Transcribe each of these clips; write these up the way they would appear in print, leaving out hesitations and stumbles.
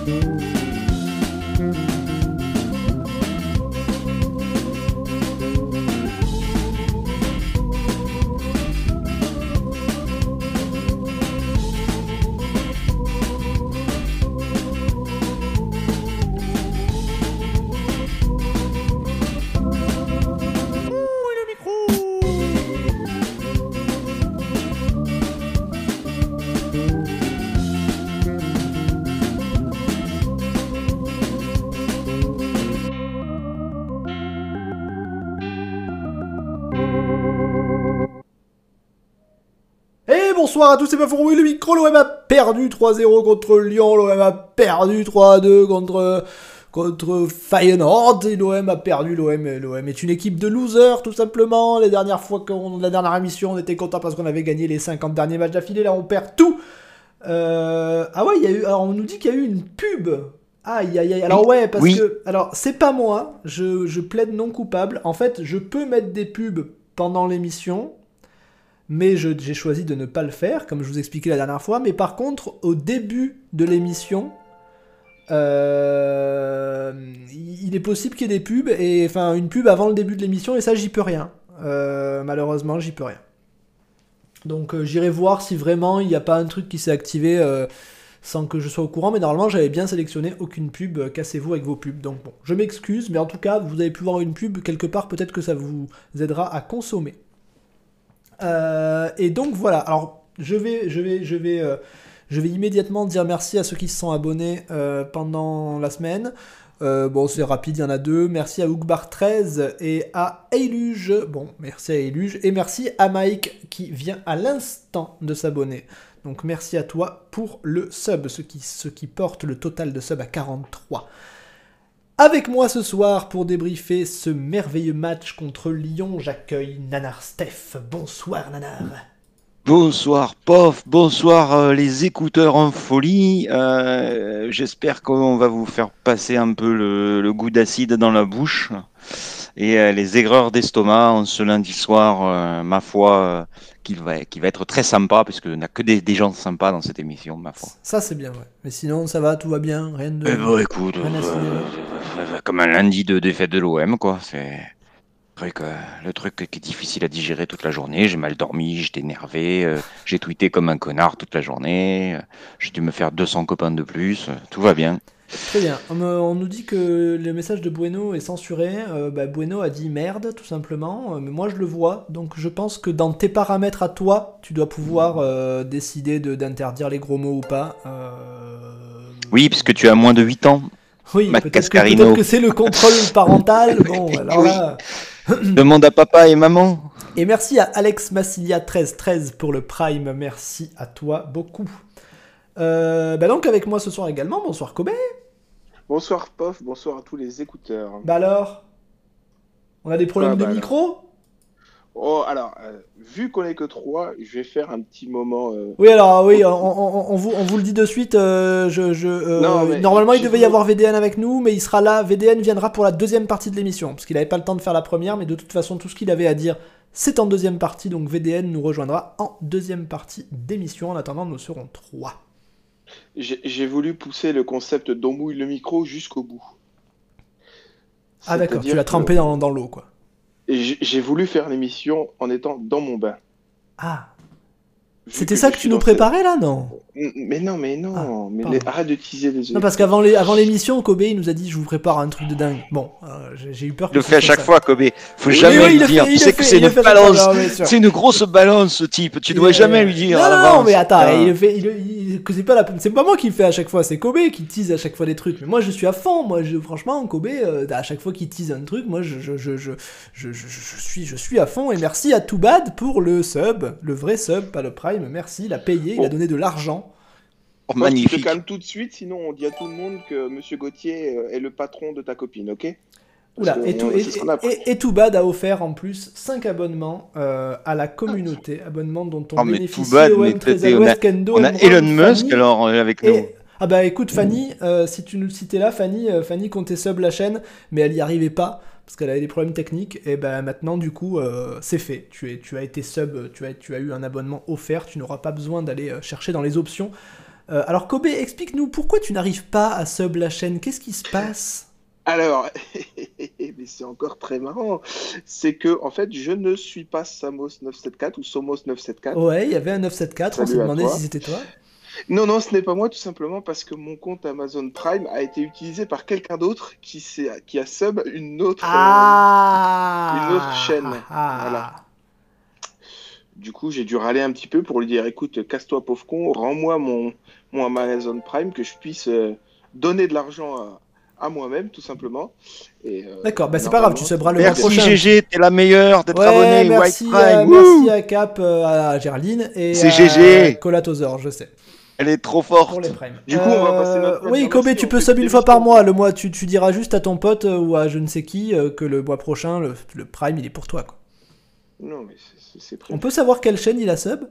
Bonsoir à tous, c'est Bafouroui, le micro. L'OM a perdu 3-0 contre Lyon, l'OM a perdu 3-2 contre Feyenoord, et l'OM a perdu. L'OM est une équipe de losers, tout simplement. La dernière émission, on était content parce qu'on avait gagné les 50 derniers matchs d'affilée. Là, on perd tout. Ah ouais, alors on nous dit qu'il y a eu une pub. Aïe. Alors ouais, parce que... Alors, c'est pas moi, je plaide non coupable. En fait, je peux mettre des pubs pendant l'émission, mais j'ai choisi de ne pas le faire, comme je vous expliquais la dernière fois. Mais par contre, au début de l'émission, il est possible qu'il y ait des pubs, enfin une pub avant le début de l'émission, et ça, j'y peux rien. Malheureusement, j'y peux rien. Donc j'irai voir si vraiment il n'y a pas un truc qui s'est activé sans que je sois au courant, mais normalement j'avais bien sélectionné aucune pub, cassez-vous avec vos pubs. Donc bon, je m'excuse, mais en tout cas, vous avez pu voir une pub quelque part, peut-être que ça vous aidera à consommer. Et donc voilà, alors je vais immédiatement dire merci à ceux qui se sont abonnés pendant la semaine. Bon, c'est rapide, il y en a deux. Merci à Ougbar13 et à Eiluge. Bon, merci à Eiluge. Et merci à Mike qui vient à l'instant de s'abonner. Donc merci à toi pour le sub, ce qui porte le total de sub à 43. Avec moi ce soir pour débriefer ce merveilleux match contre Lyon, j'accueille Nanar Steph. Bonsoir Nanar. Bonsoir Pof, bonsoir les écouteurs en folie. J'espère qu'on va vous faire passer un peu le goût d'acide dans la bouche et les aigreurs d'estomac en ce lundi soir, ma foi, qui va être très sympa puisqu'il n'y a que des gens sympas dans cette émission, ma foi. Ça c'est bien, ouais. Mais sinon ça va, tout va bien, rien de... écoute, comme un lundi de défaite de l'OM, quoi, c'est... Le truc qui est difficile à digérer toute la journée, j'ai mal dormi, j'étais énervé, j'ai tweeté comme un connard toute la journée, j'ai dû me faire 200 copains de plus, tout va bien. Très bien, on nous dit que le message de Bueno est censuré. Bueno a dit merde tout simplement, mais moi je le vois, donc je pense que dans tes paramètres à toi, tu dois pouvoir décider d'interdire les gros mots ou pas. Oui, puisque tu as moins de 8 ans. Oui, peut-être que c'est le contrôle parental. Bon, alors là... Demande à papa et maman. Et merci à Alex Massilia 1313 pour le Prime. Merci à toi beaucoup. Donc avec moi ce soir également, bonsoir Kobe. Bonsoir Pof, bonsoir à tous les écouteurs. Bah alors, on a des problèmes de micro ? Oh, alors, vu qu'on est que 3, je vais faire un petit moment... Oui, alors, oui, on vous le dit de suite, normalement, il devait y avoir VDN avec nous, mais il sera là, VDN viendra pour la deuxième partie de l'émission, parce qu'il n'avait pas le temps de faire la première, mais de toute façon, tout ce qu'il avait à dire, c'est en deuxième partie, donc VDN nous rejoindra en deuxième partie d'émission. En attendant, nous serons 3. J'ai voulu pousser le concept d'on mouille le micro jusqu'au bout. Ah d'accord, tu l'as trempé dans l'eau, quoi. J'ai voulu faire l'émission en étant dans mon bain. Ah. C'était ça que tu nous préparais là, non ? Mais non. Arrête de teaser les yeux. Non, parce qu'avant l'émission, Kobe il nous a dit je vous prépare un truc de dingue. Bon, j'ai eu peur que... Je le fais à chaque fois, Kobe. Faut jamais lui dire. Tu sais que c'est une balance. C'est une grosse balance, ce type. Tu dois jamais lui dire. Non, mais attends, c'est pas moi qui le fais à chaque fois, c'est Kobe qui tease à chaque fois des trucs. Mais moi, je suis à fond. Franchement, Kobe, à chaque fois qu'il tease un truc, moi, je suis à fond. Et merci à Too Bad pour le sub, le vrai sub, pas le Prime. Merci, il a payé, il a donné de l'argent. Oh, magnifique. Je te calme tout de suite, sinon on dit à tout le monde que Monsieur Gauthier est le patron de ta copine, ok ? Oula, et Too Bad a offert en plus 5 abonnements à la communauté, abonnements dont on bénéficie. On a Elon Musk alors avec nous. Ah bah écoute Fanny, si t'es là, Fanny comptait sub la chaîne, mais elle y arrivait pas parce qu'elle avait des problèmes techniques. Et bah maintenant du coup c'est fait. Tu as été sub, tu as eu un abonnement offert. Tu n'auras pas besoin d'aller chercher dans les options. Alors Kobe, explique-nous pourquoi tu n'arrives pas à sub la chaîne. Qu'est-ce qui se passe? Alors, mais c'est encore très marrant. C'est que, en fait, je ne suis pas Samos974 ou Somos974. Ouais, il y avait un 974, on s'est Salut à demandé toi. si c'était toi. Non, ce n'est pas moi, tout simplement parce que mon compte Amazon Prime a été utilisé par quelqu'un d'autre qui a sub une autre chaîne. Voilà. Ah. Du coup, j'ai dû râler un petit peu pour lui dire, écoute, casse-toi pauvre con, rends-moi mon Amazon Prime, que je puisse donner de l'argent à moi-même, tout simplement. D'accord, bah c'est pas grave, tu subras le mois Merci prochain. GG, t'es la meilleure d'être Ouais, abonné. merci, White Prime, merci à Cap, à Gerline et C'est à GG. Colatosaur, je sais. Elle est trop Pour forte. les primes. Du coup, on va passer notre Oui, merci, Kobe, tu on peux fait sub des une fois par missions. mois. Le mois, tu diras juste à ton pote ou à je ne sais qui que le mois prochain, le prime, il est pour toi, quoi. Non, mais c'est prévu. On peut savoir quelle chaîne il a sub?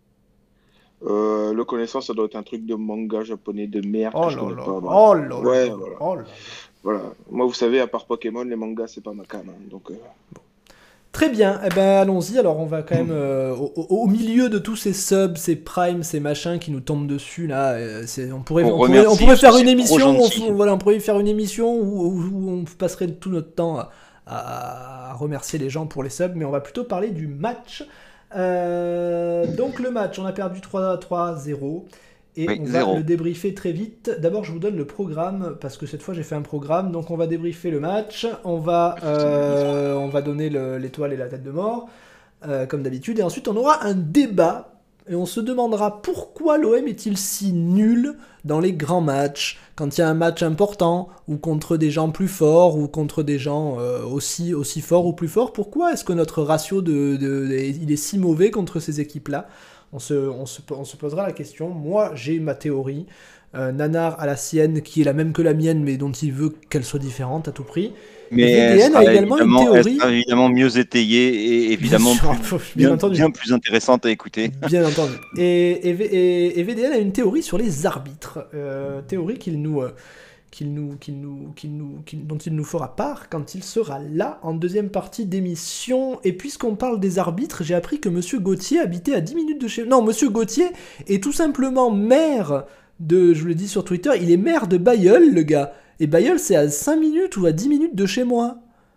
Le connaissance, ça doit être un truc de manga japonais de merde Oh que je là connais là, pas. oh là Ouais, là, voilà. oh là là. Voilà. Moi, vous savez, à part Pokémon, les mangas, c'est pas ma cam. Hein, donc, Très bien, eh ben allons-y. Alors on va quand même au milieu de tous ces subs, ces primes, ces machins qui nous tombent dessus là. On pourrait faire une émission. On pourrait faire une émission où on passerait tout notre temps à remercier les gens pour les subs, mais on va plutôt parler du match. Donc le match, on a perdu 3-0. Et oui, on 0. va le débriefer très vite. D'abord, je vous donne le programme, parce que cette fois, j'ai fait un programme. Donc, on va débriefer le match. On va donner l'étoile et la tête de mort, comme d'habitude. Et ensuite, on aura un débat. Et on se demandera pourquoi l'OM est-il si nul dans les grands matchs, quand il y a un match important, ou contre des gens plus forts, ou contre des gens aussi forts ou plus forts. Pourquoi est-ce que notre ratio il est si mauvais contre ces équipes-là ? On se posera la question. Moi, j'ai ma théorie. Nanar a la sienne, qui est la même que la mienne, mais dont il veut qu'elle soit différente à tout prix. Mais et VDN a également une théorie. Elle sera évidemment mieux étayée et évidemment bien plus intéressante à écouter. Bien entendu. Et VDN a une théorie sur les arbitres. Théorie dont il nous fera part quand il sera là en deuxième partie d'émission. Et puisqu'on parle des arbitres, j'ai appris que Monsieur Gauthier habitait à 10 minutes de chez... Non, Monsieur Gauthier est tout simplement maire de... Je vous l'ai dit sur Twitter, il est maire de Bailleul, le gars. Et Bailleul, c'est à 5 minutes ou à 10 minutes de chez moi.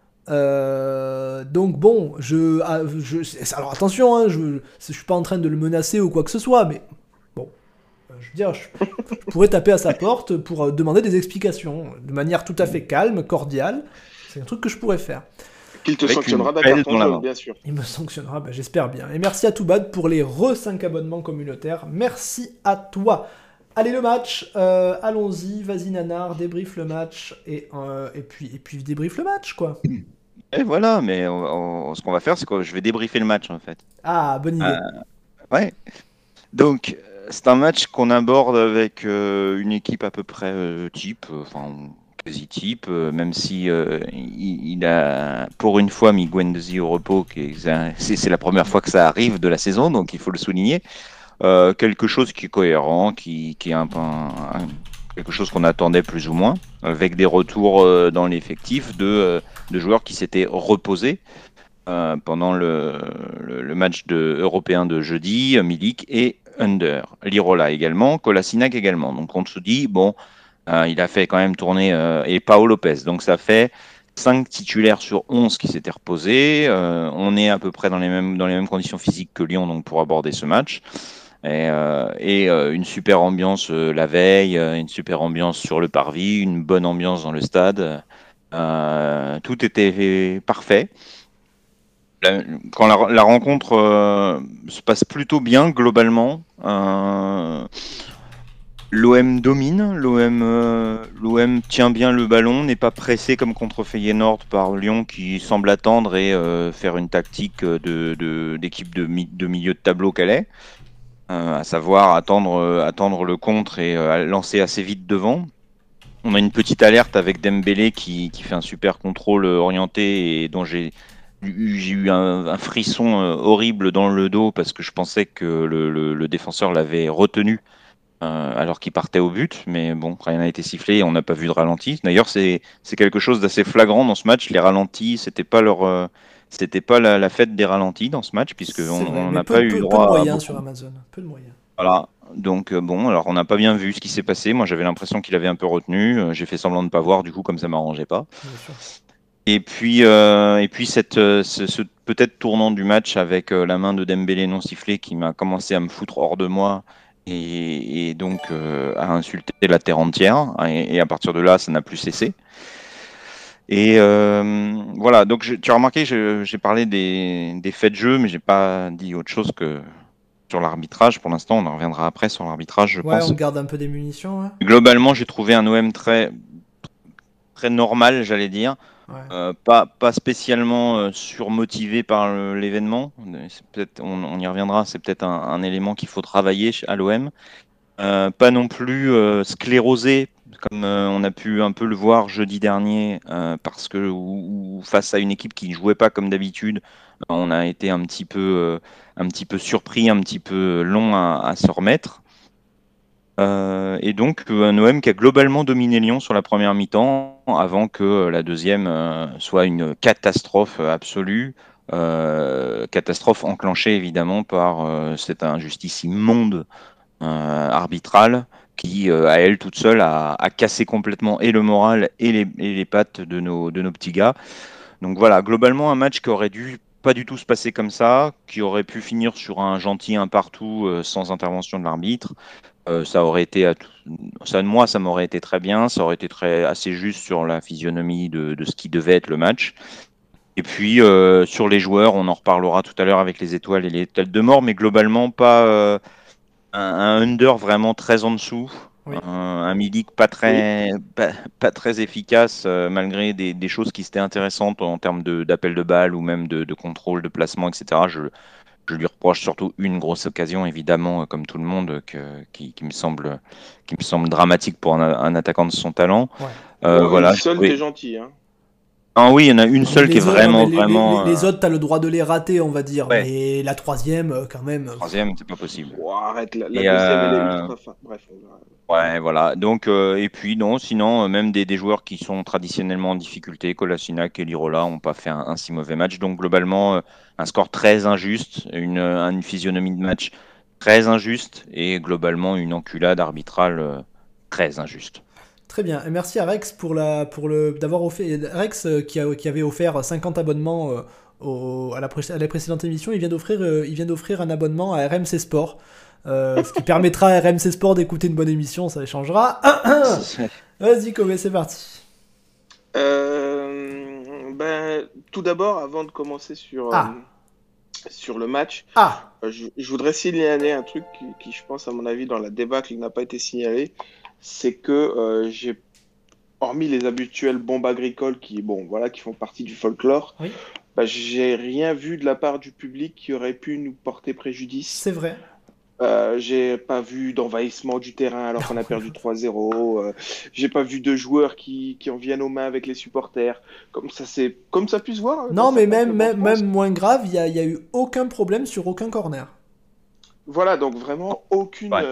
Donc bon, alors attention, hein, je suis pas en train de le menacer ou quoi que ce soit, mais... Je veux dire, je pourrais taper à sa porte pour demander des explications, de manière tout à fait calme, cordiale. C'est un truc que je pourrais faire. Qu'il te sanctionnera d'un carton jaune, bien sûr. Il me sanctionnera, j'espère bien. Et merci à Toubad pour les 5 abonnements communautaires. Merci à toi. Allez, le match, allons-y, vas-y Nanar, débrief le match, et puis débrief le match, quoi. Et voilà, mais ce qu'on va faire, c'est que je vais débriefer le match, en fait. Ah, bonne idée. Ouais. Donc... C'est un match qu'on aborde avec une équipe à peu près type, enfin quasi type, même si il a pour une fois mis Guendouzi au repos, c'est la première fois que ça arrive de la saison, donc il faut le souligner. Quelque chose qui est cohérent, qui est quelque chose qu'on attendait plus ou moins, avec des retours dans l'effectif de joueurs qui s'étaient reposés. Pendant le match européen de jeudi, Milik et Under, Lirola également, Kolasinac également. Donc on se dit, bon, il a fait quand même tourner, et Pau Lopez. Donc ça fait 5 titulaires sur 11 qui s'étaient reposés. On est à peu près dans les mêmes conditions physiques que Lyon, donc pour aborder ce match. Et une super ambiance la veille, une super ambiance sur le parvis, une bonne ambiance dans le stade. Tout était parfait. Quand la rencontre se passe plutôt bien globalement, l'OM domine, l'OM tient bien le ballon, n'est pas pressé comme contre Feyenoord par Lyon qui semble attendre et faire une tactique d'équipe de milieu de tableau qu'elle est, à savoir attendre le contre et lancer assez vite devant. On a une petite alerte avec Dembélé qui fait un super contrôle orienté et dont j'ai eu un frisson horrible dans le dos parce que je pensais que le défenseur l'avait retenu alors qu'il partait au but, mais bon, rien n'a été sifflé et on n'a pas vu de ralenti. D'ailleurs, c'est quelque chose d'assez flagrant dans ce match. Les ralentis, c'était pas la fête des ralentis dans ce match, puisque on n'a pas eu droit. Peu de moyens sur Amazon, peu de moyens. Voilà. Donc bon, alors on n'a pas bien vu ce qui s'est passé. Moi, j'avais l'impression qu'il avait un peu retenu. J'ai fait semblant de ne pas voir, du coup, comme ça m'arrangeait pas. Bien sûr. Et puis ce peut-être tournant du match avec la main de Dembélé non sifflée qui m'a commencé à me foutre hors de moi et donc à insulter la terre entière. Et à partir de là, ça n'a plus cessé. Et voilà, donc tu as remarqué, j'ai parlé des faits de jeu, mais j'ai pas dit autre chose que sur l'arbitrage. Pour l'instant, on en reviendra après sur l'arbitrage, je Ouais, pense. on garde un peu des munitions, ouais. Globalement, j'ai trouvé un OM très normal, j'allais dire. Ouais. Pas spécialement surmotivé par l'événement. On y reviendra, c'est peut-être un élément qu'il faut travailler à l'OM. Pas non plus sclérosé, comme on a pu un peu le voir jeudi dernier, parce que ou face à une équipe qui ne jouait pas comme d'habitude, on a été un petit peu surpris, un petit peu long à se remettre. Et donc un OM qui a globalement dominé Lyon sur la première mi-temps, avant que la deuxième soit une catastrophe absolue. Catastrophe enclenchée évidemment par cette injustice immonde arbitrale qui, à elle toute seule, a cassé complètement et le moral et les pattes de nos petits gars. Donc voilà, globalement, un match qui aurait dû pas du tout se passer comme ça, qui aurait pu finir sur un gentil un partout sans intervention de l'arbitre. Ça aurait été, moi, ça m'aurait été très bien, ça aurait été assez juste sur la physionomie de ce qui devait être le match. Et puis sur les joueurs, on en reparlera tout à l'heure avec les étoiles et les têtes de mort, mais globalement pas un under vraiment très en dessous, Oui. un Milik pas très efficace malgré des choses qui étaient intéressantes en termes d'appel de balle ou même de contrôle, de placement, etc. Je lui reproche surtout une grosse occasion, évidemment, comme tout le monde, qui me semble dramatique pour un attaquant de son talent. Ouais. Bon, une Voilà. seule, t'es gentil, hein. Ah oui, il y en a une Non, mais seule qui est les autres, non, mais vraiment, vraiment. les autres, t'as le droit de les rater, on va dire. Ouais, Mais la troisième, quand même. troisième, c'est pas possible. Oh, arrête, la Et deuxième, elle est ultra fin. Bref, on verra. ouais, voilà. Donc, et puis non, sinon, même des joueurs qui sont traditionnellement en difficulté, Kolasinac et Lirola, n'ont pas fait un si mauvais match. Donc, globalement, un score très injuste, une physionomie de match très injuste et globalement une enculade arbitrale très injuste. Très bien. Et merci à Rex d'avoir offert. Rex, qui avait offert 50 abonnements à la précédente émission, il vient d'offrir un abonnement à RMC Sport. Ce qui permettra à RMC Sport d'écouter une bonne émission, ça échangera. Vas-y, Kobe, c'est parti. Tout d'abord, avant de commencer sur le match, je voudrais signaler un truc qui, je pense, à mon avis, dans la débâcle, n'a pas été signalé. C'est que hormis les habituelles bombes agricoles qui font partie du folklore, Oui. J'ai rien vu de la part du public qui aurait pu nous porter préjudice. C'est vrai. J'ai pas vu d'envahissement du terrain alors qu'on a perdu 3-0. J'ai pas vu de joueurs qui en viennent aux mains avec les supporters. Comme ça puisse voir. Non, mais même France. moins grave, il y a eu aucun problème sur aucun corner. Voilà, donc vraiment Ouais.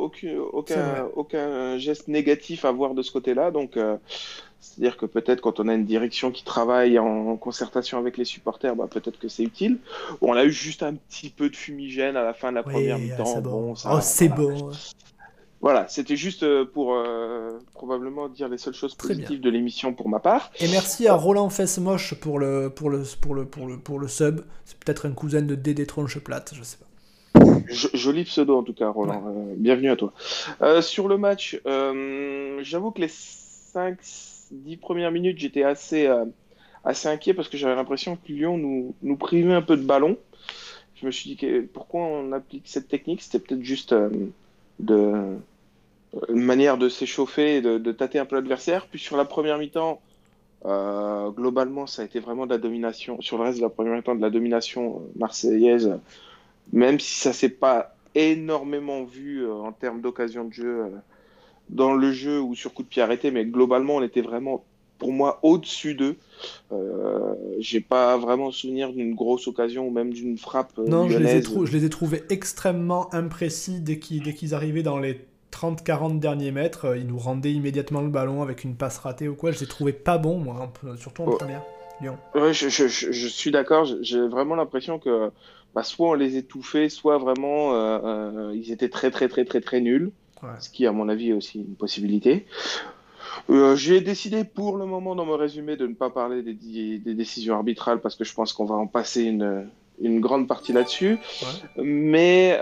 aucun geste négatif à voir de ce côté-là. Donc, c'est-à-dire que peut-être quand on a une direction qui travaille en concertation avec les supporters, peut-être que c'est utile. On a eu juste un petit peu de fumigène à la fin de la première mi-temps. C'est bon. Bon, ça, C'est voilà. bon. Voilà, c'était juste pour probablement dire les seules choses positives de l'émission pour ma part. Et merci à Roland Fessemoche pour le sub. C'est peut-être un cousin de Dédé Tronche Plate, je sais pas. Joli pseudo en tout cas, Roland. Ouais. Bienvenue à toi. Sur le match, j'avoue que les 5-10 premières minutes, j'étais assez inquiet parce que j'avais l'impression que Lyon nous privait un peu de ballon. Je me suis dit pourquoi on applique cette technique. C'était peut-être juste une manière de s'échauffer et de tâter un peu l'adversaire. Puis sur la première mi-temps, globalement, ça a été vraiment de la domination. Sur le reste de la première mi-temps, de la domination marseillaise. Même si ça s'est pas énormément vu en termes d'occasion de jeu dans le jeu ou sur coup de pied arrêté, mais globalement, on était vraiment, pour moi, au-dessus d'eux. J'ai pas vraiment souvenir d'une grosse occasion ou même d'une frappe non, lyonnaise. je les ai trouvés extrêmement imprécis dès qu'ils arrivaient dans les 30-40 derniers mètres. Ils nous rendaient immédiatement le ballon avec une passe ratée ou quoi. Je les trouvais pas bons, moi, surtout en première. Lyon. Ouais, je suis d'accord. J'ai vraiment l'impression que soit on les étouffait, soit vraiment ils étaient très très très très très nuls, Ouais. ce qui à mon avis est aussi une possibilité. J'ai décidé pour le moment dans mon résumé de ne pas parler des décisions arbitrales parce que je pense qu'on va en passer une grande partie là-dessus. Ouais. Mais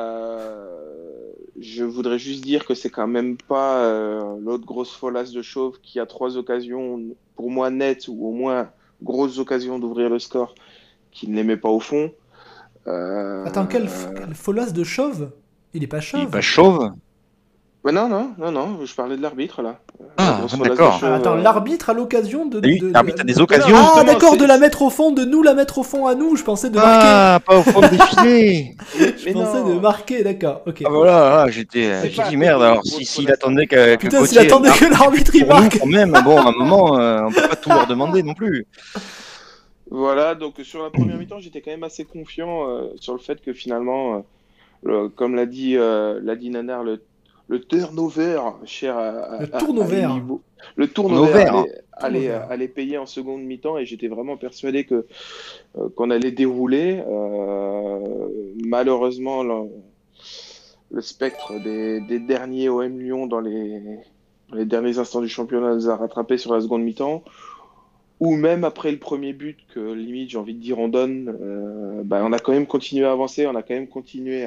je voudrais juste dire que c'est quand même pas l'autre grosse folasse de Chauve qui a 3 occasions, pour moi nettes, ou au moins grosses occasions d'ouvrir le score, qui ne les met pas au fond. Attends, Euh... quel folasse de chauve? Il est pas Il est pas chauve. chauve? Non, non, non, non, je parlais de l'arbitre là. La Ah, grosse folasse de d'accord. Ah, Chauve. attends, l'arbitre a l'occasion Oui, l'arbitre a des Mais non, occasions. Ah, justement, d'accord, de la mettre au fond, de nous la mettre au fond à nous. Je pensais de marquer. Ah, pas au fond des filets. Je mais pensais de non, marquer, d'accord, ok. Ah voilà, c'est j'ai pas à dit cause merde. de la Alors grosse s'il folasse attendait arbitrale. qu'un Putain, s'il Gauthier attendait que marque l'arbitre il pour nous marque. quand même, bon, à un moment, on peut pas tout leur demander non plus. Voilà, donc sur la première mi-temps, j'étais quand même assez confiant sur le fait que finalement, comme l'a dit Nanar, le turnover cher Le à tourne-au-vert. Elibo, le On est au turnover vert. Tourne-au-vert. allait payer en seconde mi-temps et j'étais vraiment persuadé que qu'on allait dérouler. Malheureusement, le spectre des derniers OM Lyon dans les derniers instants du championnat nous a rattrapés sur la seconde mi-temps. Ou même après le premier but que limite j'ai envie de dire on donne, on a quand même continué à avancer, on a quand même continué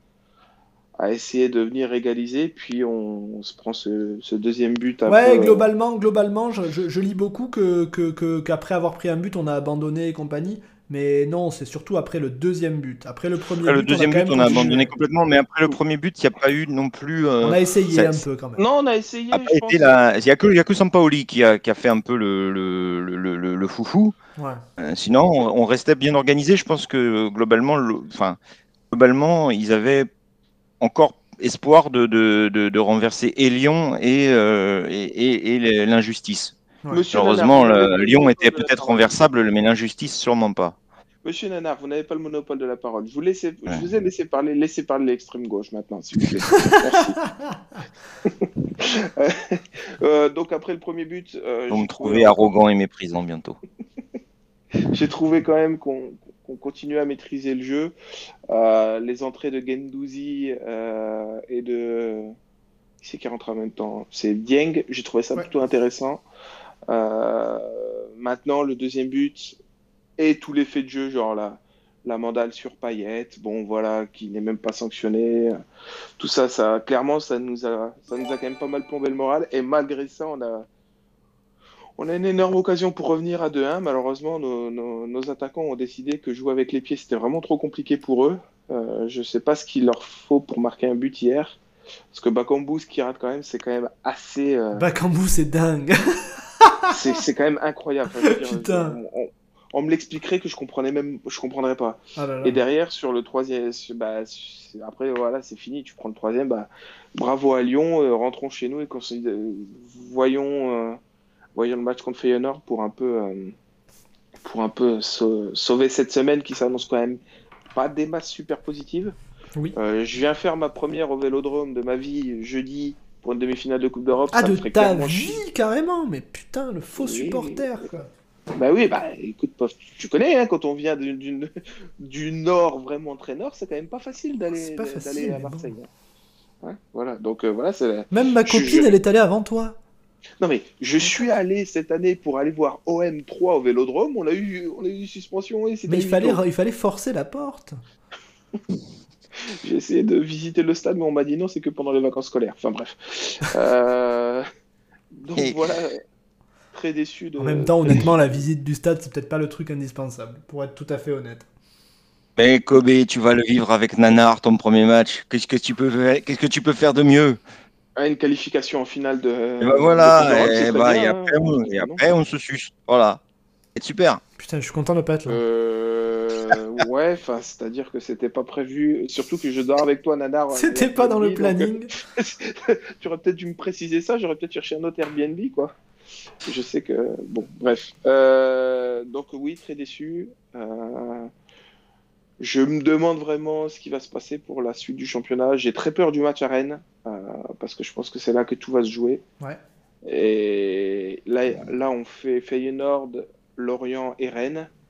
à essayer de venir égaliser, puis on se prend ce deuxième but un Ouais, peu. globalement, je lis beaucoup qu'après avoir pris un but, on a abandonné et compagnie. Mais non, c'est surtout après le deuxième but. Après le premier Après le but, on a deuxième quand but, même on a abandonné continué. complètement, mais après le premier but, il n'y a pas eu non plus. On a essayé Ça un peu quand même. Non, on a n'a essayé, pas je été pense. là. Il y a que Sampaoli qui a fait un peu le foufou. Ouais. Sinon, on restait bien organisé. Je pense que globalement, globalement, ils avaient encore espoir de renverser et Lyon et l'injustice. Ouais. Monsieur Nanar, vous Malheureusement, n'avez pas le Lyon monopole était de la peut-être parole. renversable, mais l'injustice, sûrement pas. Monsieur Nanar, vous n'avez pas le monopole de la parole. Je Ouais. vous ai laissé parler l'extrême gauche maintenant, s'il vous plaît. Merci. Donc après le premier but, Vous me trouvez arrogant et méprisant bientôt. j'ai trouvé quand même qu'on continuait à maîtriser le jeu. Les entrées de Gendouzi et de... Qui c'est qui rentre en même temps? C'est Dieng. J'ai trouvé ça Ouais. plutôt intéressant. Euh, Maintenant, le deuxième but et tout l'effet de jeu, genre la mandale sur Payet, bon voilà, qui n'est même pas sanctionné. Tout ça, clairement, ça nous a quand même pas mal plombé le moral. Et malgré ça, on a une énorme occasion pour revenir à 2-1. Malheureusement, nos attaquants ont décidé que jouer avec les pieds, c'était vraiment trop compliqué pour eux. Je sais pas ce qu'il leur faut pour marquer un but hier. Parce que Bakambu, ce qu'il rate quand même, c'est quand même assez. Bakambu, c'est dingue. C'est quand même incroyable. Enfin, je veux dire, Putain. on me l'expliquerait que je comprendrais pas. Ah là Et là. derrière, sur le troisième, après, voilà, c'est fini. Tu prends le troisième, bravo à Lyon. Rentrons chez nous et voyons, voyons le match contre Feyenoord pour un peu sauver cette semaine qui s'annonce quand même pas des masses super positives. Oui. Je viens faire ma première au Vélodrome de ma vie jeudi pour une demi-finale de Coupe d'Europe. Ah, Ça me de ferait ta clairement vie, chier. carrément. Mais putain, le faux Oui. supporter, quoi. Bah oui, écoute, tu connais, hein, quand on vient du nord, vraiment très nord, c'est quand même pas facile C'est pas d'aller facile, à mais bon. Marseille, hein. Ouais, voilà, donc voilà, Même ma copine, elle est allée avant toi. Non mais, je suis allé cette année pour aller voir OM3 au Vélodrome, on a eu suspension et c'était Mais huis clos. il fallait forcer la porte. J'ai essayé de visiter le stade, mais on m'a dit non, c'est que pendant les vacances scolaires. Enfin bref. Euh, Donc Et, voilà, très déçu En même de... temps, Très déçu honnêtement, la de... visite du stade, c'est peut-être pas le truc indispensable, pour être tout à fait honnête. mais Kobe, tu vas le vivre avec Nanar, ton premier match. Qu'est-ce que tu peux faire de mieux? Ah, une qualification en finale Et ben de Coupe voilà, d'Europe, ce et, serait bah, bien, hein. et Non. après on se suce. Voilà. C'est super. Putain, je suis content de pas être là. Ouais, enfin, c'est-à-dire que c'était pas prévu. Surtout que je dors avec toi, Nanar, en C'était pas dans le Airbnb, donc planning. tu aurais peut-être dû me préciser ça. J'aurais peut-être cherché un autre Airbnb, quoi. Je sais que bon, bref. Donc oui, très déçu. Je me demande vraiment ce qui va se passer pour la suite du championnat. J'ai très peur du match à Rennes parce que je pense que c'est là que tout va se jouer. Ouais. Et là on fait Feyenoord, Lorient et Rennes.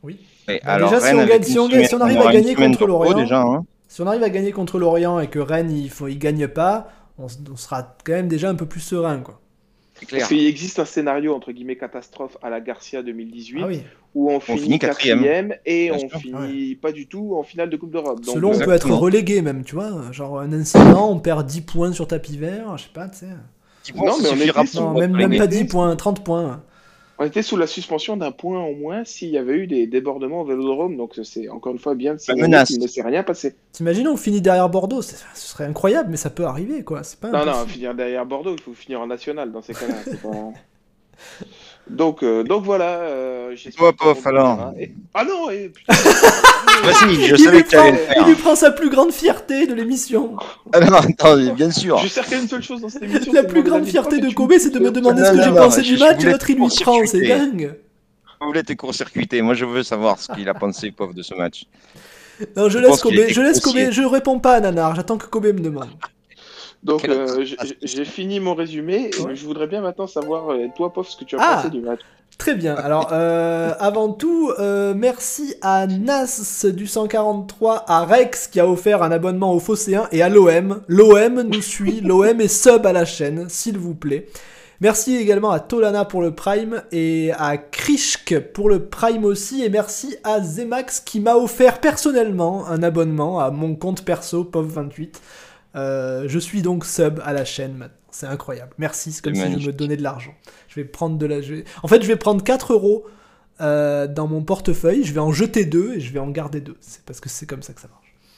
Oui. Et Bah, alors, déjà, si Rennes, on avec gagne, une si on semaine, arrive on à aura une gagner semaine contre de repos, Lorient, déjà, hein. si on arrive à gagner contre Lorient et que Rennes il gagne pas, on sera quand même déjà un peu plus serein, quoi. C'est Parce clair. qu'il existe un scénario, entre guillemets, catastrophe à la Garcia Ah 2018, oui. où on finit finit quatrième et bien on sûr. finit pas du tout en finale de Coupe d'Europe. Donc, Selon, on peut être Exactement. relégué même, tu vois. Genre un incident, on perd 10 points sur tapis vert, je sais pas, tu sais. 10 points, Non, ça mais on suffira était pour Non, sous- votre même pas relégué. 10 points, 30 points. on était sous la suspension d'un point au moins s'il y avait eu des débordements au Vélodrome. Donc c'est encore une fois bien de signaler menace. qu'il ne s'est rien passé. T'imagines, on finit derrière Bordeaux, ce serait incroyable, mais ça peut arriver, quoi. C'est pas Non, impossible. finir derrière Bordeaux, il faut finir en national dans ces cas-là. C'est pas... Donc voilà, j'espère Toi, que tout le Pof, monde alors. reviendra. Ah non, putain. Vas-y, je Il savais lui que tu allais le prend- faire. il lui prend sa plus grande fierté de l'émission. Ah non, attendez, bien sûr. Je sers qu'à une seule chose dans cette émission. La c'est plus demander grande l'avis fierté Pof, de et tu Kobe, me c'est de pousses. me demander ce Non, que j'ai non, pensé je du voulais match, et te l'autre il lui prend, c'est court-circuiter. dingue. Vous voulez te court-circuiter. Moi, je veux savoir ce qu'il a pensé, Pof, de ce match. Non, je Je laisse pense qu'il Kobe, était je laisse Kobe, grossier. je réponds pas à Nanar, j'attends que Kobe me demande. Donc Quel- j'ai fini mon résumé. Et Ouais. je voudrais bien maintenant savoir, toi, Pof, ce que tu as Ah. pensé du match. Très bien. Alors, avant tout, merci à Nas du 143, à Rex qui a offert un abonnement au Phocéen et à l'OM. L'OM nous suit, l'OM est sub à la chaîne, s'il vous plaît. Merci également à Tolana pour le Prime et à Krishk pour le Prime aussi. Et merci à Zemax qui m'a offert personnellement un abonnement à mon compte perso, POV28. Je suis donc sub à la chaîne maintenant. C'est incroyable. Merci, c'est comme C'est si je magnifique. me donnais de l'argent. Je vais prendre de la... En fait, je vais prendre 4 euros dans mon portefeuille, je vais en jeter 2 et je vais en garder 2. C'est parce que c'est comme ça que ça marche.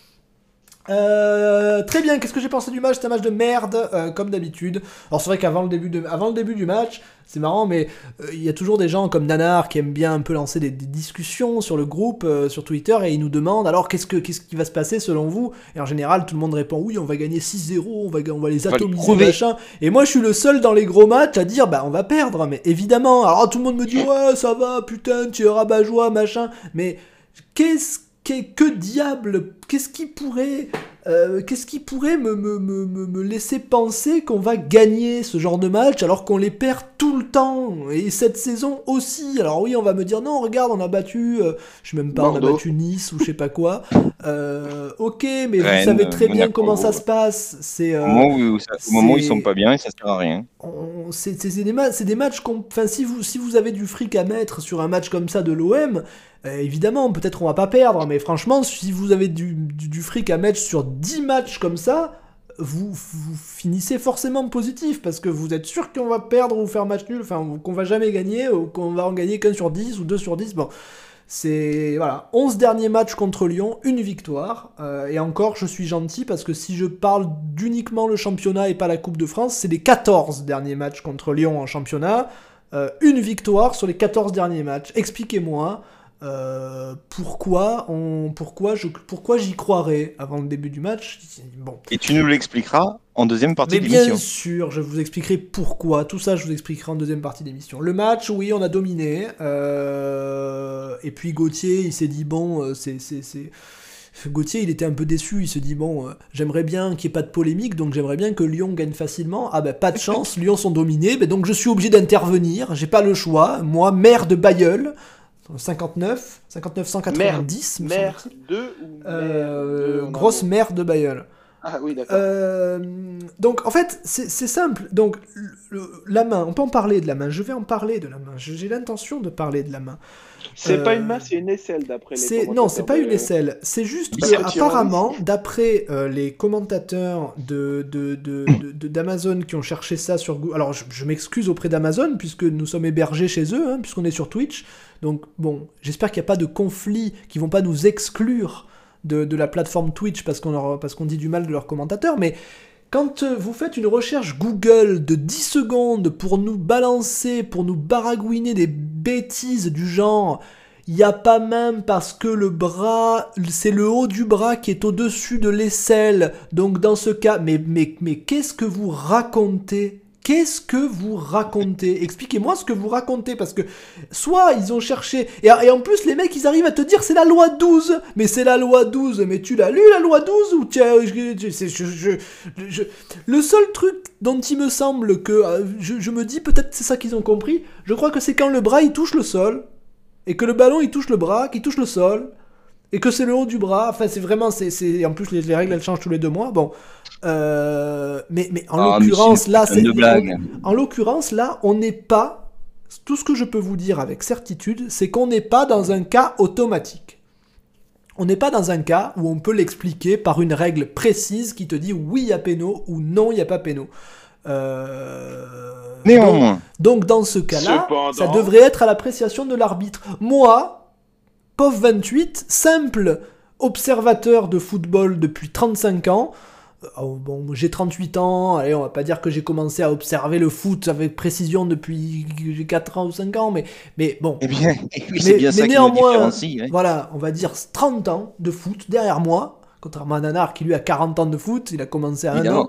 Très bien, qu'est-ce que j'ai pensé du match? C'est un match de merde, comme d'habitude. Alors c'est vrai qu'avant le début du match, c'est marrant, mais il y a toujours des gens comme Nanar qui aiment bien un peu lancer des discussions sur le groupe, sur Twitter, et ils nous demandent alors qu'est-ce qui va se passer selon vous? Et en général, tout le monde répond oui, on va gagner 6-0, on va les va les atomiser, crever. machin. Et moi, je suis le seul dans les gros matchs à dire bah on va perdre, mais évidemment. Alors tout le monde me dit ouais, ça va, putain, tu es rabat-joie, machin. Mais que diable, qu'est-ce qui pourrait me laisser penser qu'on va gagner ce genre de match alors qu'on les perd tout le temps, et cette saison aussi? Alors oui, on va me dire non, regarde, on a battu, je sais même pas, on a Bordeaux. battu Nice ou je sais pas quoi. Ok, mais vous Rennes, savez très bien Monaco. comment ça se passe. C'est Au moment où ils sont pas bien, et ça sert à rien. c'est des matchs enfin si vous avez du fric à mettre sur un match comme ça de l'OM, évidemment peut-être on va pas perdre, mais franchement si vous avez du fric à mettre sur 10 matchs comme ça, vous finissez forcément positif, parce que vous êtes sûr qu'on va perdre ou faire match nul, enfin qu'on va jamais gagner, ou qu'on va en gagner qu'un sur 10 ou 2 sur 10, bon. C'est, voilà, 11 derniers matchs contre Lyon, une victoire, et encore je suis gentil parce que si je parle d'uniquement le championnat et pas la Coupe de France, c'est les 14 derniers matchs contre Lyon en championnat, une victoire sur les 14 derniers matchs. Expliquez-moi pourquoi j'y croirais avant le début du match. Bon. Et tu nous l'expliqueras en deuxième partie Mais de bien l'émission. sûr, je vous expliquerai pourquoi. Tout ça, je vous expliquerai en deuxième partie d'émission. Le match, oui, on a dominé. Et puis Gauthier, il s'est dit, bon, Gauthier, il était un peu déçu. Il se dit, bon, j'aimerais bien qu'il n'y ait pas de polémique, donc j'aimerais bien que Lyon gagne facilement. Ah ben, pas de chance, Lyon sont dominés. Ben, donc je suis obligé d'intervenir. J'ai pas le choix. Moi, maire de Bailleul, 59, 190, me Mère semble-t-il. 2 ou mère 2 Grosse mère de Bailleul. Ah oui, d'accord. Donc en fait c'est simple. Donc la main, on peut en parler de la main. Je vais en parler de la main. J'ai l'intention de parler de la main. C'est pas une main, c'est une aisselle d'après les commentateurs. Non, c'est pas une aisselle. C'est juste que apparemment, d'après les commentateurs d'Amazon qui ont cherché ça sur Google. Alors je m'excuse auprès d'Amazon puisque nous sommes hébergés chez eux, hein, puisqu'on est sur Twitch. Donc bon, j'espère qu'il n'y a pas de conflit, qu'ils vont pas nous exclure de la plateforme Twitch parce qu'on dit du mal de leurs commentateurs, mais quand vous faites une recherche Google de 10 secondes pour nous balancer, pour nous baragouiner des bêtises du genre « il n'y a pas même parce que le bras, c'est le haut du bras qui est au-dessus de l'aisselle, donc dans ce cas... » Mais qu'est-ce que vous racontez ? Qu'est-ce que vous racontez? Expliquez-moi ce que vous racontez, parce que soit ils ont cherché, et en plus les mecs ils arrivent à te dire c'est la loi 12, mais c'est la loi 12, mais tu l'as lu la loi 12 ou le seul truc dont il me semble que, je me dis peut-être c'est ça qu'ils ont compris, je crois que c'est quand le bras il touche le sol, et que le ballon il touche le bras, qu'il touche le sol, et que c'est le haut du bras, enfin c'est vraiment, en plus les règles elles changent tous les 2 mois, bon, mais en l'occurrence là, en l'occurrence là, on n'est pas, tout ce que je peux vous dire avec certitude, c'est qu'on n'est pas dans un cas automatique. On n'est pas dans un cas où on peut l'expliquer par une règle précise qui te dit oui il y a péno ou non il n'y a pas péno. Néanmoins. Donc dans ce cas-là, ça devrait être à l'appréciation de l'arbitre. Moi, POF 28, simple observateur de football depuis 35 ans, bon, j'ai 38 ans, allez, on va pas dire que j'ai commencé à observer le foot avec précision depuis 4 ans ou 5 ans, mais bon. Eh bien, oui, c'est bien ça qui nous différencie. Ouais. Voilà, on va dire 30 ans de foot derrière moi, contrairement à Nanar qui lui a 40 ans de foot, il a commencé à 1 an.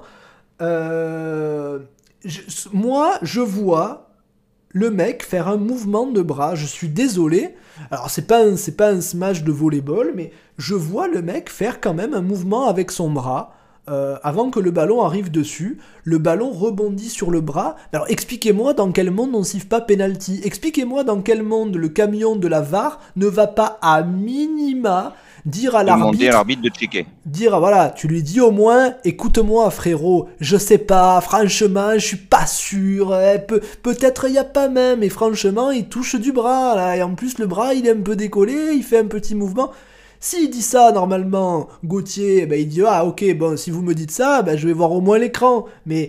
Moi, je vois le mec faire un mouvement de bras, je suis désolé, alors c'est pas un smash de volleyball, mais je vois le mec faire quand même un mouvement avec son bras, avant que le ballon arrive dessus, le ballon rebondit sur le bras. Alors expliquez-moi dans quel monde on siffle pas penalty, expliquez-moi dans quel monde le camion de la VAR ne va pas à minima dire à l'arbitre de checker. Dire, voilà, tu lui dis au moins, écoute-moi frérot, je sais pas, franchement, je suis pas sûr, peut-être y a pas même, et franchement, il touche du bras, là, et en plus le bras, il est un peu décollé, il fait un petit mouvement. S'il dit ça, normalement, Gauthier, il dit, ah ok, bon, si vous me dites ça, je vais voir au moins l'écran, mais...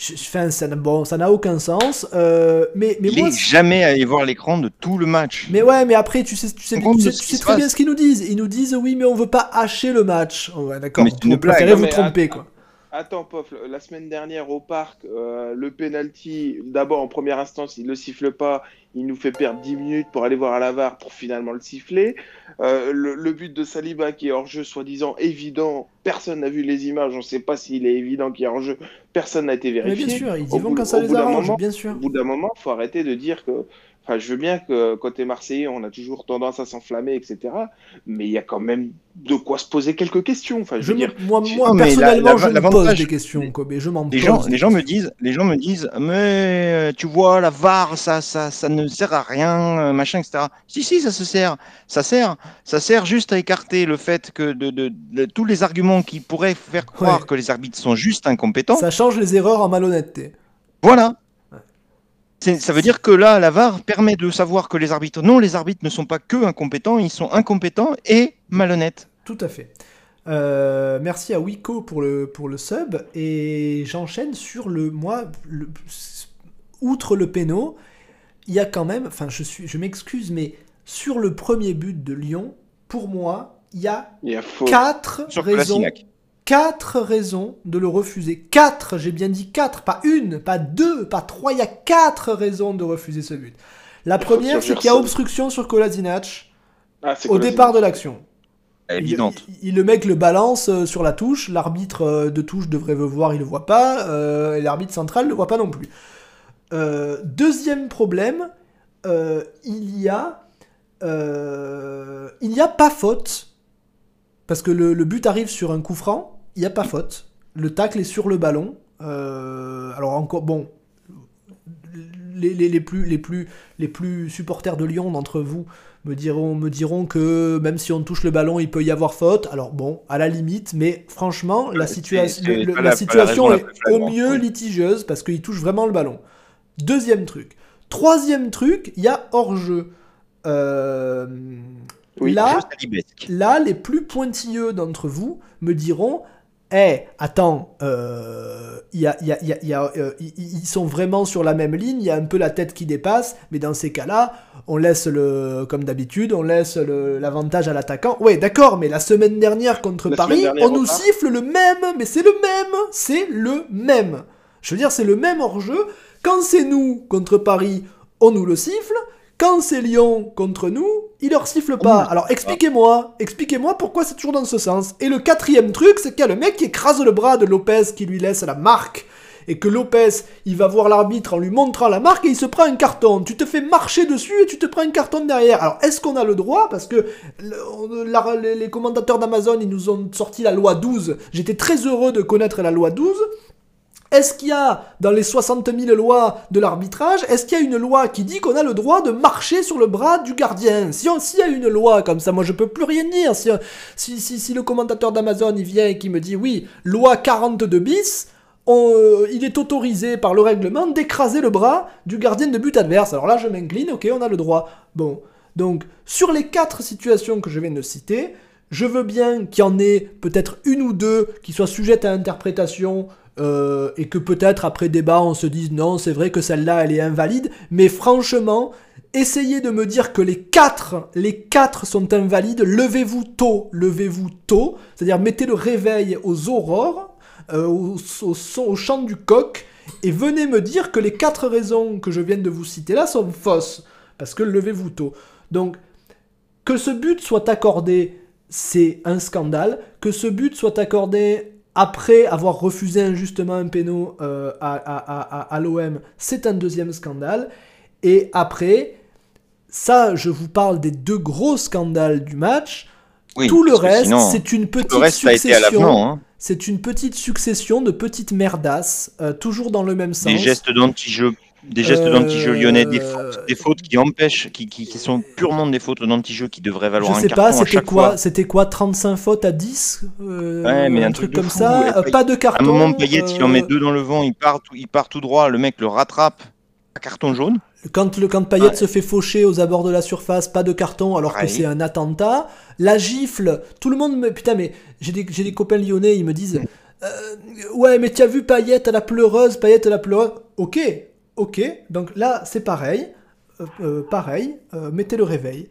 ça n'a aucun sens. Mais il n'est jamais allé voir l'écran de tout le match. Mais ouais, mais après, tu sais très bien ce qu'ils nous disent. Ils nous disent, oui, mais on veut pas hacher le match. Oh, ouais, d'accord, vous préférez vous tromper, quoi. Attends, Pof, la semaine dernière au parc, le penalty, d'abord en première instance, il le siffle pas, il nous fait perdre 10 minutes pour aller voir à la VAR pour finalement le siffler. Le but de Saliba qui est hors jeu, soi-disant évident, personne n'a vu les images, on ne sait pas s'il est évident qu'il est hors jeu, personne n'a été vérifié. Mais bien sûr, ils y vont quand ça les arrange, bien sûr. Au bout d'un moment, il faut arrêter de dire que. Enfin, je veux bien que côté Marseillais, on a toujours tendance à s'enflammer, etc. Mais il y a quand même de quoi se poser quelques questions. Enfin, moi personnellement, je me pose des questions. Mais je m'en pose. Les gens me disent, mais tu vois, la VAR, ça ne sert à rien, machin, etc. Si, ça se sert. Ça sert juste à écarter le fait que de tous les arguments qui pourraient faire croire que les arbitres sont juste incompétents. Ça change les erreurs en malhonnêteté. Voilà. Ça veut dire que là, la VAR permet de savoir que les arbitres ne sont pas que incompétents, ils sont incompétents et malhonnêtes. Tout à fait. Merci à Wiko pour le sub, et j'enchaîne sur outre le péno, il y a quand même, enfin je m'excuse, mais sur le premier but de Lyon, pour moi, il y a 4 raisons. 4 raisons de le refuser. 4, j'ai bien dit 4, pas 1, pas 2, pas 3, il y a 4 raisons de refuser ce but. La première, c'est qu'il y a obstruction sur Kolasinac au départ de l'action. Évidente. Le mec le balance sur la touche, l'arbitre de touche devrait le voir, il le voit pas, et l'arbitre central le voit pas non plus. Deuxième problème, il y a pas faute, parce que le but arrive sur un coup franc. Il n'y a pas faute. Le tacle est sur le ballon. Alors encore, bon, les plus supporters de Lyon d'entre vous me diront que même si on touche le ballon, il peut y avoir faute. Alors bon, à la limite, mais franchement, la situation est au mieux litigieuse parce qu'il touche vraiment le ballon. Deuxième truc. Troisième truc, il y a hors-jeu. Là, les plus pointilleux d'entre vous me diront, attends, ils sont vraiment sur la même ligne, il y a un peu la tête qui dépasse, mais dans ces cas-là, on laisse comme d'habitude, on laisse l'avantage à l'attaquant. Ouais, d'accord, mais la semaine dernière contre Paris, on nous siffle le même, mais c'est le même. Je veux dire, c'est le même hors-jeu. Quand c'est nous contre Paris, on nous le siffle. Quand c'est Lyon contre nous, il leur siffle pas. Alors expliquez-moi pourquoi c'est toujours dans ce sens. Et le quatrième truc, c'est qu'il y a le mec qui écrase le bras de Lopez, qui lui laisse la marque, et que Lopez, il va voir l'arbitre en lui montrant la marque, et il se prend un carton. Tu te fais marcher dessus, et tu te prends un carton derrière. Alors est-ce qu'on a le droit, parce que les commentateurs d'Amazon, ils nous ont sorti la loi 12. J'étais très heureux de connaître la loi 12. Est-ce qu'il y a, dans les 60 000 lois de l'arbitrage, est-ce qu'il y a une loi qui dit qu'on a le droit de marcher sur le bras du gardien? S'il y a une loi comme ça, moi je peux plus rien dire. Si le commentateur d'Amazon il vient et qui me dit oui, loi 42 bis, il est autorisé par le règlement d'écraser le bras du gardien de but adverse. Alors là je m'incline, ok, on a le droit. Bon, donc sur les 4 situations que je viens de citer, je veux bien qu'il y en ait peut-être une ou deux qui soient sujettes à interprétation, et que peut-être après débat on se dise non, c'est vrai que celle-là elle est invalide, mais franchement, essayez de me dire que les quatre sont invalides, levez-vous tôt, c'est-à-dire mettez le réveil aux aurores, au chant du coq, et venez me dire que les 4 raisons que je viens de vous citer là sont fausses, parce que levez-vous tôt. Donc, que ce but soit accordé, c'est un scandale, que ce but soit accordé après avoir refusé injustement un péno à l'OM, c'est un deuxième scandale, et après, ça, je vous parle des 2 gros scandales du match. Oui, tout le reste, sinon, c'est une petite succession. Hein. C'est une petite succession de petites merdasses, toujours dans le même sens. Des gestes d'anti-jeu lyonnais, des fautes qui empêchent, qui sont purement des fautes d'anti-jeu qui devraient valoir un carton à chaque fois. C'était quoi, 35 fautes à 10 ouais, mais un truc comme fou. Ça, pas de carton. À un moment, Payet, il en met 2 dans le vent, il part tout droit, le mec le rattrape, un carton jaune. Quand Payet se fait faucher aux abords de la surface, pas de carton alors que c'est un attentat. La gifle, tout le monde me... Putain, mais j'ai des copains lyonnais, ils me disent ouais, mais tu as vu Payet à la pleureuse, Ok, donc là c'est pareil, mettez le réveil.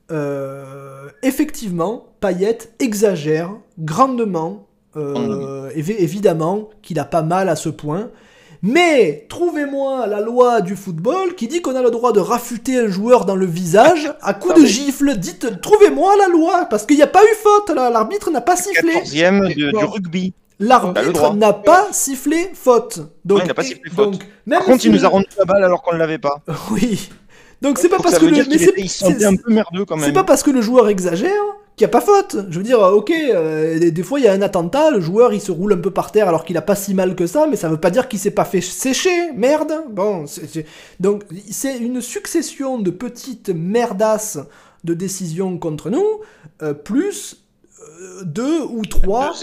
Effectivement, Payet exagère grandement, évidemment qu'il a pas mal à ce point. Mais trouvez-moi la loi du football qui dit qu'on a le droit de rafuter un joueur dans le visage à coups de gifle. Trouvez-moi la loi, parce qu'il n'y a pas eu faute là, l'arbitre n'a pas sifflé. 14e du rugby. L'arbitre n'a pas sifflé faute. Donc, il n'a pas sifflé faute. Par contre, il nous a rendu la balle alors qu'on ne l'avait pas. Oui. Donc c'est pas parce que c'est un peu merdeux quand même. C'est pas parce que le joueur exagère qu'il n'y a pas faute. Je veux dire, ok, des fois il y a un attentat, le joueur il se roule un peu par terre alors qu'il a pas si mal que ça, mais ça veut pas dire qu'il s'est pas fait sécher, merde. Bon, donc c'est une succession de petites merdasses de décisions contre nous, plus 2 ou 3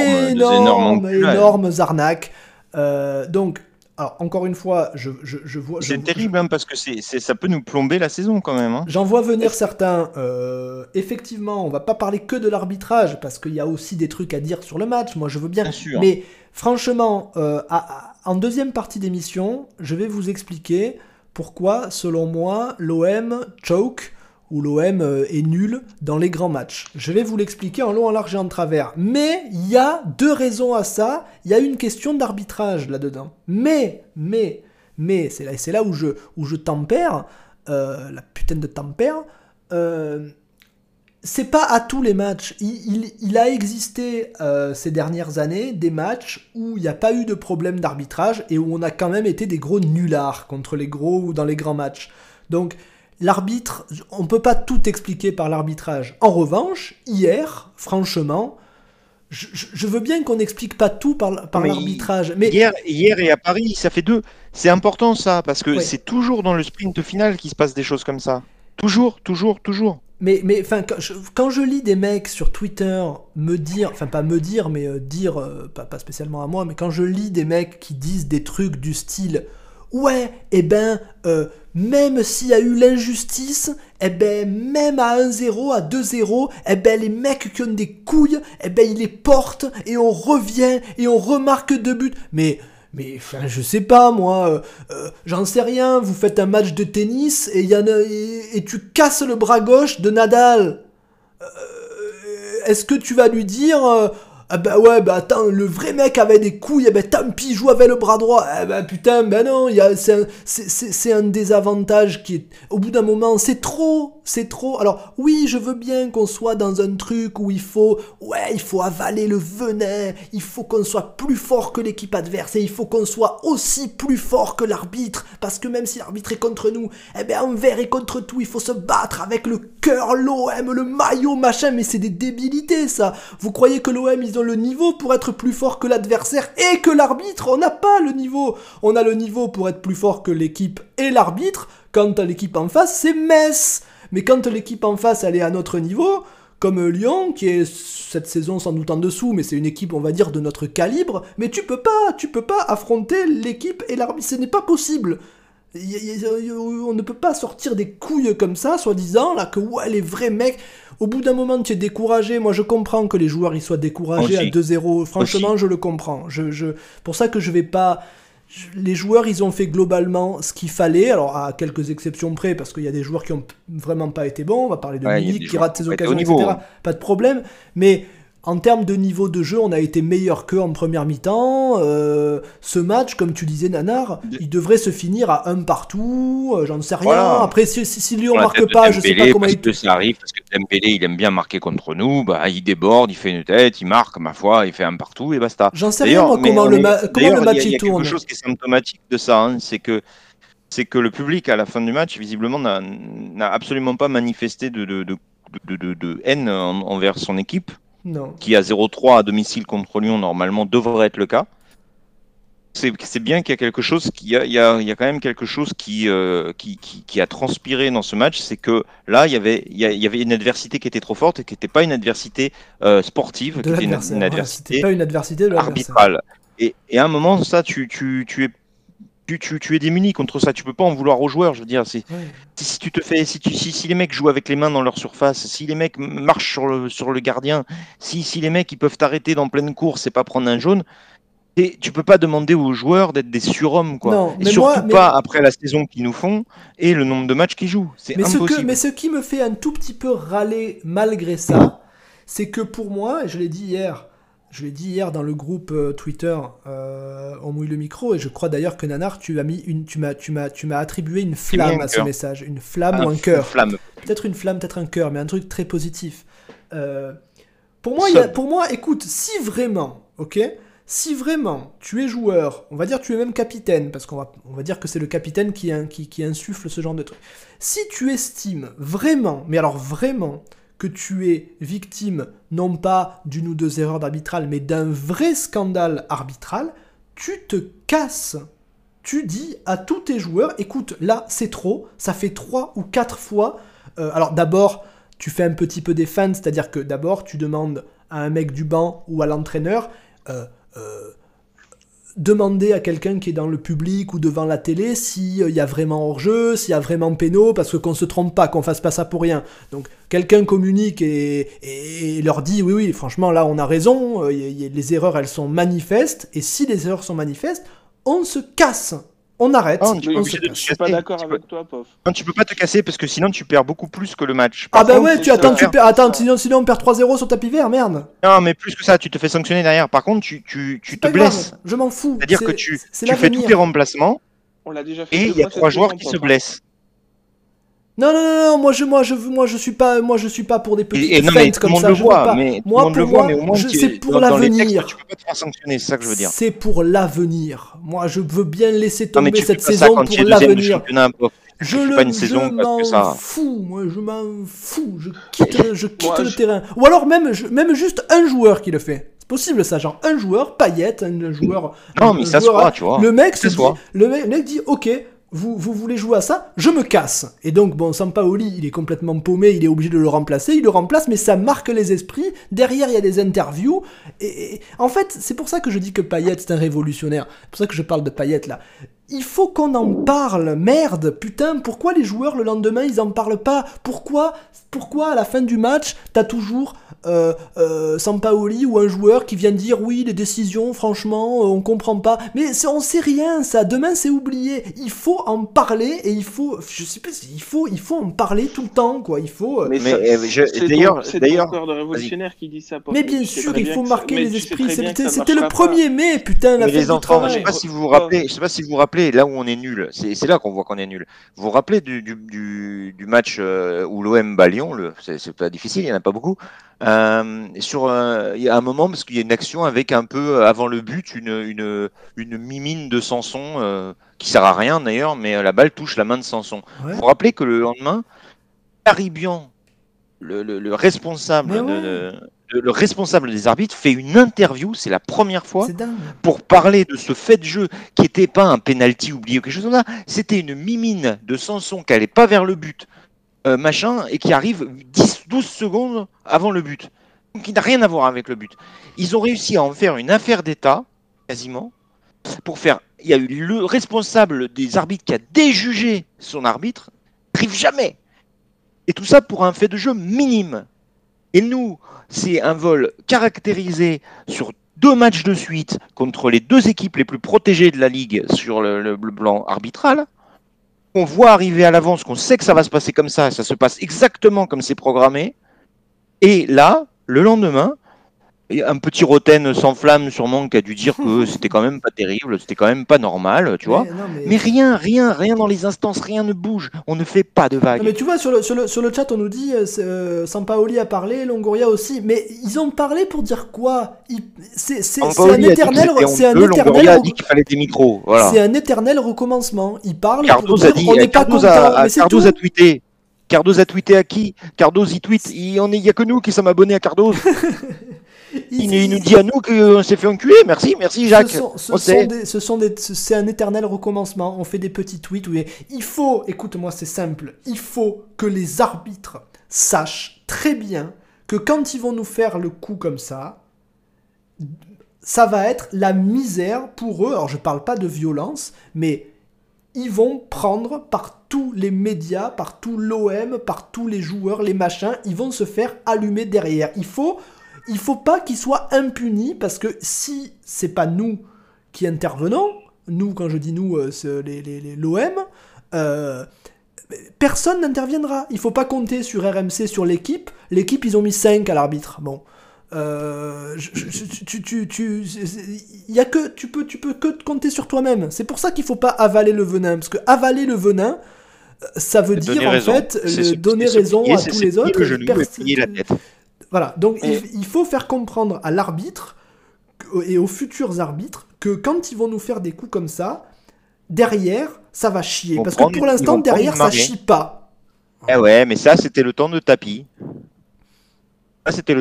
énormes arnaques. Donc alors, encore une fois, je vois... C'est terrible, hein, parce que ça peut nous plomber la saison, quand même. Hein. J'en vois venir certains. Effectivement, on va pas parler que de l'arbitrage, parce qu'il y a aussi des trucs à dire sur le match. Moi, je veux bien. Sûr. Mais franchement, en deuxième partie d'émission, je vais vous expliquer pourquoi, selon moi, l'OM choke, ou l'OM est nul dans les grands matchs. Je vais vous l'expliquer en long, en large et en travers. Mais il y a 2 raisons à ça. Il y a une question d'arbitrage là-dedans. Mais, c'est là où je tempère, la putain de tempère, c'est pas à tous les matchs. Il a existé ces dernières années des matchs où il n'y a pas eu de problème d'arbitrage et où on a quand même été des gros nullards contre les gros ou dans les grands matchs. Donc, l'arbitre, on peut pas tout expliquer par l'arbitrage. En revanche, hier, franchement, je veux bien qu'on n'explique pas tout par l'arbitrage. Mais hier et à Paris, ça fait 2. C'est important ça, parce que c'est toujours dans le sprint final qu'il se passe des choses comme ça. Toujours. Mais quand je lis des mecs sur Twitter me dire, enfin pas me dire, mais dire, pas spécialement à moi, mais quand je lis des mecs qui disent des trucs du style ouais, même s'il y a eu l'injustice, même à 1-0, à 2-0, les mecs qui ont des couilles, ils les portent et on revient et on remarque 2 buts. Mais je sais pas moi, j'en sais rien. Vous faites un match de tennis et tu casses le bras gauche de Nadal. Est-ce que tu vas lui dire attends, le vrai mec avait des couilles, tant pis, il joue avec le bras droit. Putain, non, c'est un désavantage qui est, au bout d'un moment, c'est trop. Alors, oui, je veux bien qu'on soit dans un truc où il faut avaler le venin, il faut qu'on soit plus fort que l'équipe adverse, et il faut qu'on soit aussi plus fort que l'arbitre, parce que même si l'arbitre est contre nous, envers et contre tout, il faut se battre avec le cœur, l'OM, le maillot, machin, mais c'est des débilités, ça. Vous croyez que l'OM, ils ont le niveau pour être plus fort que l'adversaire et que l'arbitre. On n'a pas le niveau. On a le niveau pour être plus fort que l'équipe et l'arbitre. Quand l'équipe en face, c'est Metz. Mais quand l'équipe en face, elle est à notre niveau, comme Lyon, qui est cette saison sans doute en dessous, mais c'est une équipe, on va dire, de notre calibre, mais tu peux pas affronter l'équipe et l'arbitre, ce n'est pas possible. On ne peut pas sortir des couilles comme ça, soi-disant, là, que ouais, les vrais mecs, au bout d'un moment, tu es découragé. Moi, je comprends que les joueurs, ils soient découragés à 2-0. Franchement, je le comprends. Pour ça que je vais pas... Les joueurs, ils ont fait globalement ce qu'il fallait, alors à quelques exceptions près, parce qu'il y a des joueurs qui ont vraiment pas été bons, on va parler de Milik qui rate ses occasions, etc. Pas de problème, mais en termes de niveau de jeu, on a été meilleur qu'eux en première mi-temps. Ce match, comme tu disais, Nanar, il devrait se finir à 1 partout, j'en sais rien. Voilà. Après, si Lyon marque pas, je sais pas comment il... Ça arrive, parce que Dembélé, il aime bien marquer contre nous, bah, il déborde, il fait une tête, il marque, ma foi, il fait 1 partout et basta. J'en sais rien, moi, comment le match il tourne. Il y a quelque chose qui est symptomatique de ça, hein, c'est que le public, à la fin du match, visiblement, n'a absolument pas manifesté de haine envers son équipe. Non. Qui a 0-3 à domicile contre Lyon, normalement, devrait être le cas. C'est bien qu'il y a quelque chose, il y a quand même quelque chose qui a transpiré dans ce match, c'est que là, il y avait une adversité qui était trop forte et qui n'était pas une adversité sportive, qui était une adversité, pas une adversité de arbitrale. Et à un moment, ça, tu es démuni contre ça. Tu peux pas en vouloir aux joueurs. Je veux dire, si les mecs jouent avec les mains dans leur surface, si les mecs marchent sur le gardien, si les mecs ils peuvent t'arrêter dans pleine course et pas prendre un jaune, tu peux pas demander aux joueurs d'être des surhommes, quoi. Non, et surtout pas après la saison qu'ils nous font et le nombre de matchs qu'ils jouent. C'est impossible. Mais ce qui me fait un tout petit peu râler malgré ça, c'est que pour moi, et je l'ai dit hier dans le groupe Twitter, on mouille le micro, et je crois d'ailleurs que Nanar, tu m'as attribué une flamme à ce message, une flamme ou un cœur. Peut-être une flamme, peut-être un cœur, mais un truc très positif. Pour moi, écoute, si vraiment tu es joueur, on va dire tu es même capitaine, parce qu'on va dire que c'est le capitaine qui insuffle ce genre de truc. Si tu estimes vraiment, mais alors vraiment, que tu es victime, non pas d'une ou 2 erreurs d'arbitral, mais d'un vrai scandale arbitral, tu te casses. Tu dis à tous tes joueurs, écoute, là, c'est trop, ça fait 3 ou 4 fois. Alors d'abord, tu fais un petit peu des fans, c'est-à-dire que d'abord, tu demandes à un mec du banc ou à l'entraîneur, demander à quelqu'un qui est dans le public ou devant la télé s'il y a vraiment hors-jeu, s'il y a vraiment péno, parce que qu'on se trompe pas, qu'on fasse pas ça pour rien. Donc quelqu'un communique et leur dit oui, franchement là on a raison, les erreurs elles sont manifestes, et si les erreurs sont manifestes, on se casse. On arrête. Je suis pas d'accord avec toi, Pof. Non, tu peux pas te casser parce que sinon tu perds beaucoup plus que le match. Sinon on perd 3-0 sur tapis vert, merde. Non, mais plus que ça, tu te fais sanctionner derrière. Par contre, tu te blesses. Grave, je m'en fous. C'est-à-dire que tu fais tous tes remplacements et il y a 3 joueurs qui se blessent. Non, moi je suis pas pour des petites feintes comme ça. C'est pour l'avenir. Tu peux pas te faire sanctionner, c'est ça que je veux dire. C'est pour l'avenir. Moi, je veux bien laisser tomber cette saison pour l'avenir. Je m'en fous. Je quitte le terrain. Ou alors même juste un joueur qui le fait. C'est possible ça, genre un joueur, Payet, un joueur. Non, mais ça se voit, tu vois. Le mec dit, ok. Vous voulez jouer à ça? Je me casse. Et donc, bon, Sampaoli, il est complètement paumé, il est obligé de le remplacer, il le remplace, mais ça marque les esprits. Derrière, il y a des interviews. Et en fait, c'est pour ça que je dis que Payet, c'est un révolutionnaire. C'est pour ça que je parle de Payet, là. Il faut qu'on en parle, merde, putain, pourquoi les joueurs, le lendemain, ils en parlent pas? Pourquoi, à la fin du match, t'as toujours Sampaoli ou un joueur qui vient dire oui, les décisions, franchement, on comprend pas. Mais on sait rien, ça. Demain, c'est oublié. Il faut en parler et il faut en parler tout le temps, quoi. Il faut. C'est ton cœur de révolutionnaire qui dit ça. Mais bien sûr, il faut marquer les esprits. C'était le 1er mai, putain, la fête du travail. Je sais pas si vous vous rappelez, là où on est nul, c'est là qu'on voit qu'on est nul. Vous vous rappelez du match où l'OM bat Lyon, c'est pas difficile, il y en a pas beaucoup. Il y a un moment, parce qu'il y a une action avec un peu avant le but, une mimine de Sanson qui sert à rien d'ailleurs, mais la balle touche la main de Sanson. Ouais. Vous vous rappelez que le lendemain, Caribian le responsable Mais ouais. le responsable des arbitres fait une interview, c'est la première fois, C'est dingue. pour parler de ce fait de jeu qui n'était pas un penalty oublié ou quelque chose comme ça, c'était une mimine de Sanson qui n'allait pas vers le but, machin, et qui arrive 10-12 secondes avant le but. Donc, qui n'a rien à voir avec le but. Ils ont réussi à en faire une affaire d'État, quasiment, pour faire. Il y a eu le responsable des arbitres qui a déjugé son arbitre, n'arrive jamais. Et tout ça pour un fait de jeu minime. Et nous, c'est un vol caractérisé sur 2 matchs de suite contre les 2 équipes les plus protégées de la Ligue sur le plan arbitral. On voit arriver à l'avance, qu'on sait que ça va se passer comme ça se passe exactement comme c'est programmé. Et là, le lendemain, un petit Roten sans flamme sûrement qui a dû dire que c'était quand même pas terrible, c'était quand même pas normal, tu vois. Mais rien dans les instances, rien ne bouge, on ne fait pas de vagues. Non, mais tu vois, sur le chat, on nous dit Sampaoli a parlé, Longoria aussi, mais ils ont parlé pour dire quoi? C'est un éternel... Longoria a dit qu'il fallait des micros, voilà. C'est un éternel recommencement. Ils parlent Cardoz pour dire on n'est pas content, mais c'est tout. Cardoz a tweeté à qui? Cardoz il tweet, il y a que nous qui sommes abonnés à Cardoz. Il nous dit à nous qu'on s'est fait enculer. Merci Jacques. C'est un éternel recommencement. On fait des petits tweets où écoute-moi, c'est simple. Il faut que les arbitres sachent très bien que quand ils vont nous faire le coup comme ça va être la misère pour eux. Alors je parle pas de violence, mais ils vont prendre par tous les médias, par tout l'OM, par tous les joueurs, les machins. Ils vont se faire allumer derrière. Il faut pas qu'ils soient impunis, parce que si c'est pas nous qui intervenons, nous, quand je dis nous, c'est l'OM, personne n'interviendra. Il faut pas compter sur RMC, sur l'équipe. L'équipe, ils ont mis 5 à l'arbitre. Bon. Tu peux que compter sur toi-même. C'est pour ça qu'il faut pas avaler le venin, parce que avaler le venin, ça veut dire en fait donner raison à tous les autres. Voilà, donc il faut faire comprendre à l'arbitre et aux futurs arbitres que quand ils vont nous faire des coups comme ça, derrière, ça va chier. Parce que pour l'instant, derrière, ça chie pas. Eh ouais, mais ça, c'était le temps de tapis. C'est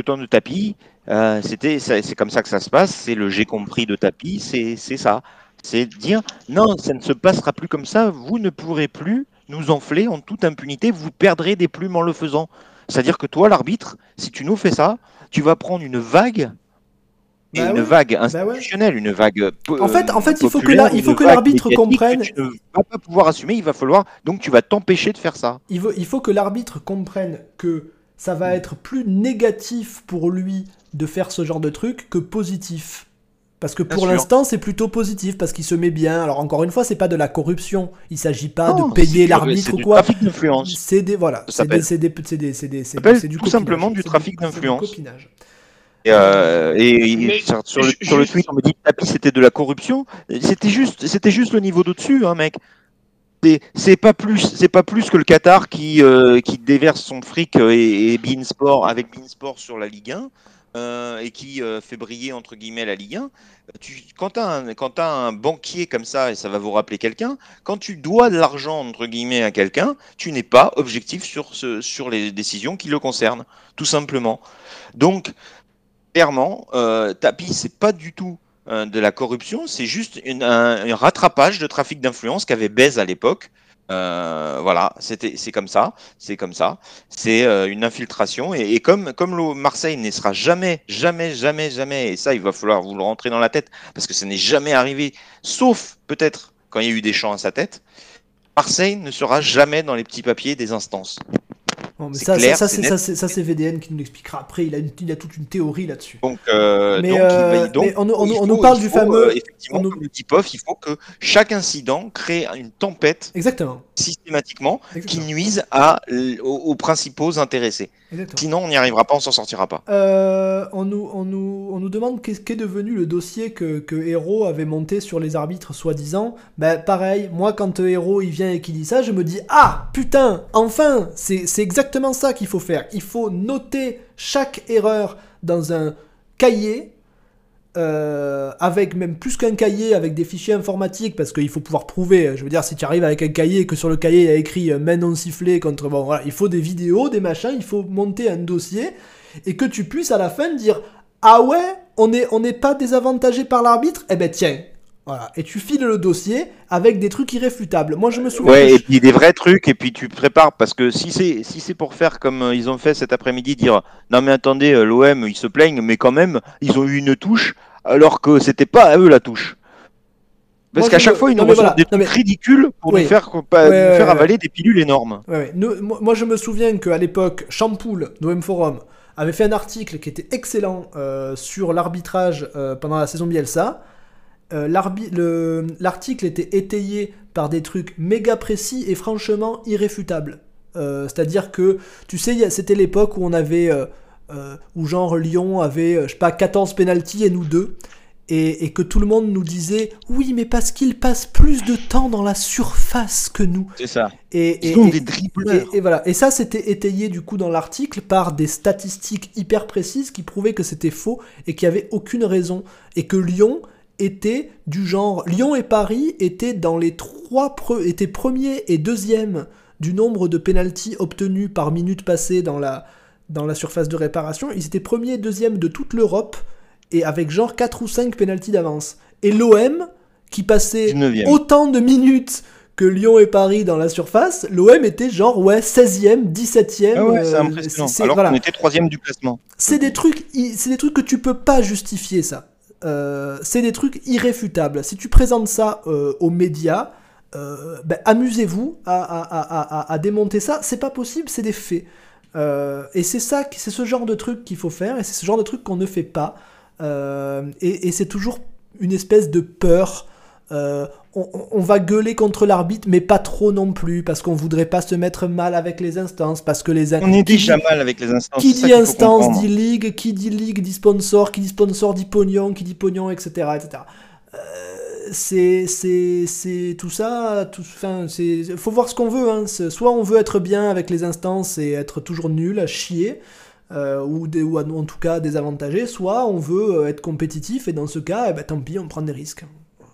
comme ça que ça se passe. C'est le j'ai compris de tapis, c'est ça. C'est dire, non, ça ne se passera plus comme ça. Vous ne pourrez plus nous enfler en toute impunité. Vous perdrez des plumes en le faisant. C'est-à-dire que toi, l'arbitre, si tu nous fais ça, tu vas prendre une vague, vague institutionnelle, une vague En fait, il faut que l'arbitre comprenne. Que tu ne vas pas pouvoir assumer, il va falloir. Donc, tu vas t'empêcher de faire ça. Il faut que l'arbitre comprenne que ça va être plus négatif pour lui de faire ce genre de truc que positif. Parce que pour l'instant, c'est plutôt positif, parce qu'il se met bien. Alors encore une fois, c'est pas de la corruption. Il s'agit pas de payer l'arbitre ou quoi. C'est du trafic d'influence. C'est du tout simplement du trafic d'influence. Sur le tweet, on me dit que Tapi c'était de la corruption. C'était juste le niveau d'au-dessus, hein, mec. C'est pas plus que le Qatar qui déverse son fric et Beansport avec Beansport sur la Ligue 1. Et qui fait briller entre guillemets la Ligue 1. Quand tu as un banquier comme ça, et ça va vous rappeler quelqu'un, quand tu dois de l'argent entre guillemets à quelqu'un, tu n'es pas objectif sur les décisions qui le concernent, tout simplement. Donc, clairement, Tapi, c'est pas du tout de la corruption, c'est juste un rattrapage de trafic d'influence qu'avait Bez à l'époque. Voilà, c'est comme ça, c'est une infiltration et comme le Marseille ne sera jamais, et ça il va falloir vous le rentrer dans la tête parce que ça n'est jamais arrivé, sauf peut-être quand il y a eu des champs à sa tête, Marseille ne sera jamais dans les petits papiers des instances. Bon, mais c'est VDN qui nous l'expliquera après. Il a toute une théorie là-dessus. Donc, on nous parle du fameux. Effectivement, comme le dit POF, il faut que chaque incident crée une tempête. Exactement. Systématiquement, qui nuise aux principaux intéressés. Exactement. Sinon, on n'y arrivera pas, on s'en sortira pas. On nous demande qu'est devenu le dossier que Hero avait monté sur les arbitres soi-disant. Ben pareil, moi quand Hero il vient et qu'il dit ça, je me dis ah putain, enfin, c'est exactement ça qu'il faut faire. Il faut noter chaque erreur dans un cahier avec même plus qu'un cahier, avec des fichiers informatiques, parce qu'il faut pouvoir prouver. Je veux dire, si tu arrives avec un cahier et que sur le cahier il y a écrit main non sifflée contre. Bon, voilà, il faut des vidéos, des machins, il faut monter un dossier et que tu puisses à la fin dire ah ouais, on n'est pas désavantagé par l'arbitre, eh ben tiens. Voilà, et tu files le dossier avec des trucs irréfutables. Moi, je me souviens. Ouais, et puis des vrais trucs, et puis tu prépares, parce que si c'est pour faire comme ils ont fait cet après-midi, dire non mais attendez, l'OM ils se plaignent, mais quand même ils ont eu une touche, alors que c'était pas à eux la touche. Parce qu'à chaque fois ils nous ressortent des trucs ridicules pour nous faire avaler des pilules énormes. Moi, je me souviens qu'à l'époque, Champoul, d'OM Forum, avait fait un article qui était excellent sur l'arbitrage pendant la saison Bielsa. L'article était étayé par des trucs méga précis et franchement irréfutables. C'est-à-dire que, tu sais, c'était l'époque où on avait, où genre Lyon avait, je sais pas, 14 pénaltys et nous 2, et que tout le monde nous disait, oui, mais parce qu'ils passent plus de temps dans la surface que nous. C'est ça. Ils ont des dribbleurs. Et voilà. Et ça, c'était étayé du coup dans l'article par des statistiques hyper précises qui prouvaient que c'était faux et qu'il n'y avait aucune raison. Et que Lyon était du genre... Lyon et Paris étaient dans les étaient premiers et deuxièmes du nombre de pénaltys obtenus par minute passée dans la surface de réparation. Ils étaient premiers et deuxièmes de toute l'Europe et avec genre 4 ou 5 pénaltys d'avance. Et l'OM, qui passait 19e. Autant de minutes que Lyon et Paris dans la surface, l'OM était genre 16e, 17e. Ah ouais, c'est impressionnant. Alors qu'on était 3e du classement. C'est des trucs que tu peux pas justifier, ça. C'est des trucs irréfutables. Si tu présentes ça aux médias, amusez-vous à démonter ça. C'est pas possible, c'est des faits. Et c'est ce genre de truc qu'il faut faire, et c'est ce genre de truc qu'on ne fait pas. Et c'est toujours une espèce de peur. On va gueuler contre l'arbitre, mais pas trop non plus, parce qu'on voudrait pas se mettre mal avec les instances, parce que on est déjà mal avec les instances. Qui dit instance dit ligue, qui dit ligue dit sponsor, qui dit sponsor dit pognon, qui dit pognon, etc., etc. C'est tout ça. Enfin, faut voir ce qu'on veut. Hein. Soit on veut être bien avec les instances et être toujours nul, à chier. Ou en tout cas désavantagé, soit on veut être compétitif, et dans ce cas, tant pis, on prend des risques.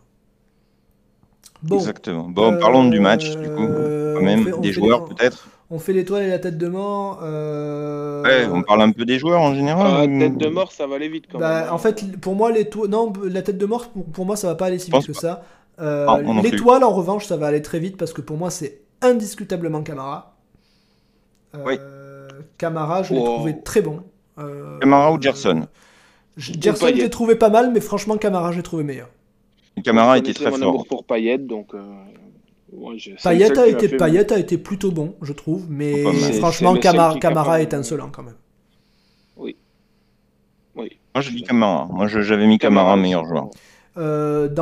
Bon, exactement. Bon, parlons du match, du coup, quand même, des joueurs peut-être. On fait l'étoile et la tête de mort. Ouais, on parle un peu des joueurs en général. La tête de mort, ça va aller vite quand même. En fait, pour moi, la tête de mort, pour moi, ça va pas aller si vite que ça. Non l'étoile, en revanche, ça va aller très vite, parce que pour moi, c'est indiscutablement Camara. Oui. Camara, je l'ai trouvé très bon. Camara ou Gerson Gerson, je l'ai trouvé pas mal, mais franchement, Camara, je l'ai trouvé meilleur. Camara était très mon fort. amour pour Payet, donc... Payet a été plutôt bon, je trouve, mais franchement, Camara est insolent quand même. Oui. Moi, je dis Camara. Moi, j'avais mis Camara meilleur joueur. Dans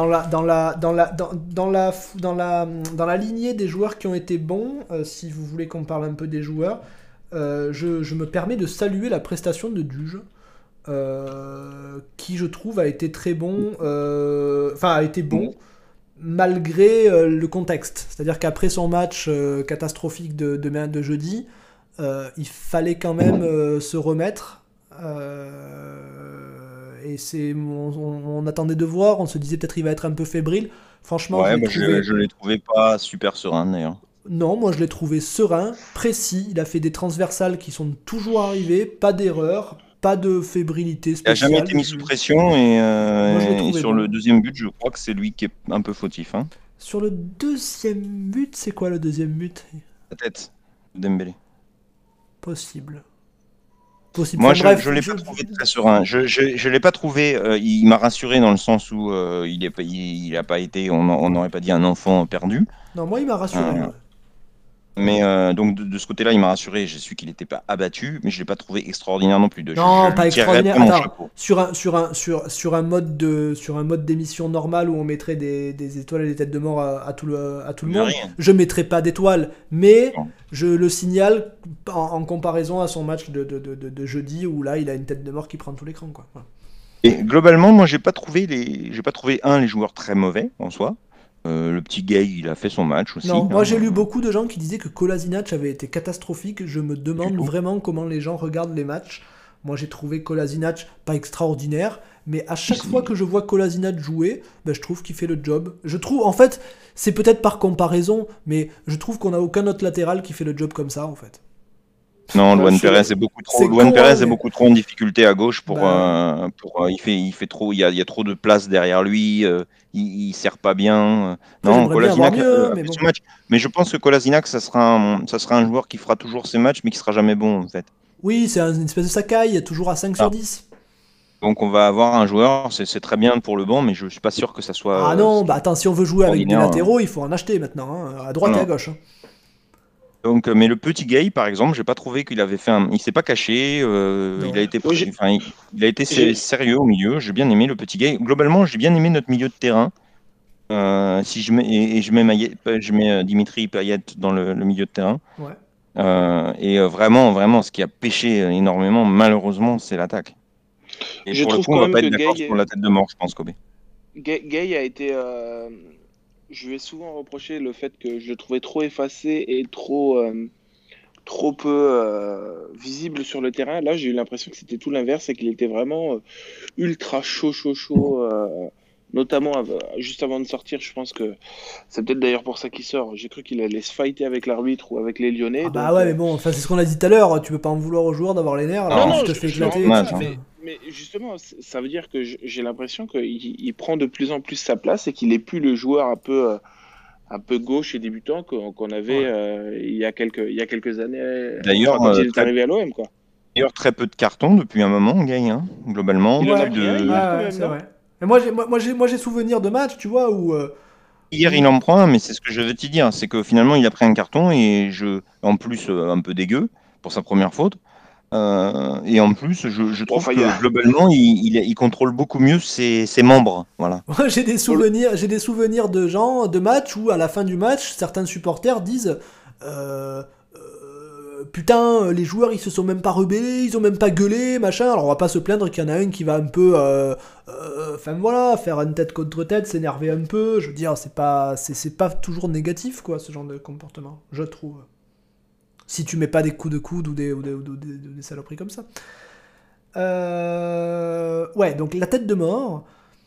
la lignée des joueurs qui ont été bons, si vous voulez qu'on parle un peu des joueurs, je me permets de saluer la prestation de Duge, qui je trouve a été très bon, a été bon malgré le contexte. C'est-à-dire qu'après son match catastrophique de jeudi, il fallait quand même se remettre. Et on attendait de voir, on se disait peut-être il va être un peu fébrile. Franchement, je l'ai trouvé pas super serein d'ailleurs. Non, moi je l'ai trouvé serein, précis. Il a fait des transversales qui sont toujours arrivées, pas d'erreur, pas de fébrilité spéciale. Il n'a jamais été mis sous pression et sur le deuxième but, je crois que c'est lui qui est un peu fautif. Hein. Sur le deuxième but, c'est quoi le deuxième but ? La tête de Dembélé. Possible. Moi, je ne l'ai pas trouvé très serein. Je l'ai pas trouvé. Il m'a rassuré dans le sens où il n'a pas été, on n'aurait pas dit un enfant perdu. Non, moi, il m'a rassuré. Mais donc de ce côté-là, il m'a rassuré. J'ai su qu'il n'était pas abattu, mais je l'ai pas trouvé extraordinaire non plus. Non, pas extraordinaire. Attends, sur un mode d'émission normal où on mettrait des étoiles et des têtes de mort à tout le monde, je mettrais pas d'étoiles, mais je le signale en comparaison à son match de jeudi où là, il a une tête de mort qui prend tout l'écran, quoi. Voilà. Et globalement, moi, j'ai pas trouvé les joueurs très mauvais en soi. Le petit Gay, il a fait son match aussi. Non, moi j'ai lu beaucoup de gens qui disaient que Kolasinac avait été catastrophique. Je me demande vraiment comment les gens regardent les matchs. Moi, j'ai trouvé Kolasinac pas extraordinaire, mais à chaque fois que je vois Kolasinac jouer, je trouve qu'il fait le job. Je trouve, en fait, c'est peut-être par comparaison, mais je trouve qu'on n'a aucun autre latéral qui fait le job comme ça, en fait. Non, Luan Pérez est beaucoup trop en difficulté à gauche il fait trop, il y a trop de place derrière lui, il sert pas bien. Non, Kolasinac ce match. Mais je pense que Kolasinac, ça sera un joueur qui fera toujours ses matchs, mais qui sera jamais bon en fait. Oui, c'est une espèce de Sakai, toujours à 5 sur 10. Donc on va avoir un joueur, c'est très bien pour le banc, mais je suis pas sûr que ça soit. Ah non, attends, si on veut jouer avec des latéraux, il faut en acheter maintenant, à droite et à gauche. Donc, mais le petit Gay, par exemple, j'ai pas trouvé qu'il avait fait il s'est pas caché, il a été sérieux au milieu. J'ai bien aimé le petit Gay. Globalement, j'ai bien aimé notre milieu de terrain. Si je mets Dimitri Payet dans le milieu de terrain. Ouais. Vraiment, ce qui a pêché énormément, malheureusement, c'est l'attaque. Et je pour trouve le coup, on va pas être d'accord Gay... sur la tête de mort, je pense, Kobe. Gay a été. Je lui ai souvent reproché le fait que je le trouvais trop effacé et trop peu visible sur le terrain. Là, j'ai eu l'impression que c'était tout l'inverse et qu'il était vraiment ultra chaud. Notamment juste avant de sortir, je pense que c'est peut-être d'ailleurs pour ça qu'il sort. J'ai cru qu'il allait se fighter avec l'arbitre ou avec les Lyonnais. Mais bon, c'est ce qu'on a dit tout à l'heure. Tu peux pas en vouloir aux joueurs d'avoir les nerfs. Alors non, je te fais éclater. Mais justement, ça veut dire que j'ai l'impression qu'il prend de plus en plus sa place et qu'il est plus le joueur un peu gauche et débutant qu'on avait il y a quelques années. D'ailleurs, quand il est arrivé à l'OM, quoi. D'ailleurs, très peu de cartons depuis un moment, Gay, globalement. Il en a pris un, c'est vrai. Mais moi j'ai souvenir de matchs, tu vois, où... Hier, il en prend un, mais c'est ce que je vais te dire. C'est que finalement, il a pris un carton, et en plus, un peu dégueu, pour sa première faute. Et en plus, je trouve que globalement, il contrôle beaucoup mieux ses membres. Voilà. J'ai des souvenirs de matchs où, à la fin du match, certains supporters disent... putain, les joueurs ils se sont même pas rebellés, ils ont même pas gueulé, machin. Alors on va pas se plaindre qu'il y en a un qui va un peu, faire une tête contre tête, s'énerver un peu. Je veux dire, c'est pas toujours négatif, quoi, ce genre de comportement, je trouve. Si tu mets pas des coups de coude ou des saloperies comme ça. Ouais, donc la tête de mort.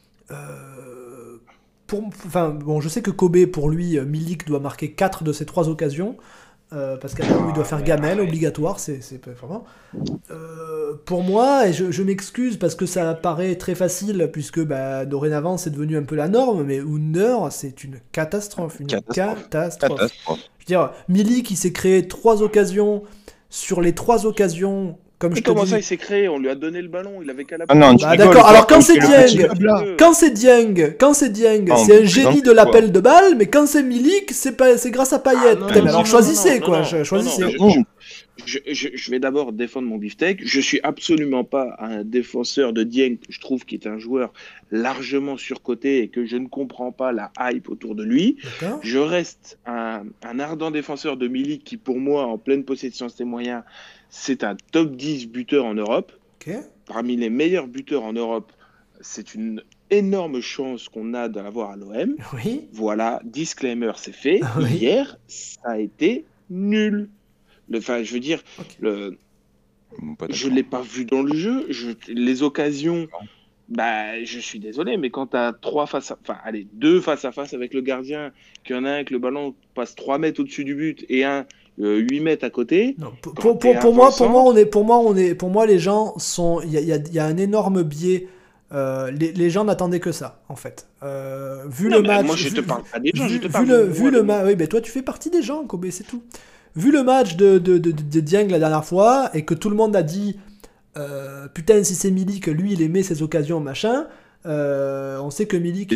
Je sais que Kobe, pour lui, Milik doit marquer 4 de ses 3 occasions. Parce qu'il doit faire gamelle obligatoire, c'est vraiment. Pour moi, et je m'excuse parce que ça paraît très facile, puisque dorénavant c'est devenu un peu la norme, mais Under, c'est une catastrophe. Catastrophe. Je veux dire, Milik, il s'est créé 3 occasions. Sur les 3 occasions, comment ça il s'est créé? On lui a donné le ballon, il avait qu'à la. D'accord. Alors quand c'est Dieng, c'est un génie de l'appel de balle, mais quand c'est Milik, c'est grâce à Payet. Alors choisissez quoi, choisissez. Je vais d'abord défendre mon beefsteak. Je suis absolument pas un défenseur de Dieng, que je trouve qu'il est un joueur largement surcoté et que je ne comprends pas la hype autour de lui. D'accord. Je reste un ardent défenseur de Milik qui, pour moi, en pleine possession de ses moyens, c'est un top 10 buteur en Europe. Okay. Parmi les meilleurs buteurs en Europe, c'est une énorme chance qu'on a d'avoir à l'OM. Oui. Voilà, disclaimer, c'est fait. Oui. Hier, ça a été nul. Je veux dire, je ne l'ai pas vu dans le jeu. Les occasions, je suis désolé, mais quand tu as 2 face à face avec le gardien, qu'il y en a un que le ballon passe 3 mètres au-dessus du but et un 8 mètres à côté. Non, pour moi, les gens sont. Il y a un énorme biais. Les gens n'attendaient que ça, en fait. Le match. Moi, je te parle pas des gens, je te parle vu le match. Oui, mais toi, tu fais partie des gens, Kobe, c'est tout. Vu le match de Dieng la dernière fois, et que tout le monde a dit putain, si c'est Milik, lui, il aimait ses occasions, machin. On sait que Milik,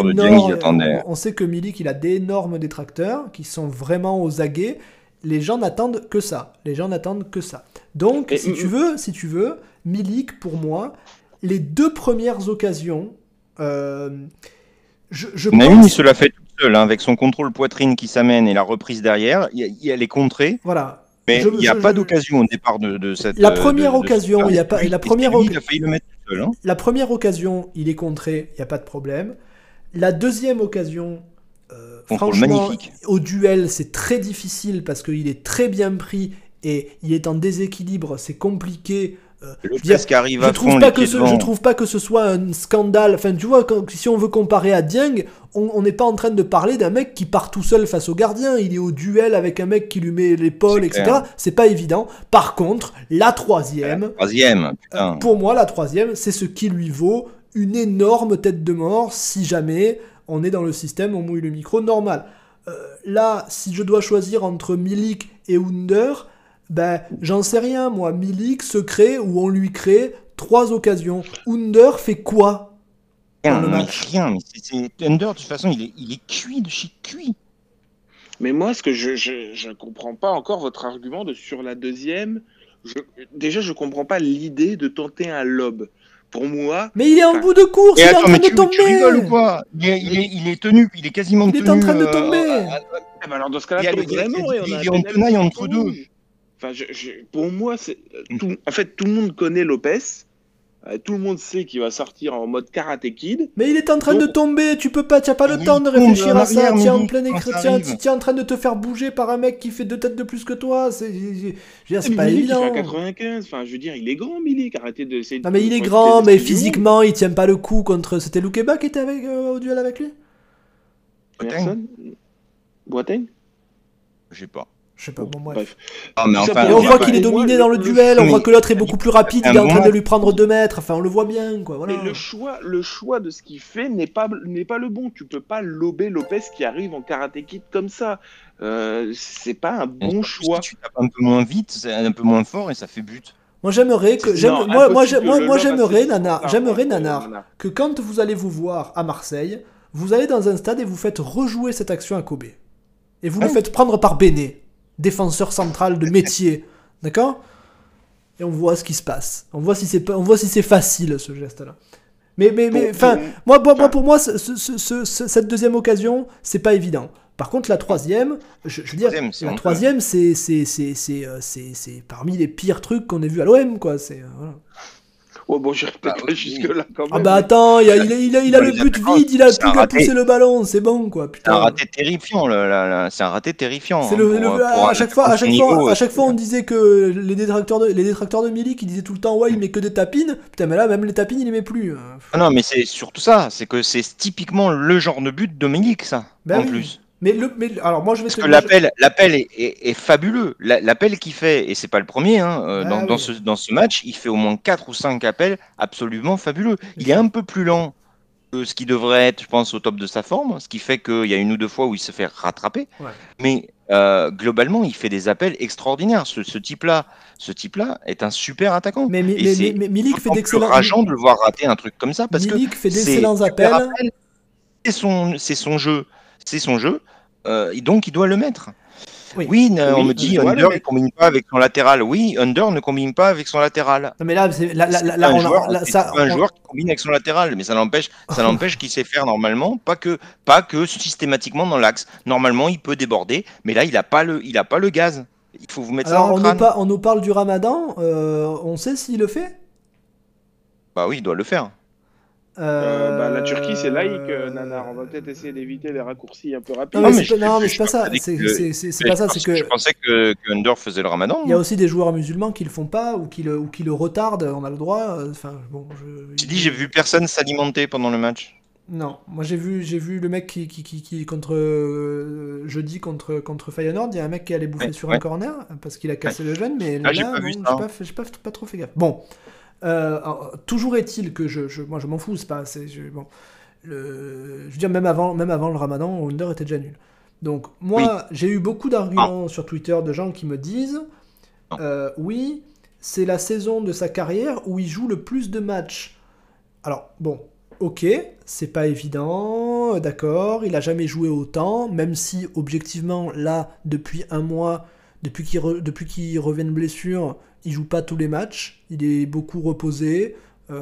il a d'énormes détracteurs qui sont vraiment aux aguets. Les gens n'attendent que ça. Donc, si tu veux, Milik, pour moi, les 2 premières occasions, il se l'a fait tout seul, avec son contrôle poitrine qui s'amène et la reprise derrière. Elle est contrée. Voilà. Mais il n'y a pas d'occasion au départ de cette. La première occasion, il n'y a pas. Il a failli le mettre tout seul. La première occasion, il est contré, il n'y a pas de problème. La deuxième occasion, franchement, magnifique. Au duel, c'est très difficile parce qu'il est très bien pris et il est en déséquilibre. C'est compliqué Lopez qui arrive à fond, je trouve pas que ce soit un scandale. Enfin, tu vois, si on veut comparer à Dieng, on n'est pas en train de parler d'un mec qui part tout seul face au gardien. Il est au duel avec un mec qui lui met l'épaule, etc. Clair. C'est pas évident. Par contre, la troisième, pour moi, la troisième, c'est ce qui lui vaut une énorme tête de mort si jamais on est dans le système, on mouille le micro normal. Là, si je dois choisir entre Milik et Under, ben, j'en sais rien, moi. Milik se crée, ou on lui crée 3 occasions. Under fait quoi Rien, mais Under, de toute façon, il est cuit de chez cuit. Mais moi, ce que je comprends pas encore votre argument sur la deuxième. Déjà, je comprends pas l'idée de tenter un lob. Pour moi... Mais il est en bout de course, il est en train de tomber. Tu rigoles ou quoi? Il est tenu, il est quasiment tenu. Il est en train de tomber. Alors dans ce cas-là, il est en tenaille entre deux. Enfin, pour moi, en fait, tout le monde connaît Lopez. Tout le monde sait qu'il va sortir en mode Karate Kid. Mais il est en train de tomber, tu n'as pas le temps de réfléchir à ça. Tu es en plein écran, tu es en train de te faire bouger par un mec qui fait 2 têtes de plus que toi. C'est pas évident. Il fait 95, enfin, je veux dire, il est grand, Milik. Arrêtez de. Non, mais il est grand, mais physiquement, il tient pas le coup contre. C'était Loukeba qui était au duel avec lui? Personne. Boateng? Je sais pas. Je sais pas, bon bref. Mais enfin, on voit qu'il est dominé dans le duel, on voit que l'autre est beaucoup plus rapide, il est en train de lui prendre 2 mètres, enfin on le voit bien, quoi. Voilà. Mais le choix de ce qu'il fait n'est pas le bon. Tu peux pas lober Lopez qui arrive en Karate Kid comme ça. C'est pas un bon choix. Si tu tapes un peu moins vite, c'est un peu moins fort et ça fait but. Moi j'aimerais que j'aimerais Nanar que quand vous allez vous voir à Marseille, vous allez dans un stade et vous faites rejouer cette action à Kobe. Et vous le faites prendre par Béné, défenseur central de métier, d'accord? Et on voit ce qui se passe. On voit si c'est facile ce geste-là. Mais enfin, pour moi, cette deuxième occasion, c'est pas évident. Par contre, la troisième, je veux dire, la troisième, c'est parmi les pires trucs qu'on ait vu à l'OM, quoi. C'est voilà. Oh bon, je répète pas jusque-là quand même. Ah bah attends, il a le but vide, il a plus qu'à pousser le ballon, c'est bon quoi. Putain. C'est un raté terrifiant, c'est un raté terrifiant. C'est à chaque fois, on disait que les détracteurs de Milik, ils disaient tout le temps ouais, il met que des tapines. Putain, mais là, même les tapines, il les met plus. Ah non, mais c'est surtout ça, c'est que c'est typiquement le genre de but de Milik, ça, en plus. Mais alors moi je vais parce que l'appel est fabuleux. L'appel qu'il fait, et c'est pas le premier, dans ce match, il fait au moins 4 ou 5 appels absolument fabuleux. Il est un peu plus lent que ce qui devrait être, je pense, au top de sa forme, ce qui fait qu'il y a 1 ou 2 fois où il se fait rattraper. Ouais. Mais globalement, il fait des appels extraordinaires. Ce type-là est un super attaquant. Mais Milik fait d'excellents. C'est rageant de le voir rater un truc comme ça parce Milik que fait d'excellents appels. C'est son jeu. C'est son jeu, et donc il doit le mettre. Oui, on me dit Under ne combine pas avec son latéral. Oui, Under ne combine pas avec son latéral. Non mais là, c'est un joueur qui combine avec son latéral, mais ça l'empêche qu'il sait faire normalement, pas que systématiquement dans l'axe. Normalement, il peut déborder, mais là, il a pas le gaz. Il faut vous mettre ça dans le crâne. On nous parle du Ramadan. On sait s'il le fait. Bah oui, il doit le faire. La Turquie c'est laïque, Nanar. On va peut-être essayer d'éviter les raccourcis un peu rapides. Non mais c'est pas ça. C'est pas ça. C'est que je pensais que Under faisait le Ramadan. Il y a aussi des joueurs musulmans qui le font pas ou qui le retardent. On a le droit. Enfin bon. J'ai vu personne s'alimenter pendant le match. Non, moi j'ai vu le mec qui contre jeudi contre Feyenoord, il y a un mec qui allait bouffer sur un corner parce qu'il a cassé le jeune, mais là j'ai pas trop fait gaffe. Bon. Toujours est-il que moi je m'en fous, c'est pas, je veux dire même avant le Ramadan, Under était déjà nul. Donc moi j'ai eu beaucoup d'arguments sur Twitter de gens qui me disent oui, c'est la saison de sa carrière où il joue le plus de matchs. Alors bon, ok, c'est pas évident, d'accord, il a jamais joué autant, même si objectivement là depuis un mois, depuis qu'il revient de blessure, il joue pas tous les matchs, il est beaucoup reposé,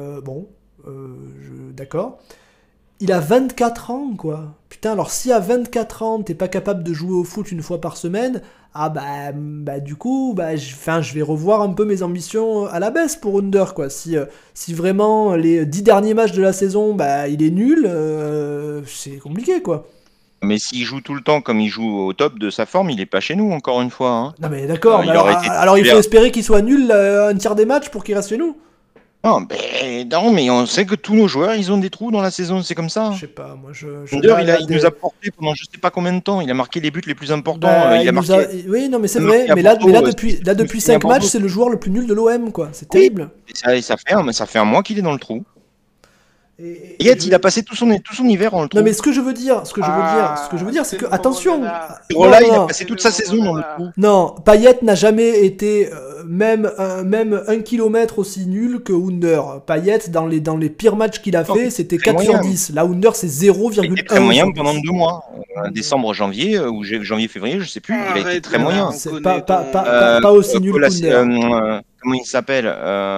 d'accord. Il a 24 ans, quoi. Putain, alors si à 24 ans, t'es pas capable de jouer au foot 1 fois par semaine, du coup, je vais revoir un peu mes ambitions à la baisse pour Under, quoi. Si vraiment les 10 derniers matchs de la saison, il est nul, c'est compliqué, quoi. Mais s'il joue tout le temps comme il joue au top de sa forme, il est pas chez nous, encore une fois. Hein. Non mais d'accord, mais Il alors, aurait été alors il faut titulaire. espérer qu'il soit nul un tiers des matchs pour qu'il reste chez nous. Non, mais on sait que tous nos joueurs, ils ont des trous dans la saison, c'est comme ça. Je sais pas, moi Under, là, il nous a porté pendant je sais pas combien de temps. Il a marqué les buts les plus importants. Bah, il a marqué. Oui, non mais c'est il a vrai, marqué à mais là, Bordeaux, depuis c'est à 5 matchs, Bordeaux. c'est le joueur le plus nul de l'OM, quoi. C'est Oui. terrible. Et ça fait un mois qu'il est dans le trou. Et Yet, il a passé tout son hiver dans le trou. Non mais ce que je veux dire, c'est que attention. Là, il a passé toute sa saison dans le trou. Non, Payet n'a jamais été même 1 kilomètre aussi nul que Under. Payet, dans les pires matchs qu'il a fait, c'était 4 sur 10. Là, Under, c'est 0,1. Il était très moyen pendant 2 mois. Décembre, janvier, ou janvier-février, je sais plus. Il a été très moyen. C'est pas aussi nul qu'Under. Comment il s'appelle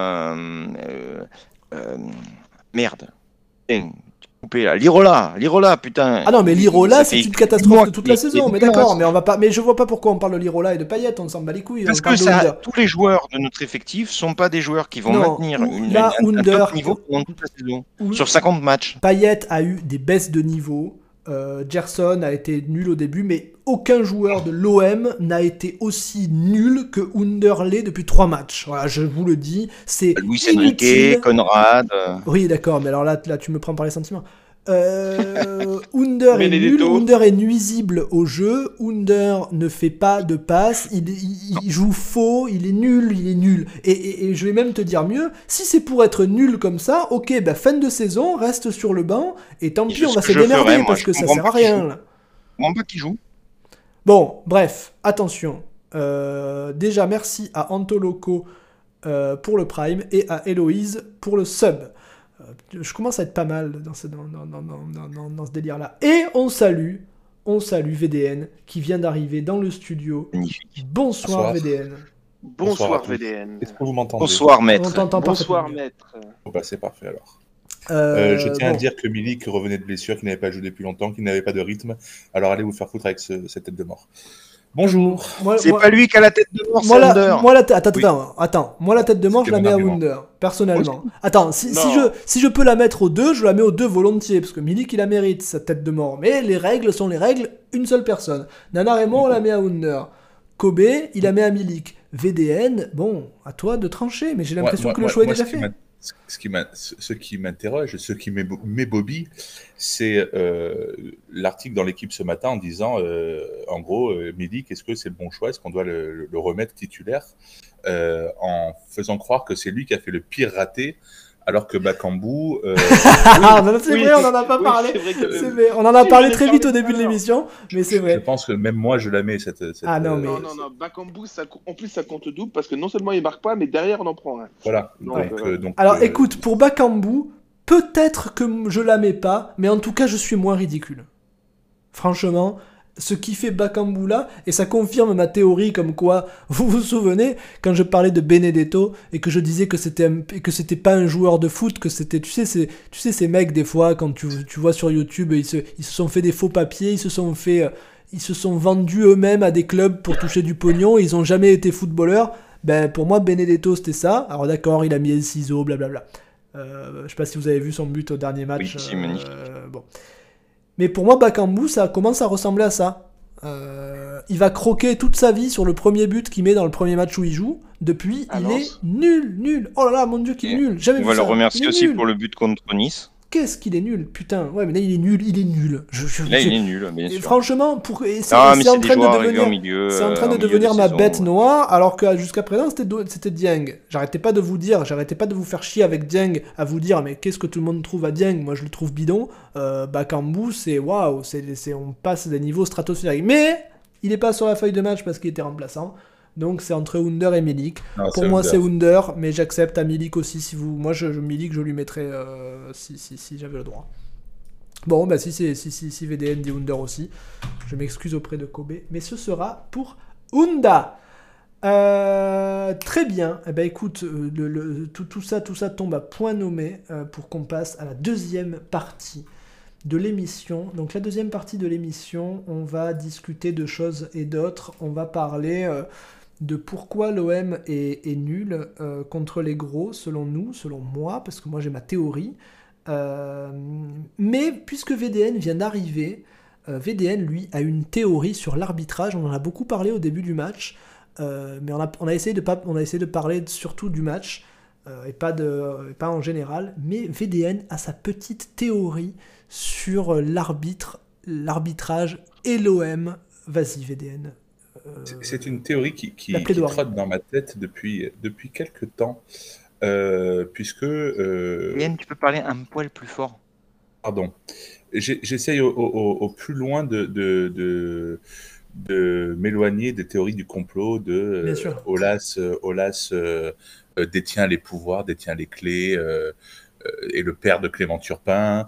Merde. Coupé là. Lirola, putain. Ah non, mais Lirola, c'est une catastrophe de toute la qu'il est saison. Mais d'accord, mais on va pas. Mais je vois pas pourquoi on parle de Lirola et de Payet. On s'en bat les couilles. Parce que tous les joueurs de notre effectif sont pas des joueurs qui vont maintenir un top niveau pendant toute la saison. Sur 50 matchs. Payet a eu des baisses de niveau. Gerson a été nul au début, mais aucun joueur de l'OM n'a été aussi nul que Under l'est depuis 3 matchs. Voilà, je vous le dis, c'est Luis inutile. Enrique, Conrad. Oui, d'accord, mais alors là, tu me prends par les sentiments. Under est nul, Benedetto. Under est nuisible au jeu, Under ne fait pas de passe, il joue faux, il est nul. Et je vais même te dire mieux, si c'est pour être nul comme ça, ok, bah fin de saison, reste sur le banc, et tant pis, on va se démerder, parce que ça sert à rien. Là. Je comprends pas qui joue. Bon, bref, attention. Déjà, merci à Antoloco pour le Prime et à Héloïse pour le sub. Je commence à être pas mal dans ce délire-là. Et on salue VDN qui vient d'arriver dans le studio. Magnifique. Bonsoir VDN. Bonsoir VDN. Est-ce que vous m'entendez? Bonsoir, maître. On t'entend Bonsoir parfaitement. maître. Bon, bah, c'est parfait alors. Je tiens à dire que Milik revenait de blessure, qu'il n'avait pas joué depuis longtemps, qu'il n'avait pas de rythme. Alors allez vous faire foutre avec cette tête de mort. Bonjour. C'est pas lui qui a la tête de mort, c'est Under. Attends. Moi, la tête de mort, je la mets à Under, personnellement. Attends, si je peux la mettre aux deux, je la mets aux deux volontiers, parce que Milik, il la mérite, sa tête de mort. Mais les règles sont les règles, une seule personne. Nana Raymond, on la met à Under. Kobe, il la met à Milik. VDN, bon, à toi de trancher, mais j'ai l'impression que le choix est déjà fait. Ce qui m'interroge, ce qui m'ébobie, c'est l'article dans l'équipe ce matin en disant, en gros, Milik, est-ce que c'est le bon choix? Est-ce qu'on doit le remettre titulaire en faisant croire que c'est lui qui a fait le pire raté, alors que Bakambu... C'est vrai, on en a pas parlé. C'est vrai. On en a parlé très vite au début de l'émission, mais c'est vrai. Je pense que même moi, je la mets, cette Non, Bakambu, en plus, ça compte double, parce que non seulement il marque pas, mais derrière, on en prend un. Voilà. Alors, écoute, pour Bakambu, peut-être que je la mets pas, mais en tout cas, je suis moins ridicule. Franchement, ce qui fait Bakambu là, et ça confirme ma théorie comme quoi, vous vous souvenez, quand je parlais de Benedetto, et que je disais que c'était pas un joueur de foot, que c'était, tu sais ces mecs, des fois, quand tu vois sur YouTube, ils se sont fait des faux papiers, ils se sont vendus eux-mêmes à des clubs pour toucher du pognon, ils ont jamais été footballeurs. Ben, pour moi, Benedetto, c'était ça. Alors d'accord, il a mis le ciseau, blablabla. Je sais pas si vous avez vu son but au dernier match. Oui, c'est magnifique. Bon. Mais pour moi, Bakambu, ça commence à ressembler à ça. Il va croquer toute sa vie sur le premier but qu'il met dans le premier match où il joue. Depuis, il est nul. Oh là là, mon Dieu, qu'il est nul. Jamais On vu va ça. le remercier aussi nul. pour le but contre Nice. Qu'est-ce qu'il est nul, putain. Ouais, mais là, il est nul. Il est nul. Là, il est nul, bien sûr. Franchement, c'est en train de devenir ma bête noire, alors que jusqu'à présent, c'était Dieng. J'arrêtais pas de vous faire chier avec Dieng, à vous dire, mais qu'est-ce que tout le monde trouve à Dieng? Moi, je le trouve bidon. Bakambu, c'est waouh, on passe des niveaux stratosphériques. Mais il est pas sur la feuille de match parce qu'il était remplaçant. Donc c'est entre Under et Milik. Pour moi c'est Under, mais j'accepte à Milik aussi si vous. Moi Milik je lui mettrais si j'avais le droit. Bon bah si VDN dit Under aussi, je m'excuse auprès de Kobe, mais ce sera pour Unda. Très bien. Eh ben écoute, tout ça tombe à point nommé pour qu'on passe à la deuxième partie de l'émission. Donc la deuxième partie de l'émission, on va discuter de choses et d'autres. On va parler de pourquoi l'OM est nul contre les gros, selon nous, selon moi, parce que moi j'ai ma théorie. Mais puisque VDN vient d'arriver, VDN, lui, a une théorie sur l'arbitrage. On en a beaucoup parlé au début du match, mais on a essayé de parler surtout du match, et pas en général. Mais VDN a sa petite théorie sur l'arbitrage et l'OM. Vas-y, VDN. C'est une théorie qui trotte dans ma tête depuis quelques temps, puisque... Yann, tu peux parler un poil plus fort. Pardon. J'essaye au plus loin de m'éloigner des théories du complot, de Aulas détient les pouvoirs, détient les clés, et le père de Clément Turpin,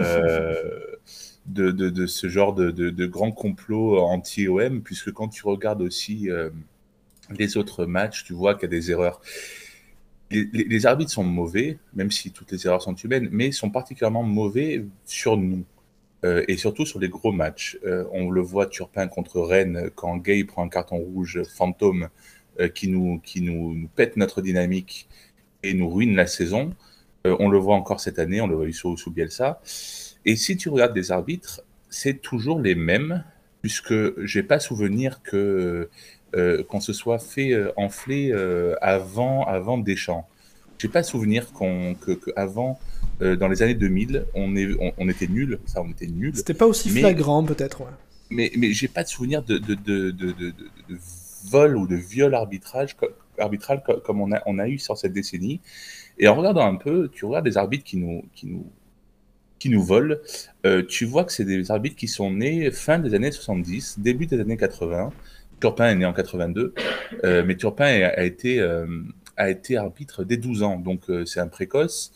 de ce genre de grands complots anti-OM, puisque quand tu regardes aussi les autres matchs, tu vois qu'il y a des erreurs. Les arbitres sont mauvais, même si toutes les erreurs sont humaines, mais ils sont particulièrement mauvais sur nous, et surtout sur les gros matchs. On le voit, Turpin contre Rennes, quand Gay prend un carton rouge fantôme qui nous pète notre dynamique et nous ruine la saison. On le voit encore cette année, on le voit eu sous Bielsa. Et si tu regardes des arbitres, c'est toujours les mêmes, puisque j'ai pas souvenir qu'on se soit fait enfler avant Deschamps. J'ai pas souvenir qu'avant, dans les années 2000, on était nuls. Ça, on était nuls. C'était pas aussi flagrant, peut-être. Ouais. Mais j'ai pas de souvenir de vol ou de viol arbitral comme on a eu sur cette décennie. Et en regardant un peu, tu regardes des arbitres qui nous volent, tu vois que c'est des arbitres qui sont nés fin des années 70, début des années 80. Turpin est né en 82, mais Turpin a été arbitre dès 12 ans, donc c'est un précoce.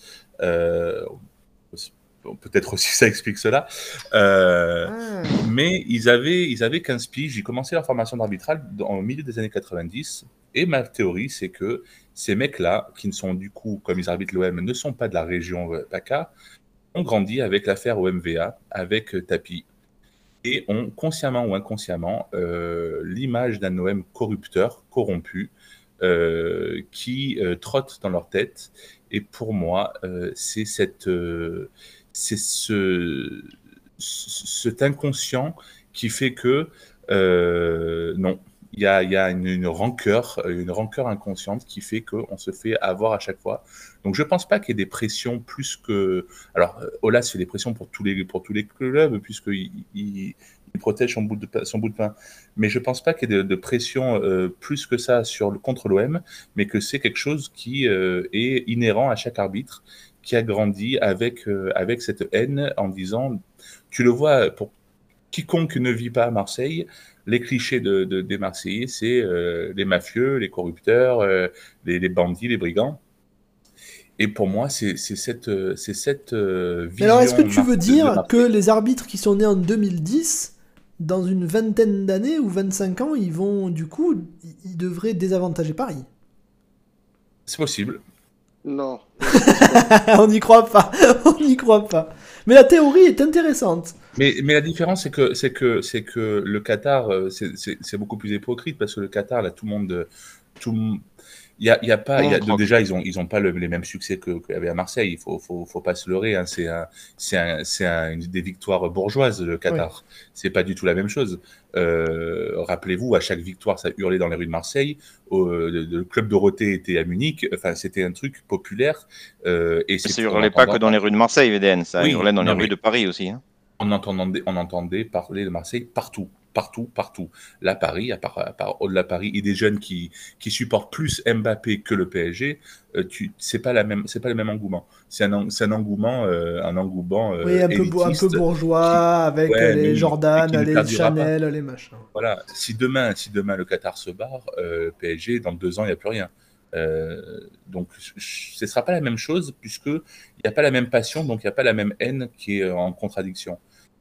Peut-être aussi ça explique cela. Mais ils avaient 15 piges, ils commençaient leur formation d'arbitral au milieu des années 90, et ma théorie, c'est que ces mecs-là, qui ne sont du coup, comme ils arbitrent l'OM, ne sont pas de la région PACA, ont grandi avec l'affaire OMVA, avec Tapi, et ont consciemment ou inconsciemment l'image d'un OM corrupteur, corrompu, qui trotte dans leur tête. Et pour moi, c'est cet inconscient qui fait que non, il y a une rancœur inconsciente qui fait qu'on se fait avoir à chaque fois. Donc je pense pas qu'il y ait des pressions plus que... Alors Aulas fait des pressions pour tous les clubs, puisqu'il protège son bout de pain. Mais je pense pas qu'il y ait de pression plus que ça contre l'OM, mais que c'est quelque chose qui est inhérent à chaque arbitre, qui a grandi avec cette haine, en disant... Tu le vois, pour quiconque ne vit pas à Marseille, les clichés des Marseillais, c'est les mafieux, les corrupteurs, les bandits, les brigands. Et pour moi, c'est cette vision... Mais alors, est-ce que tu veux dire que les arbitres qui sont nés en 2010, dans une vingtaine d'années ou 25 ans, ils devraient désavantager Paris? C'est possible. Non. On n'y croit pas. Mais la théorie est intéressante. Mais la différence, c'est que le Qatar, c'est beaucoup plus hypocrite, parce que le Qatar, là, tout le monde... Déjà, ils ont pas les mêmes succès qu'il y avait à Marseille. Il faut pas se leurrer. Hein. C'est des victoires bourgeoises, le Qatar. Oui. C'est pas du tout la même chose. Rappelez-vous, à chaque victoire, ça hurlait dans les rues de Marseille. Le club Dorothée était à Munich. Enfin, c'était un truc populaire. Et ça hurlait pas que dans les rues de Marseille, VDN. Ça hurlait dans les rues de Paris aussi. Hein. On entendait parler de Marseille partout. Là, Paris, à part au-delà Paris, et des jeunes qui supportent plus Mbappé que le PSG, c'est pas le même engouement. C'est un engouement, oui, un peu bourgeois, avec les Jordan, les Chanel, pas. Les machins. Voilà. Si demain le Qatar se barre, PSG, dans 2 ans, il n'y a plus rien. Donc, ce ne sera pas la même chose, puisqu'il n'y a pas la même passion, donc il n'y a pas la même haine qui est en contradiction.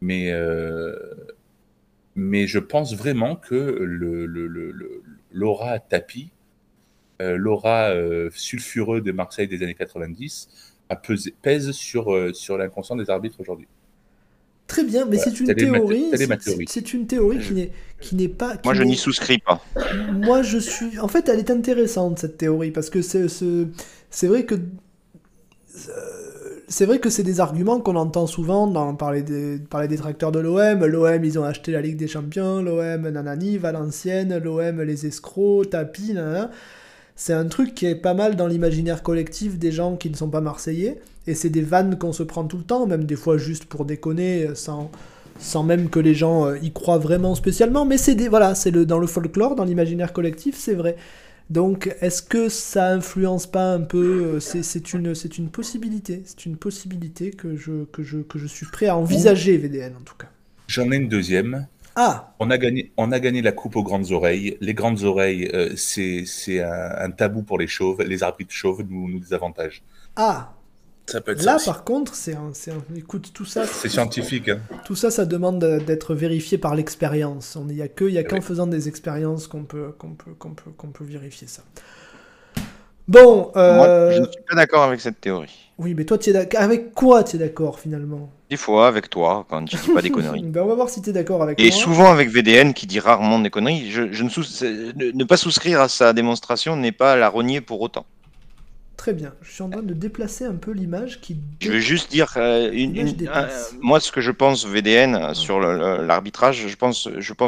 Mais je pense vraiment que l'aura Tapi, l'aura sulfureux de Marseille des années 90 pèse sur l'inconscient des arbitres aujourd'hui. Très bien, mais voilà, c'est une théorie. C'est une théorie qui n'est pas. Moi, je n'y souscris pas. Moi, je suis. En fait, elle est intéressante, cette théorie, parce que c'est vrai que c'est vrai que c'est des arguments qu'on entend souvent par les détracteurs de l'OM. L'OM, ils ont acheté la Ligue des Champions, l'OM, nanani, Valenciennes, l'OM, les escrocs, tapis, nanana. C'est un truc qui est pas mal dans l'imaginaire collectif des gens qui ne sont pas marseillais. Et c'est des vannes qu'on se prend tout le temps, même des fois juste pour déconner, sans même que les gens y croient vraiment spécialement. Mais voilà, dans le folklore, dans l'imaginaire collectif, c'est vrai. Donc, est-ce que ça influence pas un peu c'est une possibilité. C'est une possibilité que je suis prêt à envisager, VDN, en tout cas. J'en ai une deuxième. Ah, On a gagné la coupe aux grandes oreilles. Les grandes oreilles, c'est un tabou pour les chauves. Les arbitres chauves nous désavantagent. ah. Ça peut être ça Là, aussi. par contre, écoute, tout ça, C'est scientifique. Hein. tout ça, ça demande d'être vérifié par l'expérience. Il y a qu'en faisant des expériences qu'on peut vérifier ça. Bon, Moi, je ne suis pas d'accord avec cette théorie. oui, mais toi, avec quoi tu es d'accord finalement? Des fois, avec toi, quand tu dis pas des conneries. Ben, on va voir si tu es d'accord avec Et moi. souvent avec VDN, qui dit rarement des conneries. Ne pas souscrire à sa démonstration n'est pas la renier pour autant. Très bien. Je suis en train de déplacer un peu l'image qui. Je veux juste dire, L'image dépasse. moi, ce que je pense VDN sur l'arbitrage, je pense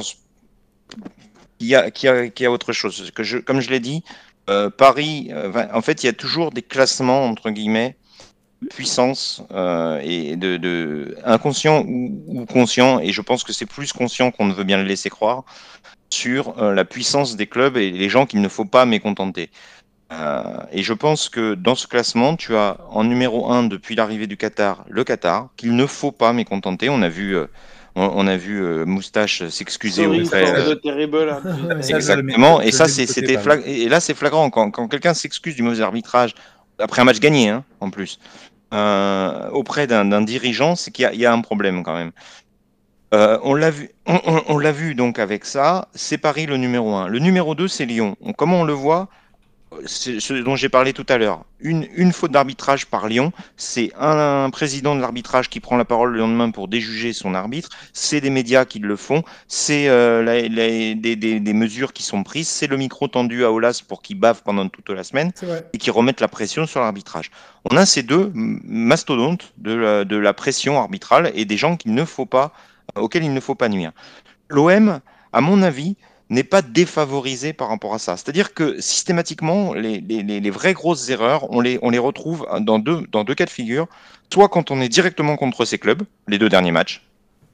qu'il y a autre chose. Comme je l'ai dit, Paris, en fait, il y a toujours des classements entre guillemets puissance et de inconscient ou conscient, et je pense que c'est plus conscient qu'on ne veut bien le laisser croire sur la puissance des clubs et les gens qu'il ne faut pas mécontenter. Et je pense que dans ce classement, tu as en numéro 1 depuis l'arrivée du Qatar, le Qatar, qu'il ne faut pas mécontenter. On a vu Moustache s'excuser Sorry auprès. for the terrible arbitre. Ça, Exactement. Et je ça, le mets de côté, et là, c'est flagrant quand quelqu'un s'excuse du mauvais arbitrage après un match gagné, hein, en plus, auprès d'un dirigeant, c'est qu'il y a un problème quand même. On l'a vu donc avec ça. C'est Paris le numéro 1. Le numéro 2, c'est Lyon. Comment on le voit? C'est ce dont j'ai parlé tout à l'heure. Une faute d'arbitrage par Lyon, c'est un président de l'arbitrage qui prend la parole le lendemain pour déjuger son arbitre, c'est des médias qui le font, c'est des mesures qui sont prises, c'est le micro tendu à Aulas pour qu'il bave pendant toute la semaine C'est vrai. et qui remettent la pression sur l'arbitrage. On a ces deux mastodontes de la pression arbitrale et des gens auxquels il ne faut pas nuire. L'OM, à mon avis, n'est pas défavorisé par rapport à ça. C'est-à-dire que systématiquement, les vraies grosses erreurs, on les retrouve dans deux cas de figure. Soit quand on est directement contre ces clubs, les 2 derniers matchs,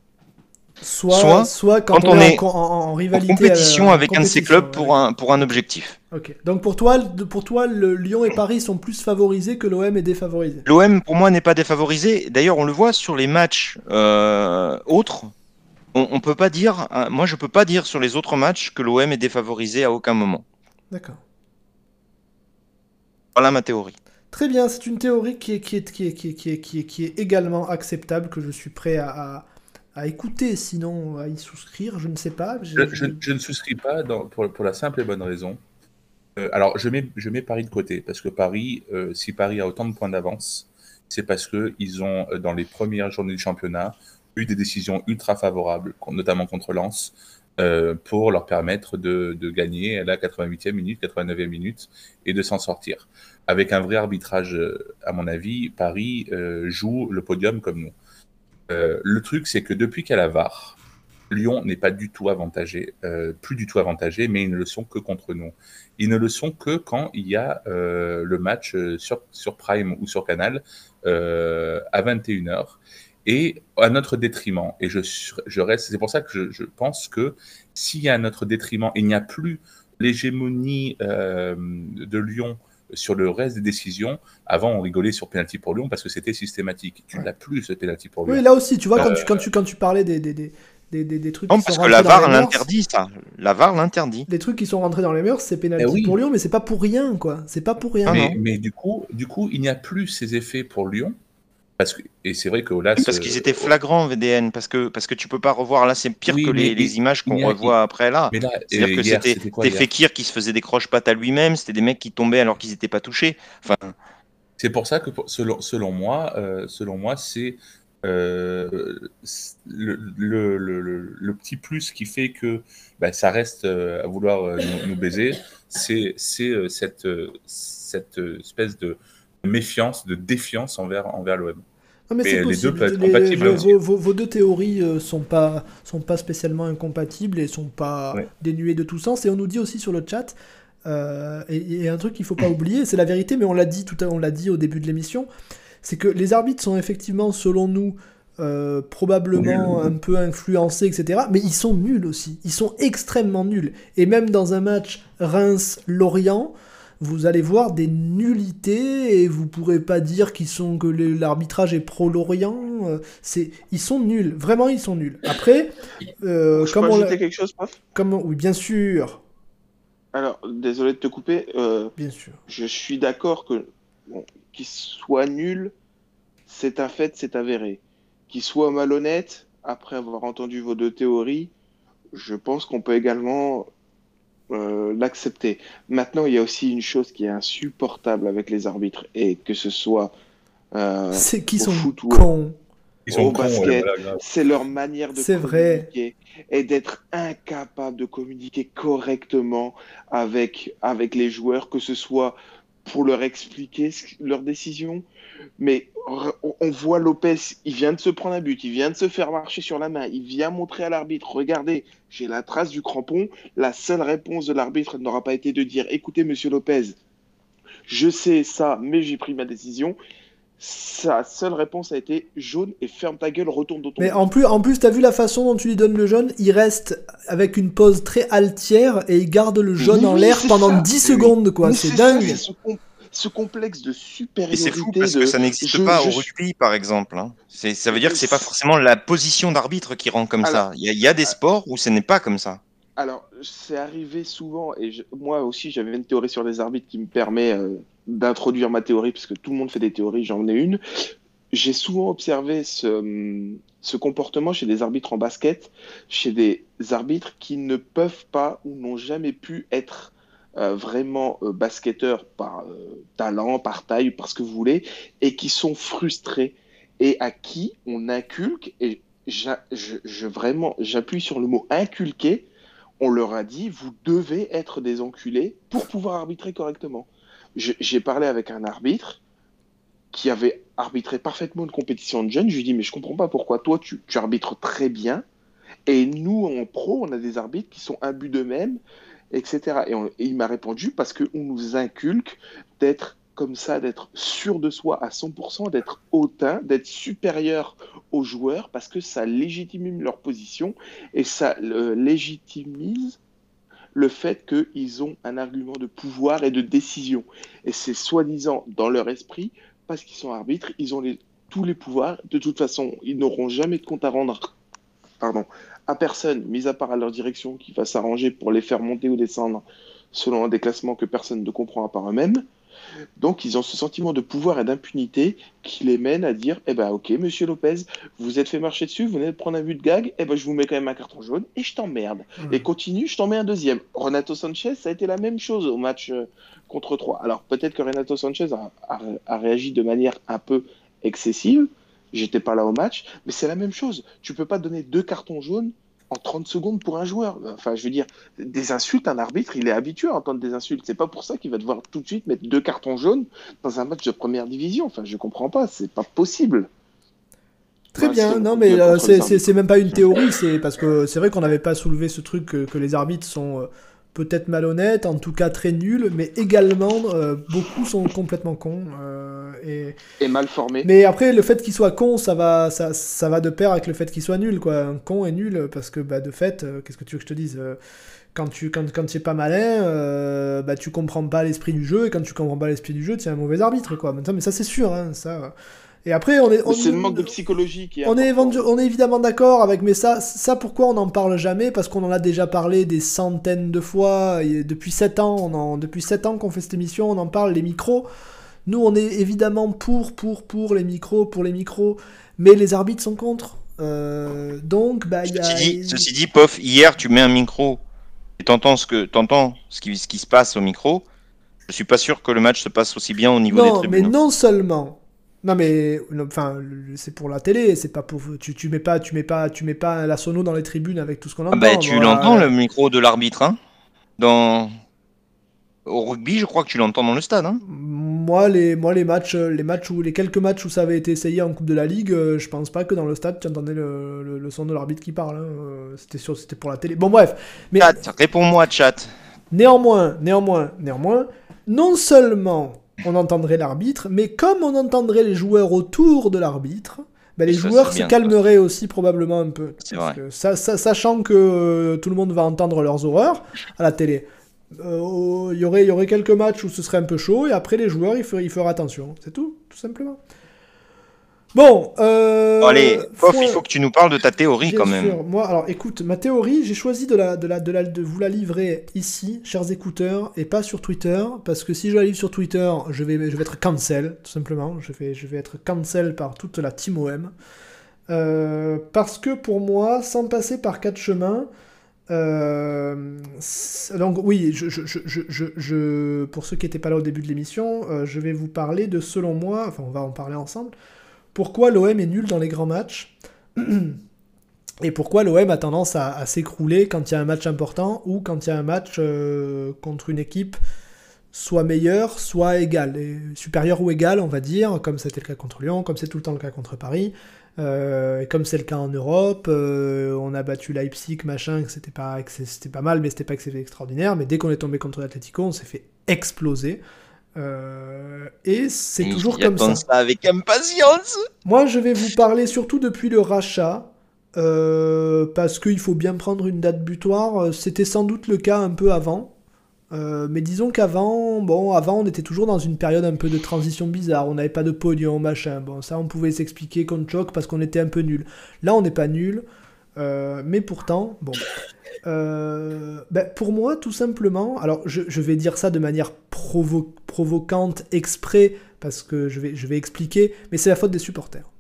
Soit quand on est en en rivalité. compétition En avec un de ces clubs compétition, pour un objectif. Ok. Donc pour toi, le Lyon et Paris sont plus favorisés que l'OM est défavorisé. L'OM, pour moi, n'est pas défavorisé. D'ailleurs, on le voit sur les matchs autres. On peut pas dire, moi, je peux pas dire sur les autres matchs que l'OM est défavorisé à aucun moment. D'accord. Voilà ma théorie. Très bien, c'est une théorie qui est également acceptable, que je suis prêt à écouter, sinon à y souscrire, je ne sais pas. Je ne souscris pas pour la simple et bonne raison. Alors, je mets Paris de côté, parce que Paris, si Paris a autant de points d'avance, c'est parce qu'ils ont, dans les premières journées du championnat, eu des décisions ultra favorables, notamment contre Lens, pour leur permettre de gagner à la 88e minute, 89e minute, et de s'en sortir. Avec un vrai arbitrage, à mon avis, Paris joue le podium comme nous. Le truc, c'est que depuis qu'il y a la VAR, Lyon n'est pas du tout avantagé, plus du tout avantagé, mais ils ne le sont que contre nous. Ils ne le sont que quand il y a le match sur Prime ou sur Canal à 21h et à notre détriment. Et je reste, c'est pour ça que je pense que s'il y a à notre détriment, il n'y a plus l'hégémonie de Lyon sur le reste des décisions. Avant, on rigolait sur penalty pour Lyon parce que c'était systématique. Tu n'as plus ce penalty pour Lyon. Oui, là aussi, tu vois, quand tu parlais des trucs Non, qui parce sont que la rentrés dans VAR les mœurs, l'interdit, ça. La VAR l'interdit. les trucs qui sont rentrés dans les mœurs, c'est pénalty oui. pour Lyon, mais c'est pas pour rien, quoi. C'est pas pour rien. Ah, non. Mais du coup, il n'y a plus ces effets pour Lyon. Et c'est vrai que Aulas, Parce qu'ils étaient flagrants, VDN, parce que tu peux pas revoir. Là, c'est pire que les images qu'on revoit après là. Mais là, C'est-à-dire que hier, c'était quoi, hier Fekir qui se faisait des croche-pattes à lui-même, c'était des mecs qui tombaient alors qu'ils n'étaient pas touchés. Enfin, C'est pour ça que, selon moi, c'est le petit plus qui fait que ça reste à vouloir nous baiser, c'est cette espèce méfiance, de défiance envers l'OM. Non, mais c'est Mais les deux possible. peuvent être compatibles aussi. Vos deux théories sont pas spécialement incompatibles et sont pas Ouais. dénuées de tout sens. Et on nous dit aussi sur le chat, et un truc qu'il faut pas oublier, c'est la vérité, mais on l'a dit au début de l'émission, c'est que les arbitres sont effectivement, selon nous, probablement un peu influencés, etc. Mais ils sont nuls aussi. Ils sont extrêmement nuls. Et même dans un match Reims-Lorient, vous allez voir des nullités et vous pourrez pas dire que l'arbitrage est pro-Lorient. Ils sont nuls. Vraiment, ils sont nuls. Après, Je peux ajouter quelque chose, Paf? oui, bien sûr. Alors, désolé de te couper. Bien sûr. Je suis d'accord que qu'il soit nul, c'est un fait, c'est avéré. Qu'il soit malhonnête, après avoir entendu vos deux théories, je pense qu'on peut également l'accepter. Maintenant, il y a aussi une chose qui est insupportable avec les arbitres, et que ce soit C'est qu'ils au sont foot ou cons. Ils sont au cons, basket, voilà, grave. c'est leur manière de C'est vrai. communiquer et d'être incapable de communiquer correctement avec les joueurs, que ce soit pour leur expliquer leurs décisions. Mais on voit Lopez, il vient de se prendre un but, il vient de se faire marcher sur la main, il vient montrer à l'arbitre, regardez, j'ai la trace du crampon. La seule réponse de l'arbitre n'aura pas été de dire, écoutez, monsieur Lopez, je sais ça, mais j'ai pris ma décision. Sa seule réponse a été jaune et ferme ta gueule, retourne dans ton Mais but. en plus, t'as vu la façon dont tu lui donnes le jaune? Il reste avec une pose très altière et il garde le jaune en Oui, l'air c'est pendant ça. 10 secondes, quoi. Mais C'est ça, dingue. c'est ce complexe de Et supériorité. c'est fou parce que ça n'existe pas au rugby, par exemple. Hein. Ça veut dire que c'est pas forcément la position d'arbitre qui rend comme Alors, ça. Il y a des sports où ce n'est pas comme ça. Alors, c'est arrivé souvent, et moi aussi, j'avais une théorie sur les arbitres qui me permet d'introduire ma théorie, parce que tout le monde fait des théories, j'en ai une. J'ai souvent observé ce comportement chez des arbitres en basket, chez des arbitres qui ne peuvent pas ou n'ont jamais pu être vraiment basketteurs par talent, par taille, par ce que vous voulez, et qui sont frustrés et à qui on inculque, et vraiment, j'appuie sur le mot inculquer, on leur a dit, vous devez être des enculés pour pouvoir arbitrer correctement. J'ai parlé avec un arbitre qui avait arbitré parfaitement une compétition de jeunes. Je lui ai dit, mais je comprends pas pourquoi toi, tu arbitres très bien, et nous, en pro, on a des arbitres qui sont imbus d'eux-mêmes, etc. Et il m'a répondu, parce qu'on nous inculque d'être comme ça, d'être sûr de soi à 100%, d'être hautain, d'être supérieur aux joueurs, parce que ça légitime leur position, et ça légitimise le fait qu'ils ont un argument de pouvoir et de décision. Et c'est soi-disant dans leur esprit, parce qu'ils sont arbitres, ils ont tous les pouvoirs. De toute façon, ils n'auront jamais de compte à rendre à personne, mis à part à leur direction, qui va s'arranger pour les faire monter ou descendre selon un déclassement que personne ne comprend à part eux-mêmes. Donc, ils ont ce sentiment de pouvoir et d'impunité qui les mène à dire, eh ben, ok, monsieur Lopez, vous êtes fait marcher dessus, vous venez de prendre un but de gag, eh ben, je vous mets quand même un carton jaune et je t'emmerde. Et continue, je t'en mets un deuxième. Renato Sanchez, ça a été la même chose au match contre 3. Alors, peut-être que Renato Sanchez a réagi de manière un peu excessive. J'étais pas là au match, mais c'est la même chose. Tu peux pas donner 2 cartons jaunes en 30 secondes pour un joueur. Enfin, je veux dire, des insultes, un arbitre, il est habitué à entendre des insultes. C'est pas pour ça qu'il va devoir tout de suite mettre 2 cartons jaunes dans un match de première division. Enfin, je comprends pas, c'est pas possible. Très bien, non mais c'est même pas une théorie, c'est parce que c'est vrai qu'on n'avait pas soulevé ce truc que les arbitres sont peut-être malhonnêtes, en tout cas très nuls, mais également beaucoup sont complètement cons. Et mal formés. Mais après, le fait qu'ils soient cons, ça va de pair avec le fait qu'ils soient nuls, quoi. Un con est nul parce que, bah, de fait, qu'est-ce que tu veux que je te dise quand tu es pas malin, bah, tu comprends pas l'esprit du jeu, et quand tu comprends pas l'esprit du jeu, tu es un mauvais arbitre, quoi. Mais ça, c'est sûr, hein, ça. Et après, c'est le manque de psychologie qui est on est évidemment d'accord avec, mais ça pourquoi on n'en parle jamais? Parce qu'on en a déjà parlé des centaines de fois, et depuis 7 ans, depuis 7 ans qu'on fait cette émission, on en parle, les micros. Nous, on est évidemment pour les micros, mais les arbitres sont contre. Donc, bah, Ceci dit, Pof, hier, tu mets un micro et t'entends ce qui se passe au micro. Je suis pas sûr que le match se passe aussi bien au niveau des tribunes. Non, mais non seulement. Non mais enfin c'est pour la télé, c'est pas pour tu mets pas la sono dans les tribunes avec tout ce qu'on entend. Bah, tu l'entends le micro de l'arbitre, hein. Au rugby, je crois que tu l'entends dans le stade, hein. moi, les quelques matchs où ça avait été essayé en Coupe de la Ligue, je pense pas que dans le stade tu entendais le son de l'arbitre qui parle. Hein. C'était pour la télé. Bon bref. Mais Chat, réponds-moi, chat. néanmoins, non seulement on entendrait l'arbitre, mais comme on entendrait les joueurs autour de l'arbitre, les Ça, joueurs c'est se bien, calmeraient aussi probablement un peu. C'est Parce vrai. que sachant que tout le monde va entendre leurs horreurs à la télé. Il y aurait quelques matchs où ce serait un peu chaud, et après les joueurs, ils feraient attention. C'est tout simplement. Bon, Allez, Pof, il faut que tu nous parles de ta théorie bien quand même. sûr. Moi, alors écoute, ma théorie, j'ai choisi de vous la livrer ici, chers écouteurs, et pas sur Twitter, parce que si je la livre sur Twitter, je vais être cancel, tout simplement. Je vais être cancel par toute la team OM. Parce que pour moi, sans passer par quatre chemins, donc oui, pour ceux qui n'étaient pas là au début de l'émission, je vais vous parler de, selon moi, enfin on va en parler ensemble, pourquoi l'OM est nul dans les grands matchs et pourquoi l'OM a tendance à s'écrouler quand il y a un match important ou quand il y a un match contre une équipe soit meilleure, soit égale, supérieure ou égale, on va dire, comme c'était le cas contre Lyon, comme c'est tout le temps le cas contre Paris. Et comme c'est le cas en Europe, on a battu Leipzig, machin, que c'était pas mal, mais c'était pas extraordinaire. Mais dès qu'on est tombé contre l'Atlético, on s'est fait exploser. Et c'est toujours comme ça. Ça avec impatience. Moi, je vais vous parler surtout depuis le rachat, parce qu'il faut bien prendre une date butoir. C'était sans doute le cas un peu avant. Mais disons qu'avant, on était toujours dans une période un peu de transition bizarre, on n'avait pas de pognon, machin, bon, ça on pouvait s'expliquer contre Choc parce qu'on était un peu nul. Là on n'est pas nul, mais pourtant, bon, pour moi tout simplement, alors je vais dire ça de manière provocante exprès, parce que je vais expliquer, mais c'est la faute des supporters.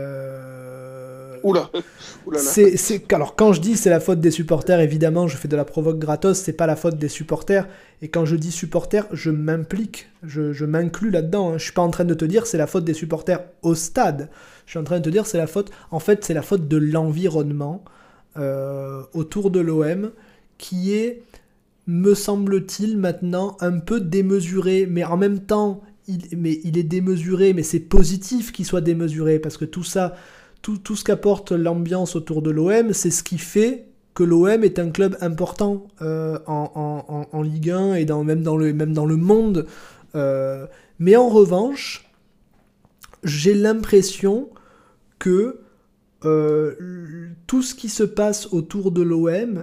Oula. Alors quand je dis c'est la faute des supporters, évidemment je fais de la provoque gratos, c'est pas la faute des supporters, et quand je dis supporters, je m'implique, je m'inclus là-dedans, hein. Je suis pas en train de te dire c'est la faute des supporters au stade, je suis en train de te dire c'est la faute de l'environnement autour de l'OM qui est, me semble-t-il maintenant, un peu démesuré, mais en même temps il est démesuré, mais c'est positif qu'il soit démesuré, parce que tout ça, tout ce qu'apporte l'ambiance autour de l'OM, c'est ce qui fait que l'OM est un club important en Ligue 1 et même dans le monde. Mais en revanche, j'ai l'impression que tout ce qui se passe autour de l'OM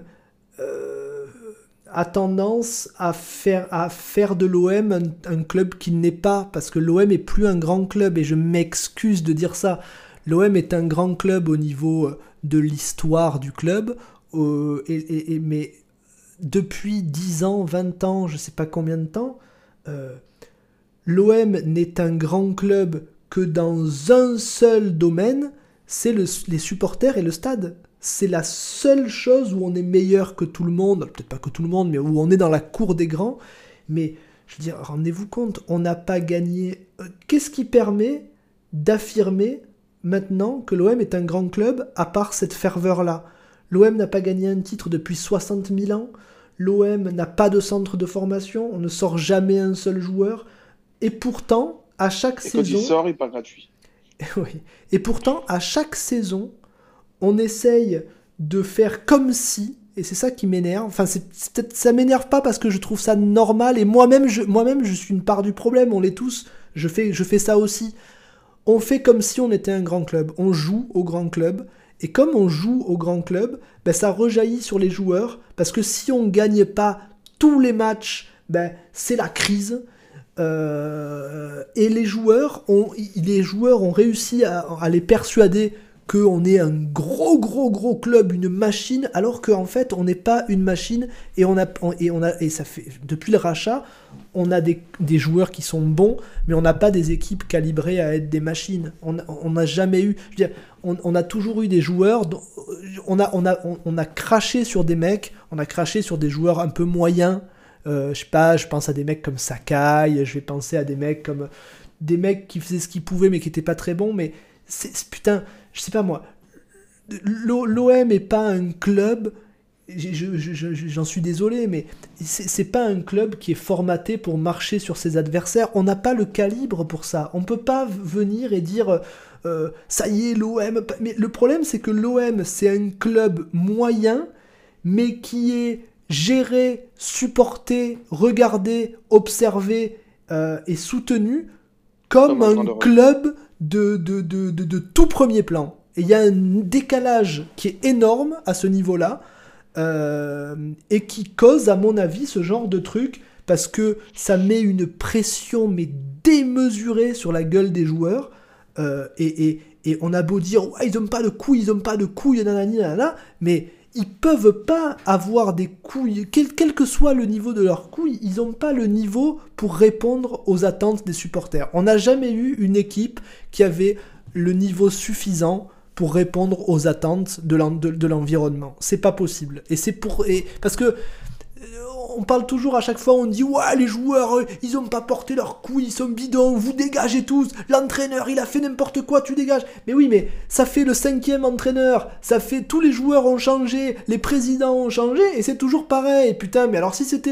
a tendance à faire de l'OM un club qu'il n'est pas, parce que l'OM est plus un grand club, et je m'excuse de dire ça. L'OM est un grand club au niveau de l'histoire du club, mais depuis 10 ans, 20 ans, je ne sais pas combien de temps, l'OM n'est un grand club que dans un seul domaine, c'est les supporters et le stade. C'est la seule chose où on est meilleur que tout le monde, peut-être pas que tout le monde, mais où on est dans la cour des grands. Mais, je veux dire, rendez-vous compte, on n'a pas gagné. Qu'est-ce qui permet d'affirmer maintenant que l'OM est un grand club, à part cette ferveur-là? L'OM n'a pas gagné un titre depuis 60 000 ans, l'OM n'a pas de centre de formation, on ne sort jamais un seul joueur, et pourtant, à chaque saison... Quand il sort, il part gratuit. Oui. Et pourtant, à chaque saison, on essaye de faire comme si, et c'est ça qui m'énerve, enfin ça m'énerve pas parce que je trouve ça normal, et moi-même je suis une part du problème, on l'est tous, je fais ça aussi. On fait comme si on était un grand club, on joue au grand club, et comme on joue au grand club, ça rejaillit sur les joueurs, parce que si on gagne pas tous les matchs, c'est la crise, et les joueurs ont réussi à les persuader qu'on est un gros club, une machine, alors qu'en fait on n'est pas une machine, et ça fait, depuis le rachat, on a des joueurs qui sont bons, mais on n'a pas des équipes calibrées à être des machines. On n'a jamais eu, je veux dire, on a toujours eu des joueurs, on a craché sur des mecs, on a craché sur des joueurs un peu moyens, je sais pas, je pense à des mecs comme Sakai, je vais penser à des mecs qui faisaient ce qu'ils pouvaient mais qui étaient pas très bons, mais putain, je sais pas moi, l'OM est pas un club j'en suis désolé, mais c'est pas un club qui est formaté pour marcher sur ses adversaires. On n'a pas le calibre pour ça. On peut pas venir et dire ça y est, l'OM. Mais le problème, c'est que l'OM, c'est un club moyen, mais qui est géré, supporté, regardé, observé et soutenu comme un club de tout premier plan. Et il y a un décalage qui est énorme à ce niveau-là et qui cause, à mon avis, ce genre de truc parce que ça met une pression mais démesurée sur la gueule des joueurs et on a beau dire ouais, ils n'ont pas de couilles, nanani, nanana, mais ils peuvent pas avoir des couilles, quel que soit le niveau de leurs couilles, ils n'ont pas le niveau pour répondre aux attentes des supporters. On n'a jamais eu une équipe qui avait le niveau suffisant pour répondre aux attentes de l'environnement. C'est pas possible. Parce que on parle toujours à chaque fois, on dit ouais les joueurs ils ont pas porté leurs couilles, ils sont bidons, vous dégagez tous, l'entraîneur il a fait n'importe quoi, tu dégages. Mais oui, mais ça fait le 5e entraîneur, ça fait tous les joueurs ont changé, les présidents ont changé et c'est toujours pareil. Putain, mais alors si c'était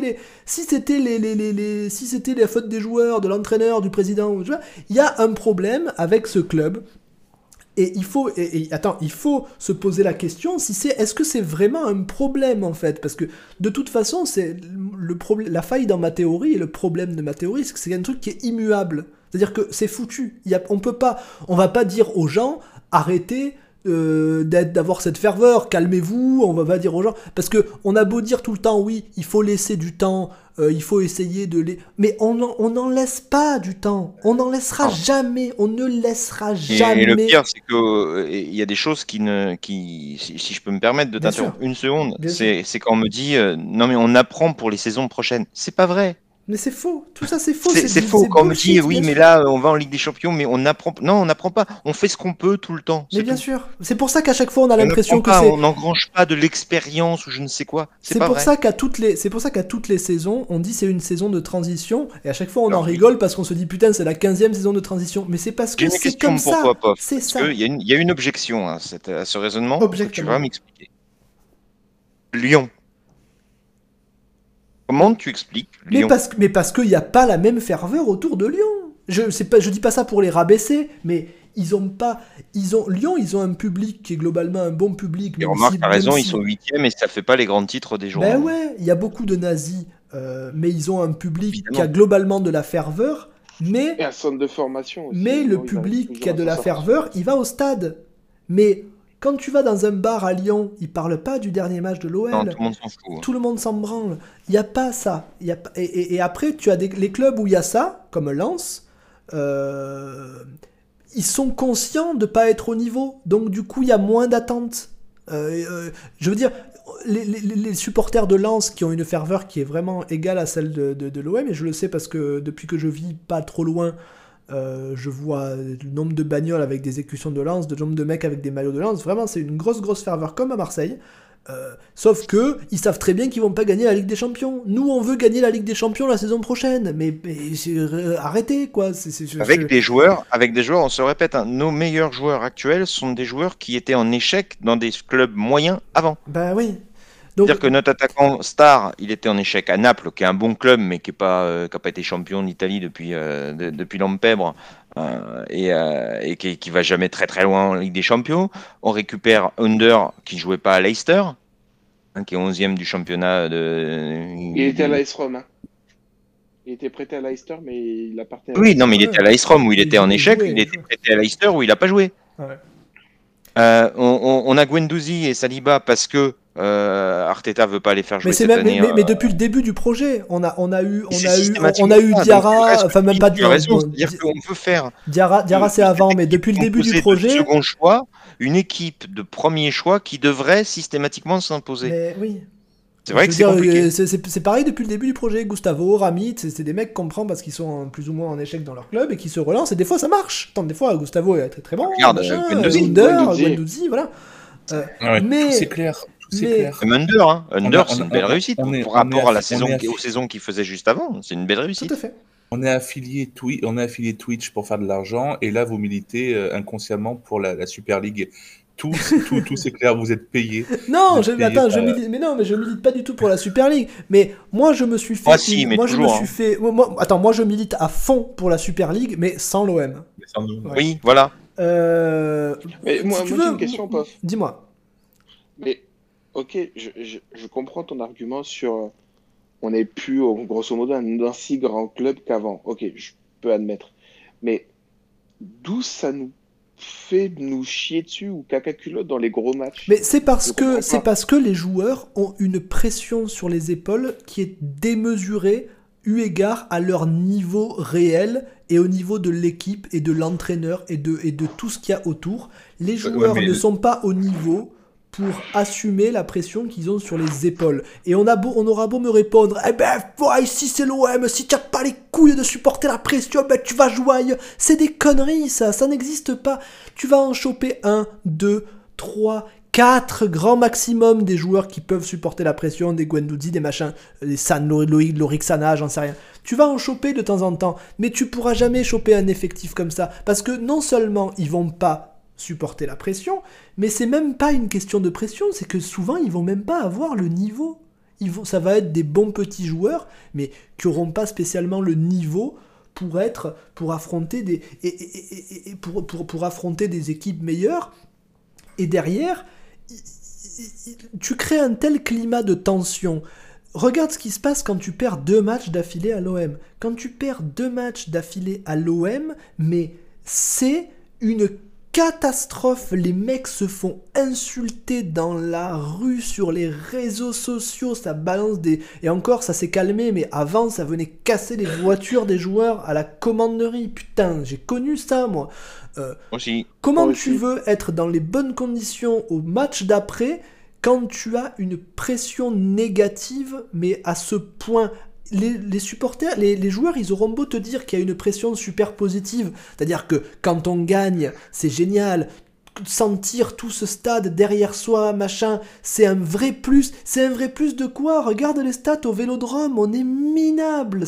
la faute des joueurs, de l'entraîneur, du président, il y a un problème avec ce club. Et il faut se poser la question est-ce que c'est vraiment un problème en fait, parce que de toute façon c'est la faille dans ma théorie et le problème de ma théorie, c'est que c'est un truc qui est immuable, c'est-à-dire que c'est foutu. On va pas dire aux gens arrêtez d'avoir cette ferveur, calmez-vous, on va pas dire aux gens, parce que on a beau dire tout le temps oui il faut laisser du temps, il faut essayer mais on n'en laisse pas du temps, on n'en laissera jamais, on ne laissera jamais. Et le pire c'est que il y a des choses qui si je peux me permettre de t'interrompre une seconde, c'est quand on me dit non mais on apprend pour les saisons prochaines, c'est pas vrai. Mais c'est faux, tout ça c'est faux. C'est faux quand on me dit oui mais là on va en Ligue des Champions mais on apprend. Non, on n'apprend pas, on fait ce qu'on peut tout le temps. Mais bien sûr, c'est pour ça qu'à chaque fois on a l'impression que c'est... On n'engrange pas de l'expérience ou je ne sais quoi. C'est pour ça qu'à toutes les saisons on dit c'est une saison de transition et à chaque fois on en rigole parce qu'on se dit putain c'est la 15e saison de transition, mais c'est parce que c'est comme ça. C'est ça. Parce qu'il y a une objection à ce raisonnement. Tu vas m'expliquer. Lyon. Comment tu expliques Lyon ? Mais parce qu'il n'y a pas la même ferveur autour de Lyon. Je dis pas ça pour les rabaisser, mais Lyon, ils ont un public qui est globalement un bon public. Et remarque, t'as raison, ils sont 8e et ça fait pas les grands titres des journaux. Ben ouais, il y a beaucoup de nazis, mais ils ont un public qui a globalement de la ferveur. Mais et un centre de formation aussi. Mais le public qui a de la ferveur, il va au stade. Mais quand tu vas dans un bar à Lyon, ils parlent pas du dernier match de l'OL. Non, tout le monde s'en fout. Tout le monde s'en branle. Il n'y a pas ça. Et après, tu as les clubs où il y a ça, comme Lens, ils sont conscients de ne pas être au niveau. Donc du coup, il y a moins d'attente. Je veux dire, les supporters de Lens qui ont une ferveur qui est vraiment égale à celle de l'OM, et je le sais parce que depuis que je vis pas trop loin, je vois le nombre de bagnoles avec des écussons de Lens, le nombre de mecs avec des maillots de Lens. Vraiment, c'est une grosse ferveur comme à Marseille. Sauf que ils savent très bien qu'ils vont pas gagner la Ligue des Champions. Nous, on veut gagner la Ligue des Champions la saison prochaine, mais arrêtez quoi. Avec des joueurs, on se répète, hein, nos meilleurs joueurs actuels sont des joueurs qui étaient en échec dans des clubs moyens avant. Bah oui. C'est-à-dire que notre attaquant star, il était en échec à Naples, qui est un bon club, mais qui n'a pas été champion d'Italie depuis Lampèbre, et qui va jamais très très loin en Ligue des Champions. On récupère Under, qui jouait pas à Leicester, qui est 11e du championnat. Il était à l'AS Rome. Hein. Il était prêté à Leicester, mais il a parti. Oui, non, mais il était à l'AS Rome où il était en échec. Il était prêté à Leicester où il n'a pas joué. Ouais. On a Guendouzi et Saliba parce que Arteta veut pas les faire jouer cette année. Mais depuis le début du projet, on a eu Diarra, enfin même pas Diarra. C'est-à-dire qu'on peut faire. Diarra c'est avant, mais depuis le début du projet. Second choix, une équipe de premier choix qui devrait systématiquement s'imposer. Mais oui. C'est vrai que c'est compliqué. C'est pareil depuis le début du projet. Gustavo, Ramit, c'est des mecs qu'on prend parce qu'ils sont plus ou moins en échec dans leur club et qui se relancent. Et des fois ça marche. Tant des fois Gustavo est très très bon. Regarde, Guendouzi, voilà. Mais c'est clair. Under, c'est une belle réussite par rapport à aux saisons qu'il faisait juste avant. C'est une belle réussite. Tout à fait. On est affilié Twitch pour faire de l'argent et là vous militez inconsciemment pour la Super League. Tout c'est clair, vous êtes payé. Non, Vous êtes payé attends, par- je milite pas du tout pour la Super League. Mais moi, je me suis fait. Ah si, mais moi, toujours, je me suis fait. Attends, moi, je milite à fond pour la Super League, mais sans l'OM. Mais sans nous. Ouais. Oui, voilà. Mais si moi, tu j'ai veux, une question, Pof. Dis-moi. Mais, ok, je comprends ton argument sur on n'est plus, grosso modo, un si grand club qu'avant. Ok, je peux admettre. Mais d'où ça nous fait nous chier dessus ou caca culotte dans les gros matchs? Mais c'est parce Je comprends que pas. les joueurs ont une pression sur les épaules qui est démesurée eu égard à leur niveau réel et au niveau de l'équipe et de l'entraîneur et de tout ce qu'il y a autour. Les joueurs mais- ne sont pas au niveau pour assumer la pression qu'ils ont sur les épaules. Et on aura beau me répondre, eh ben, ici c'est l'OM, si tu n'as pas les couilles de supporter la pression, ben tu vas jouer ailleurs. C'est des conneries, ça n'existe pas. Tu vas en choper 1, 2, 3, 4 grand maximum des joueurs qui peuvent supporter la pression, des Guendouzi, des machins, des Loïc Sana, j'en sais rien. Tu vas en choper de temps en temps, mais tu pourras jamais choper un effectif comme ça, parce que non seulement ils vont pas supporter la pression, mais c'est même pas une question de pression, c'est que souvent ils vont même pas avoir le niveau. Ça va être des bons petits joueurs, mais qui auront pas spécialement le niveau pour affronter pour affronter des équipes meilleures. Et derrière, tu crées un tel climat de tension. Regarde ce qui se passe quand tu perds 2 matchs d'affilée à l'OM. Quand tu perds 2 matchs d'affilée à l'OM, mais c'est une catastrophe. Les mecs se font insulter dans la rue, sur les réseaux sociaux, ça balance des... Et encore, ça s'est calmé, mais avant, ça venait casser les voitures des joueurs à la commanderie. Putain, j'ai connu ça, moi. Aussi. Comment Moi tu aussi. veux être dans les bonnes conditions au match d'après quand tu as une pression négative, mais à ce point? Les supporters, les joueurs, ils auront beau te dire qu'il y a une pression super positive, c'est-à-dire que quand on gagne, c'est génial, sentir tout ce stade derrière soi, machin, c'est un vrai plus. C'est un vrai plus de quoi? Regarde les stats au Vélodrome, on est minable.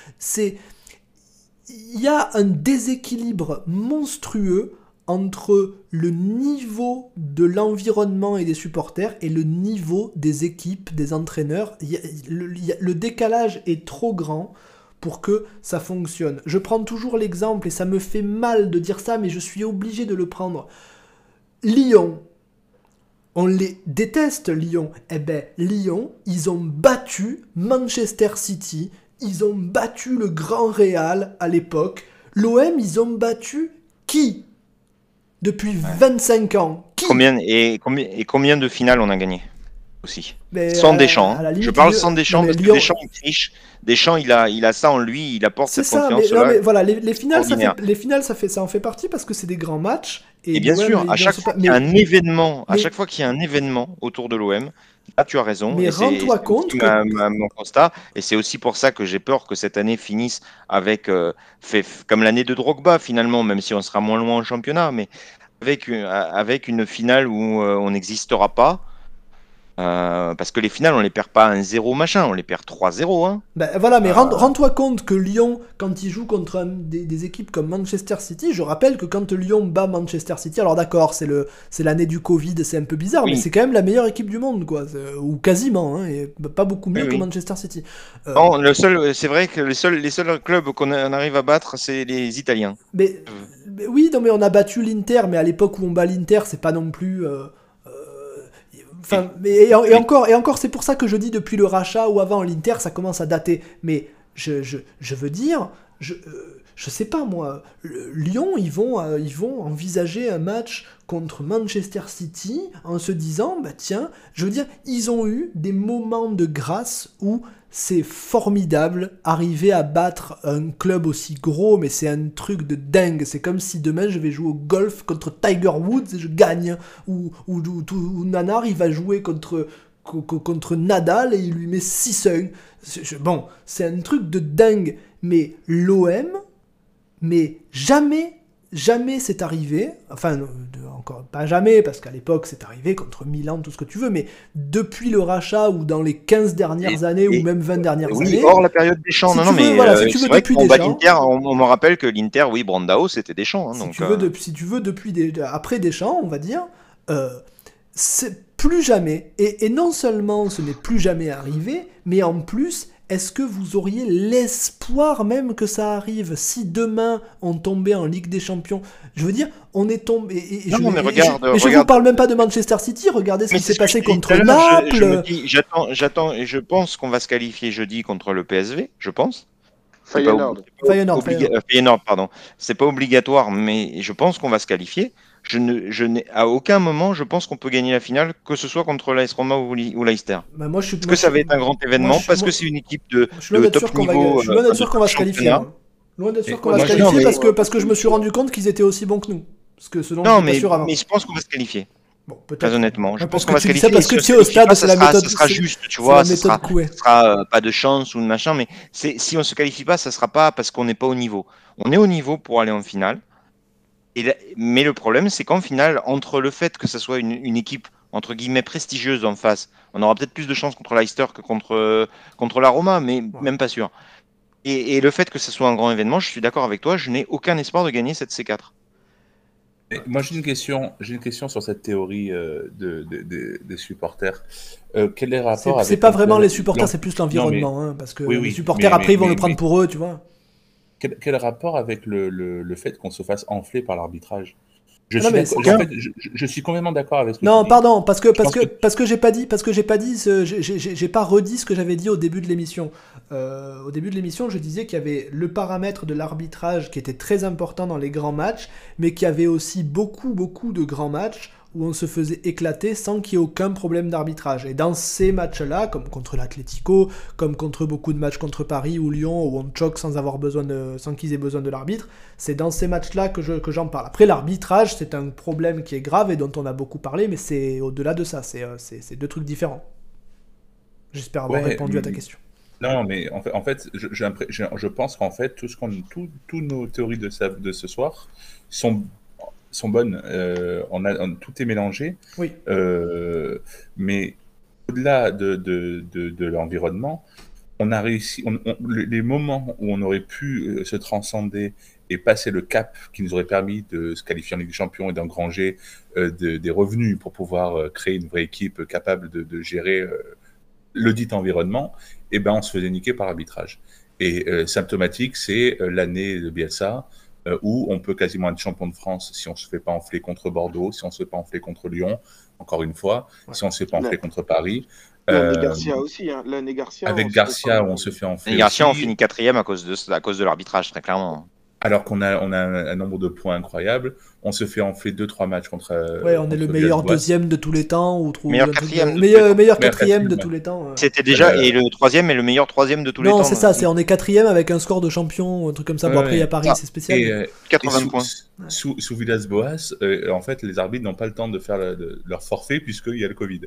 Il y a un déséquilibre monstrueux entre le niveau de l'environnement et des supporters et le niveau des équipes, des entraîneurs. Le décalage est trop grand pour que ça fonctionne. Je prends toujours l'exemple, et ça me fait mal de dire ça, mais je suis obligé de le prendre. Lyon. On les déteste, Lyon. Eh ben, Lyon, ils ont battu Manchester City, ils ont battu le Grand Real à l'époque. L'OM, ils ont battu qui depuis 25 ans? Qui? Combien de finales on a gagné aussi? Mais, Sans Deschamps. à la Hein. limite, Je parle Lyon- sans Deschamps non, mais parce que Lyon- Deschamps il triche. Deschamps il a ça en lui, il apporte C'est cette ça, mais, confiance-là. non, mais voilà, les finales, Extraordinaire. ça en fait partie parce que c'est des grands matchs. Et bien l'OM, sûr, ils à en chaque sont fois pas- qu'il y a mais- un événement, mais- chaque fois qu'il y a un événement autour de l'OM, là tu as raison. Mais et c'est rends-toi aussi compte que- mon constat, et c'est aussi pour ça que j'ai peur que cette année finisse avec comme l'année de Drogba finalement, même si on sera moins loin en championnat, mais avec une finale où on n'existera pas. Parce que les finales, on les perd pas 1-0 machin, on les perd 3-0. Hein. Ben voilà, mais rends-toi compte que Lyon, quand il joue contre des équipes comme Manchester City, je rappelle que quand Lyon bat Manchester City, alors d'accord, c'est l'année du Covid, c'est un peu bizarre, Oui. mais c'est quand même la meilleure équipe du monde, quoi, ou quasiment, hein, et pas beaucoup mieux Oui, que oui. Manchester City. Non, c'est vrai que les seuls clubs qu'on arrive à battre, c'est les Italiens. Mais oui, non, mais on a battu l'Inter, mais à l'époque où on bat l'Inter, c'est pas non plus. Enfin, et encore, c'est pour ça que je dis depuis le rachat ou avant l'Inter, ça commence à dater. Mais je veux dire, je sais pas moi, Lyon, ils vont envisager un match contre Manchester City en se disant, bah tiens, je veux dire, ils ont eu des moments de grâce où c'est formidable, arriver à battre un club aussi gros, mais c'est un truc de dingue. C'est comme si demain je vais jouer au golf contre Tiger Woods et je gagne, ou Nanar il va jouer contre Nadal et il lui met 6-1. Bon, c'est un truc de dingue, mais l'OM, mais jamais c'est arrivé, enfin, encore pas jamais, parce qu'à l'époque c'est arrivé contre Milan, tout ce que tu veux, mais depuis le rachat ou dans les 15 dernières années ou même 20 dernières oui, années... hors la période Deschamps, si non, tu veux, mais voilà, si tu veux, c'est vrai depuis qu'on bat Deschamps, l'Inter, on me rappelle que l'Inter, oui, Brandao, c'était Deschamps. Hein, si donc, tu veux, après Deschamps, on va dire, c'est plus jamais, et non seulement ce n'est plus jamais arrivé, mais en plus, est-ce que vous auriez l'espoir même que ça arrive si demain on tombait en Ligue des Champions? Je veux dire, on est tombé. Mais je vous parle même pas de Manchester City. Regardez ce qui s'est passé contre Naples. Je me dis, j'attends, et je pense qu'on va se qualifier jeudi contre le PSV. Je pense. Feyenoord, pardon. C'est pas obligatoire, mais je pense qu'on va se qualifier. Je n'ai à aucun moment, je pense qu'on peut gagner la finale, que ce soit contre l'AS Roma ou Leicester. Bah parce que ça va être un grand événement, parce que c'est une équipe de top niveau. Je suis loin d'être sûr qu'on va se qualifier. Loin d'être sûr qu'on va se qualifier parce que je me suis rendu compte qu'ils étaient aussi bons que nous. Parce que ce dont non, mais je pense qu'on va se qualifier. Bon, peut-être. Très honnêtement, je pense qu'on que va se qualifier. Parce que tu es au stade, c'est la méthode. Ça sera juste, tu vois. Ça sera pas de chance ou de machin, mais si on se qualifie pas, ça sera pas parce qu'on n'est pas au niveau. On est au niveau pour aller en finale. Mais le problème, c'est qu'en finale, entre le fait que ce soit une équipe entre guillemets prestigieuse en face, on aura peut-être plus de chances contre Leicester que contre la Roma, mais même pas sûr. Et le fait que ce soit un grand événement, je suis d'accord avec toi, je n'ai aucun espoir de gagner cette C4. Moi, j'ai une question sur cette théorie des supporters. Quel est le rapport avec... C'est pas vraiment les supporters, c'est plus l'environnement, parce que les supporters, après, ils vont le prendre pour eux, tu vois. Quel rapport avec le fait qu'on se fasse enfler par l'arbitrage? Je suis complètement d'accord avec ce que tu dis. Non, pardon, parce que j'ai pas redit ce que j'avais dit au début de l'émission. Au début de l'émission, je disais qu'il y avait le paramètre de l'arbitrage qui était très important dans les grands matchs, mais qu'il y avait aussi beaucoup de grands matchs où on se faisait éclater sans qu'il y ait aucun problème d'arbitrage. Et dans ces matchs-là, comme contre l'Atlético, comme contre beaucoup de matchs contre Paris ou Lyon, où on choque sans qu'ils aient besoin de l'arbitre, c'est dans ces matchs-là que j'en parle. Après, l'arbitrage, c'est un problème qui est grave et dont on a beaucoup parlé, mais c'est au-delà de ça, c'est deux trucs différents. J'espère avoir répondu à ta question. Non, mais en fait, je pense qu'en fait, tous nos théories de ce soir sont bonnes. Tout est mélangé. Oui. Mais au-delà de l'environnement, on a réussi. Les moments où on aurait pu se transcender et passer le cap qui nous aurait permis de se qualifier en Ligue des Champions et d'engranger des revenus pour pouvoir créer une vraie équipe capable de gérer le dit environnement, eh ben, on se faisait niquer par l'arbitrage. Et symptomatique, c'est l'année de Bielsa, où on peut quasiment être champion de France si on ne se fait pas enfler contre Bordeaux, si on ne se fait pas enfler contre Lyon, encore une fois, si on ne se fait pas enfler contre Paris. L'année Garcia aussi, hein. L'année Garcia. Avec Garcia, on se fait enfler. L'année Garcia, on finit 4e à cause de l'arbitrage, très clairement. Alors qu'on a un nombre de points incroyable, on se fait enfler 2-3 matchs contre. On est le meilleur deuxième de tous les temps, meilleur quatrième, meilleur quatrième de tous les temps. C'était déjà et le troisième est le meilleur troisième de tous les temps. Non, c'est ça, on est quatrième avec un score de champion, un truc comme ça. Bon, après il y a Paris, c'est spécial. 80 points. Sous Villas-Boas, en fait, les arbitres n'ont pas le temps de faire leur forfait puisqu'il y a le Covid.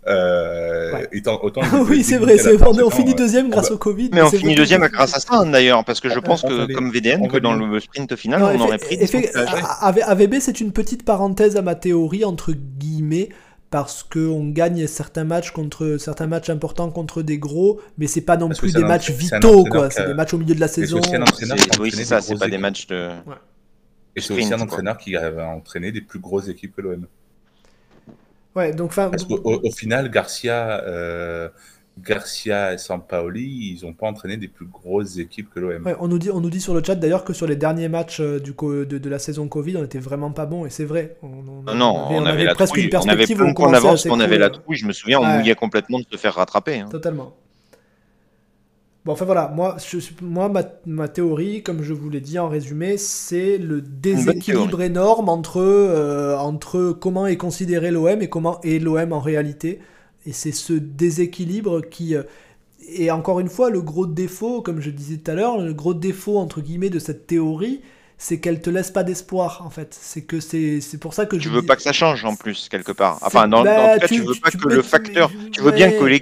Oui, c'est vrai, on finit deuxième grâce au Covid. Mais on finit deuxième grâce à ça, d'ailleurs, parce que je pense que, comme VDN, que dans le sprint final, on aurait pris... AVB, c'est une petite parenthèse à ma théorie, entre guillemets, parce qu'on gagne certains matchs importants contre des gros, mais c'est pas non plus des matchs vitaux, quoi. C'est des matchs au milieu de la saison. Oui, c'est ça, c'est pas des matchs de... Et c'est aussi un entraîneur qui a entraîné des plus grosses équipes que l'OM. Ouais, donc... Parce qu'au final, Garcia et Sampaoli, ils n'ont pas entraîné des plus grosses équipes que l'OM. Ouais, on nous dit sur le chat d'ailleurs que sur les derniers matchs de la saison Covid, on était vraiment pas bon, et c'est vrai. On avait la presque trouille, une perspective on avait plus qu'on avance, on avait la trouille, je me souviens, on mouillait complètement de se faire rattraper. Hein. Totalement. Bon, enfin voilà, ma théorie, comme je vous l'ai dit en résumé, c'est le déséquilibre énorme entre comment est considéré l'OM et comment est l'OM en réalité. Et c'est ce déséquilibre qui... Et encore une fois, le gros défaut, comme je disais tout à l'heure, le gros défaut, entre guillemets, de cette théorie, c'est qu'elle te laisse pas d'espoir, en fait. C'est pour ça que veux pas que ça change, en plus, quelque part. Enfin, en tout cas, tu veux pas que le facteur... Tu veux bien que l'équipe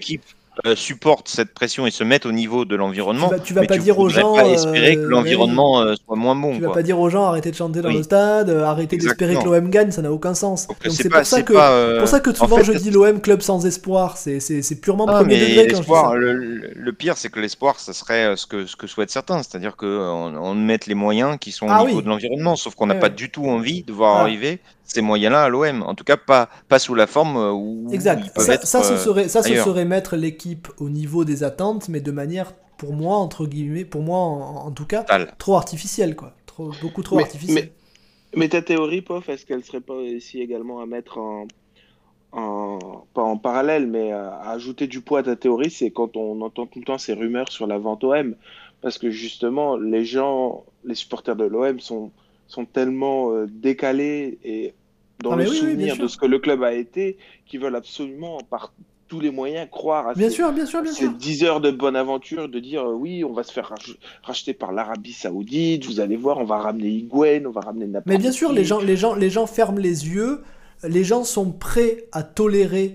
supportent cette pression et se mettent au niveau de l'environnement. Tu vas mais pas dire aux voudrais gens, pas espérer que ouais, l'environnement soit moins bon. tu vas Quoi. pas dire aux gens arrêtez de chanter dans Oui. le stade, arrêtez d'espérer que Exactement. l'OM gagne, ça n'a aucun sens. Donc, Donc c'est c'est pas- pour ça c'est que pas, pour ça que en souvent fait, je dis l'OM club sans espoir, c'est purement Ah, premier mais degré quand je dis ça. l'espoir, le pire, c'est que l'espoir, ça serait ce que souhaitent certains, c'est-à-dire qu'on mette les moyens qui sont Ah au niveau oui. de l'environnement, sauf qu'on n'a Ouais, pas ouais. du tout envie de voir Voilà. arriver ces moyens-là à l'OM, en tout cas pas sous la forme où ils Exact. peuvent Ça, être ça, ce ailleurs. serait mettre l'équipe au niveau des attentes, mais de manière, pour moi, entre guillemets, pour moi en tout cas, Total. trop artificielle, quoi. Beaucoup trop Mais- artificielle. Mais ta théorie, Pof, est-ce qu'elle serait pas ici également à mettre pas en parallèle, mais à ajouter du poids à ta théorie, c'est quand on entend tout le temps ces rumeurs sur la vente OM, parce que justement, les supporters de l'OM sont tellement décalés et dans Ah, le mais oui, oui, bien souvenir sûr. de ce que le club a été, qu'ils veulent absolument, par tous les moyens, croire à Bien sûr, bien sûr, bien ces sûr. 10 heures de bonne aventure, de dire oui, on va se faire racheter par l'Arabie Saoudite, vous allez voir, on va ramener Higuain, on va ramener n'importe Mais bien sûr, qui. les gens ferment les yeux. Les gens sont prêts à tolérer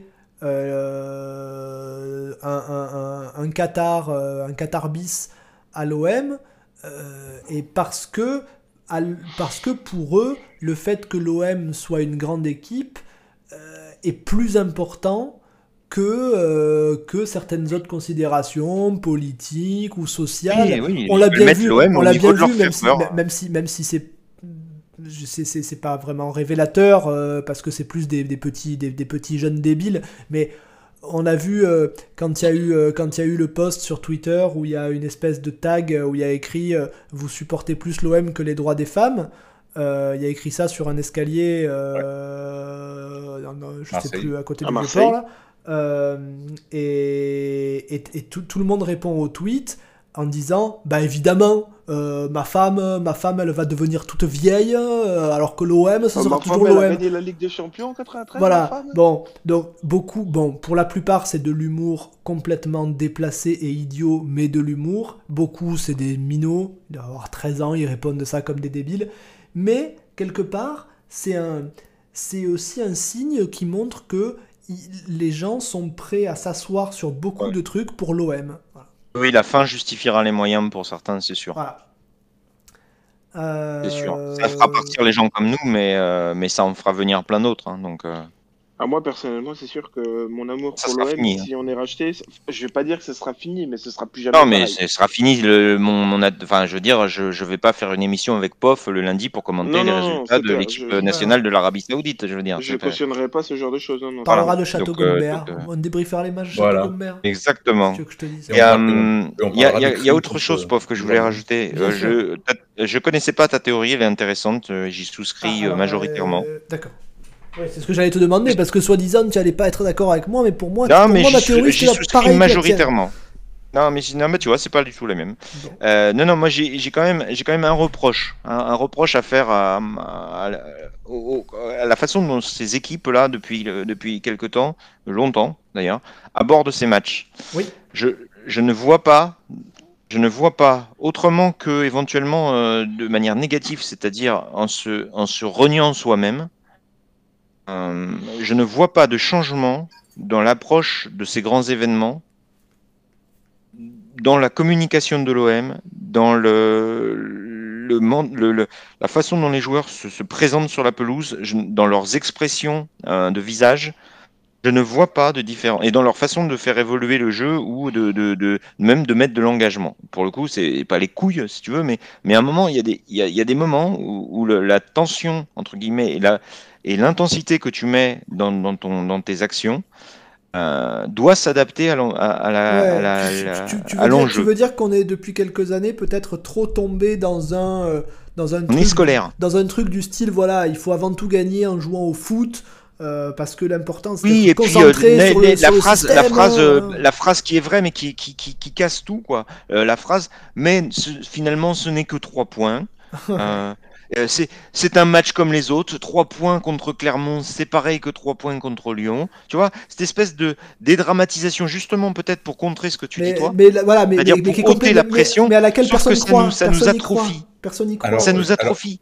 un Qatar bis à l'OM et parce que pour eux, le fait que l'OM soit une grande équipe est plus important que certaines autres considérations politiques ou sociales. Oui, On l'a ils veulent bien mettre vu, l'OM on au l'a niveau bien de leur vu, ferveur. même si c'est pas vraiment révélateur parce que c'est plus des petits jeunes débiles, mais on a vu quand il y a eu le post sur Twitter où il y a une espèce de tag où il y a écrit vous supportez plus l'OM que les droits des femmes. Il y a écrit ça sur un escalier je sais Marseille. plus à côté À du Marseille. Vieux-Port là. Et tout le monde répond au tweet en disant bah évidemment ma femme elle va devenir toute vieille alors que l'OM ça sera Ma toujours femme, elle a l'OM. gagné la Ligue des Champions en 93, ma Voilà, femme. bon, donc pour la plupart c'est de l'humour complètement déplacé et idiot, mais de l'humour. Beaucoup c'est des minots, ils doivent avoir 13 ans, ils répondent de ça comme des débiles. Mais quelque part, c'est aussi un signe qui montre que les gens sont prêts à s'asseoir sur beaucoup de trucs pour l'OM. Voilà. Oui, la fin justifiera les moyens pour certains, c'est sûr. Voilà. C'est sûr. Ça fera partir les gens comme nous, mais ça en fera venir plein d'autres. Hein, donc, Ah, moi, personnellement, c'est sûr que mon amour Ça pour sera l'OM, fini, si on est racheté, je vais pas dire que ce sera fini, mais ce sera plus jamais non, mais pareil. ce sera fini. Enfin, je veux dire, je vais pas faire une émission avec POF le lundi pour commenter Non, les non, résultats c'est de clair. l'équipe Je- nationale de l'Arabie Saoudite. Je veux dire. Je cautionnerai pas ce genre de choses. Non, non. On parlera Voilà. de Château Donc, Gombert, donc, on débriefera les matchs de voilà. Château Gombert. Exactement. Tu veux que je te dise Et Il y a, on il y a- parlera il y a- de il y a crime autre contre- chose, POF, que je voulais Voilà. rajouter. Bien sûr. Je connaissais pas ta théorie, elle est intéressante. J'y souscris Alors, majoritairement. D'accord. Ouais, c'est ce que j'allais te demander, parce que soi-disant tu allais pas être d'accord avec moi, mais pour moi, Non, pour mais moi ma j'y théorie j'y c'était souscris pareil que la tienne. majoritairement. Non, mais tu vois, c'est pas du tout la même. Bon. Non, moi j'ai quand même un reproche, un reproche à faire à la façon dont ces équipes-là, depuis quelque temps, longtemps d'ailleurs, abordent ces matchs. Oui. Je ne vois pas autrement que éventuellement de manière négative, c'est-à-dire en se reniant soi-même. Je ne vois pas de changement dans l'approche de ces grands événements, dans la communication de l'OM, dans la façon dont les joueurs se présentent sur la pelouse, dans leurs expressions de visage. Je ne vois pas de différence. Et dans leur façon de faire évoluer le jeu ou même de mettre de l'engagement. Pour le coup, c'est pas les couilles, si tu veux, mais à un moment, il y a des moments où la tension, entre guillemets, et l'intensité que tu mets dans tes actions doit s'adapter à l'enjeu. Tu veux dire qu'on est depuis quelques années peut-être trop tombé dans un truc, scolaire. dans un truc du style voilà, il faut avant tout gagner en jouant au foot. Parce que l'important c'est Oui, d'être et puis concentré sur le système, la phrase qui est vraie mais qui casse tout quoi. La phrase, mais finalement ce n'est que 3 points. C'est un match comme les autres. 3 points contre Clermont, c'est pareil que 3 points contre Lyon. Tu vois, cette espèce de dédramatisation justement peut-être pour contrer ce que tu dis toi. Voilà, C'est-à-dire pour ôter la pression, mais à laquelle sauf personne que croit. ça nous Personne n'y croit. atrophie. Personne n'y croit. Alors, Ça nous atrophie.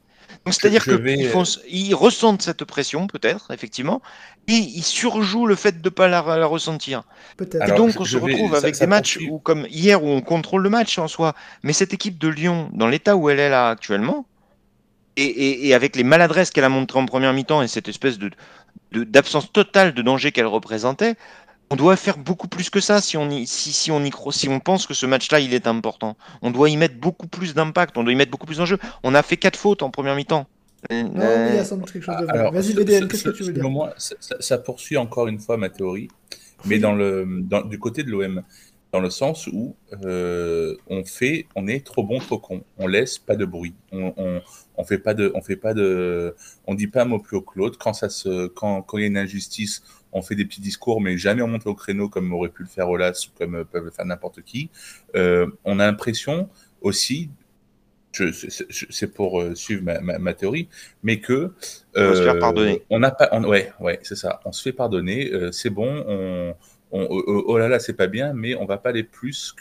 Donc, c'est-à-dire je vais- qu'ils ressentent cette pression, peut-être, effectivement, et ils surjouent le fait de ne pas la ressentir. Peut-être. Et Alors, donc, on se retrouve avec ça des matchs poursuit. où, comme hier, où on contrôle le match en soi. Mais cette équipe de Lyon, dans l'état où elle est là actuellement, et avec les maladresses qu'elle a montrées en première mi-temps et cette espèce d'absence totale de danger qu'elle représentait, on doit faire beaucoup plus que ça si on pense que ce match-là, il est important. On doit y mettre beaucoup plus d'impact, on doit y mettre beaucoup plus d'enjeu. On a fait 4 fautes en première mi-temps. Non, mais il y a sans doute quelque chose de vrai. Alors, Vas-y, VDN, qu'est-ce que tu veux dire? selon moi, ça poursuit encore une fois ma théorie, mais du côté de l'OM, dans le sens où on est trop bon, trop con. On laisse pas de bruit. On dit pas un mot plus haut que l'autre. Quand il y a une injustice, on fait des petits discours, mais jamais on monte au créneau comme aurait pu le faire Olas ou comme peuvent le faire n'importe qui. On a l'impression aussi, c'est pour suivre ma théorie, mais que On va se faire pardonner. on n'a pas, ouais, c'est ça. On se fait pardonner. C'est bon. Oh là là, c'est pas bien, mais on va pas aller plus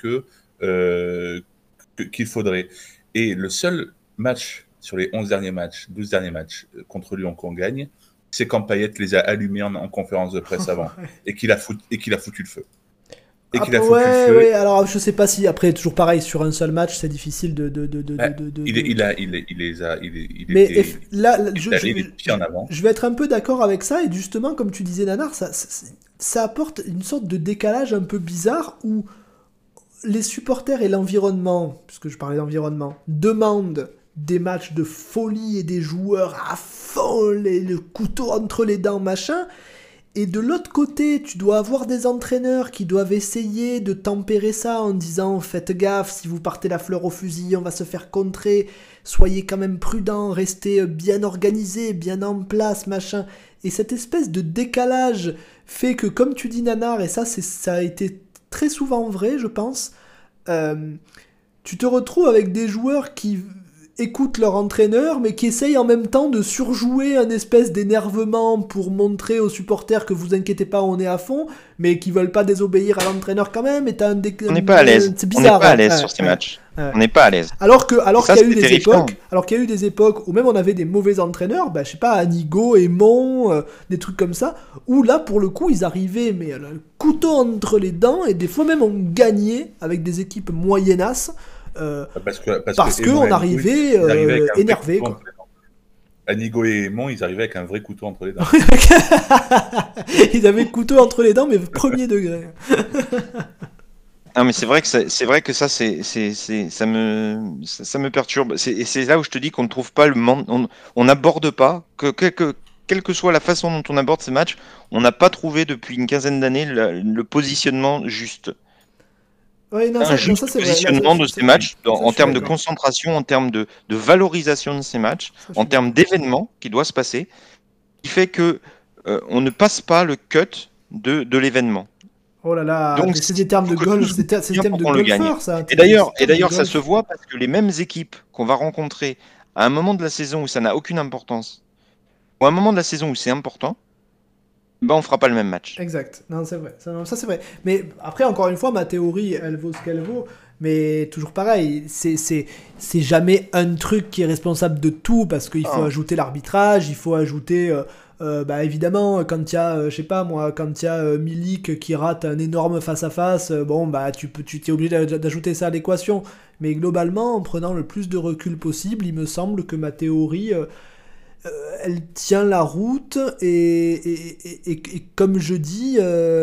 qu'il faudrait. Et le seul match sur les 11 derniers matchs, 12 derniers matchs contre Lyon qu'on gagne, c'est quand Payet les a allumés en conférence de presse avant et qu'il a foutu le feu. Ouais, alors je sais pas si après toujours pareil sur un seul match c'est difficile je vais être un peu d'accord avec ça et justement comme tu disais Nanar ça apporte une sorte de décalage un peu bizarre où les supporters et l'environnement, puisque je parlais d'environnement, demandent des matchs de folie et des joueurs à fond, le couteau entre les dents machin. Et de l'autre côté, tu dois avoir des entraîneurs qui doivent essayer de tempérer ça en disant « Faites gaffe, si vous partez la fleur au fusil, on va se faire contrer. Soyez quand même prudents, restez bien organisés, bien en place, machin. » Et cette espèce de décalage fait que, comme tu dis Nanar, et ça a été très souvent vrai, je pense, tu te retrouves avec des joueurs qui écoutent leur entraîneur, mais qui essayent en même temps de surjouer un espèce d'énervement pour montrer aux supporters que vous inquiétez pas, on est à fond, mais qui veulent pas désobéir à l'entraîneur quand même. Et on n'est pas à l'aise. C'est bizarre. On n'est pas à l'aise sur ces matchs. On n'est pas à l'aise. Alors qu'il y a eu des époques où même on avait des mauvais entraîneurs, je sais pas, Anigo, Aymon, des trucs comme ça, où là pour le coup ils arrivaient mais le couteau entre les dents et des fois même on gagnait avec des équipes moyennasses. Parce qu'on arrivait énervé. Anigo et Aymon, ils arrivaient avec un vrai couteau entre les dents. Ils avaient le couteau entre les dents, mais premier degré. Non, mais c'est vrai que ça me perturbe. Et c'est là où je te dis qu'on ne trouve pas on n'aborde pas quelle que soit la façon dont on aborde ces matchs, on n'a pas trouvé depuis une quinzaine d'années le positionnement juste. Ouais, un juste positionnement de ces matchs en termes de concentration, en termes de valorisation de ces matchs, en termes d'événements qui doivent se passer, qui fait que on ne passe pas le cut de l'événement. Oh là là, donc c'est des termes de golf, c'est des termes de golfeur, ça. Et d'ailleurs, ça se voit parce que les mêmes équipes qu'on va rencontrer à un moment de la saison où ça n'a aucune importance, ou à un moment de la saison où c'est important, on fera pas le même match. Exact. Non, c'est vrai. Ça, c'est vrai. Mais après, encore une fois, ma théorie, elle vaut ce qu'elle vaut. Mais toujours pareil, c'est jamais un truc qui est responsable de tout parce qu'il faut ajouter l'arbitrage, il faut ajouter... évidemment, quand il y a, je sais pas moi, quand il y a Milik qui rate un énorme face-à-face, tu t'es obligé d'ajouter ça à l'équation. Mais globalement, en prenant le plus de recul possible, il me semble que ma théorie... elle tient la route et comme je dis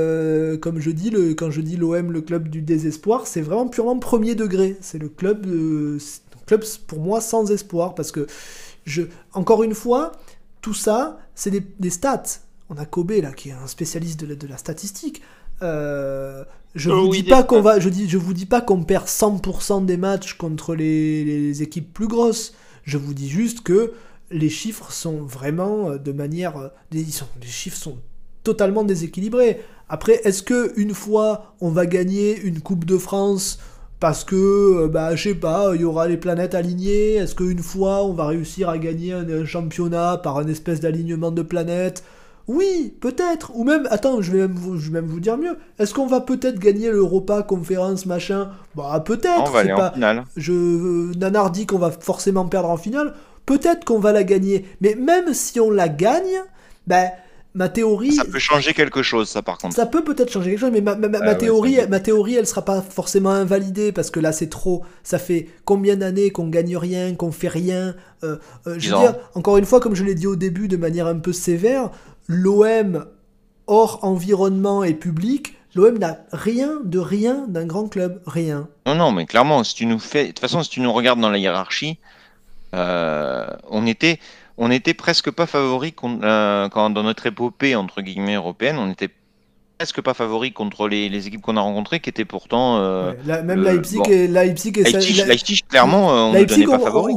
quand je dis l'OM le club du désespoir, c'est vraiment purement premier degré. C'est le club pour moi sans espoir parce que encore une fois tout ça c'est des stats. On a Kobe là qui est un spécialiste de la statistique. Je vous dis pas qu'on perd 100% des matchs contre les équipes plus grosses. Je vous dis juste que les chiffres sont vraiment les chiffres sont totalement déséquilibrés. Après, est-ce que une fois on va gagner une Coupe de France parce que, je sais pas, il y aura les planètes alignées? Est-ce qu'une fois on va réussir à gagner un championnat par un espèce d'alignement de planètes? Oui, peut-être. Ou même, attends, je vais même vous dire mieux. Est-ce qu'on va peut-être gagner l'Europa Conférence machin? Peut-être. On va aller en finale. Nanar dit qu'on va forcément perdre en finale. peut-être qu'on va la gagner. Mais même si on la gagne, ben, ma théorie... Ça peut changer quelque chose, ça, par contre. Ça peut peut-être changer quelque chose, mais ma théorie, elle sera pas forcément invalidée, parce que là, c'est trop... Ça fait combien d'années qu'on gagne rien, qu'on fait rien. Je veux dire, encore une fois, comme je l'ai dit au début, de manière un peu sévère, l'OM, hors environnement et public, l'OM n'a rien d'un grand club. Rien. Non, mais clairement, si tu nous fais... De toute façon, si tu nous regardes dans la hiérarchie, on était presque pas favoris quand dans notre épopée entre guillemets européenne, on était presque pas favoris contre les équipes qu'on a rencontrées, qui étaient pourtant même Leipzig et Leipzig, clairement, on ne donnait pas favoris.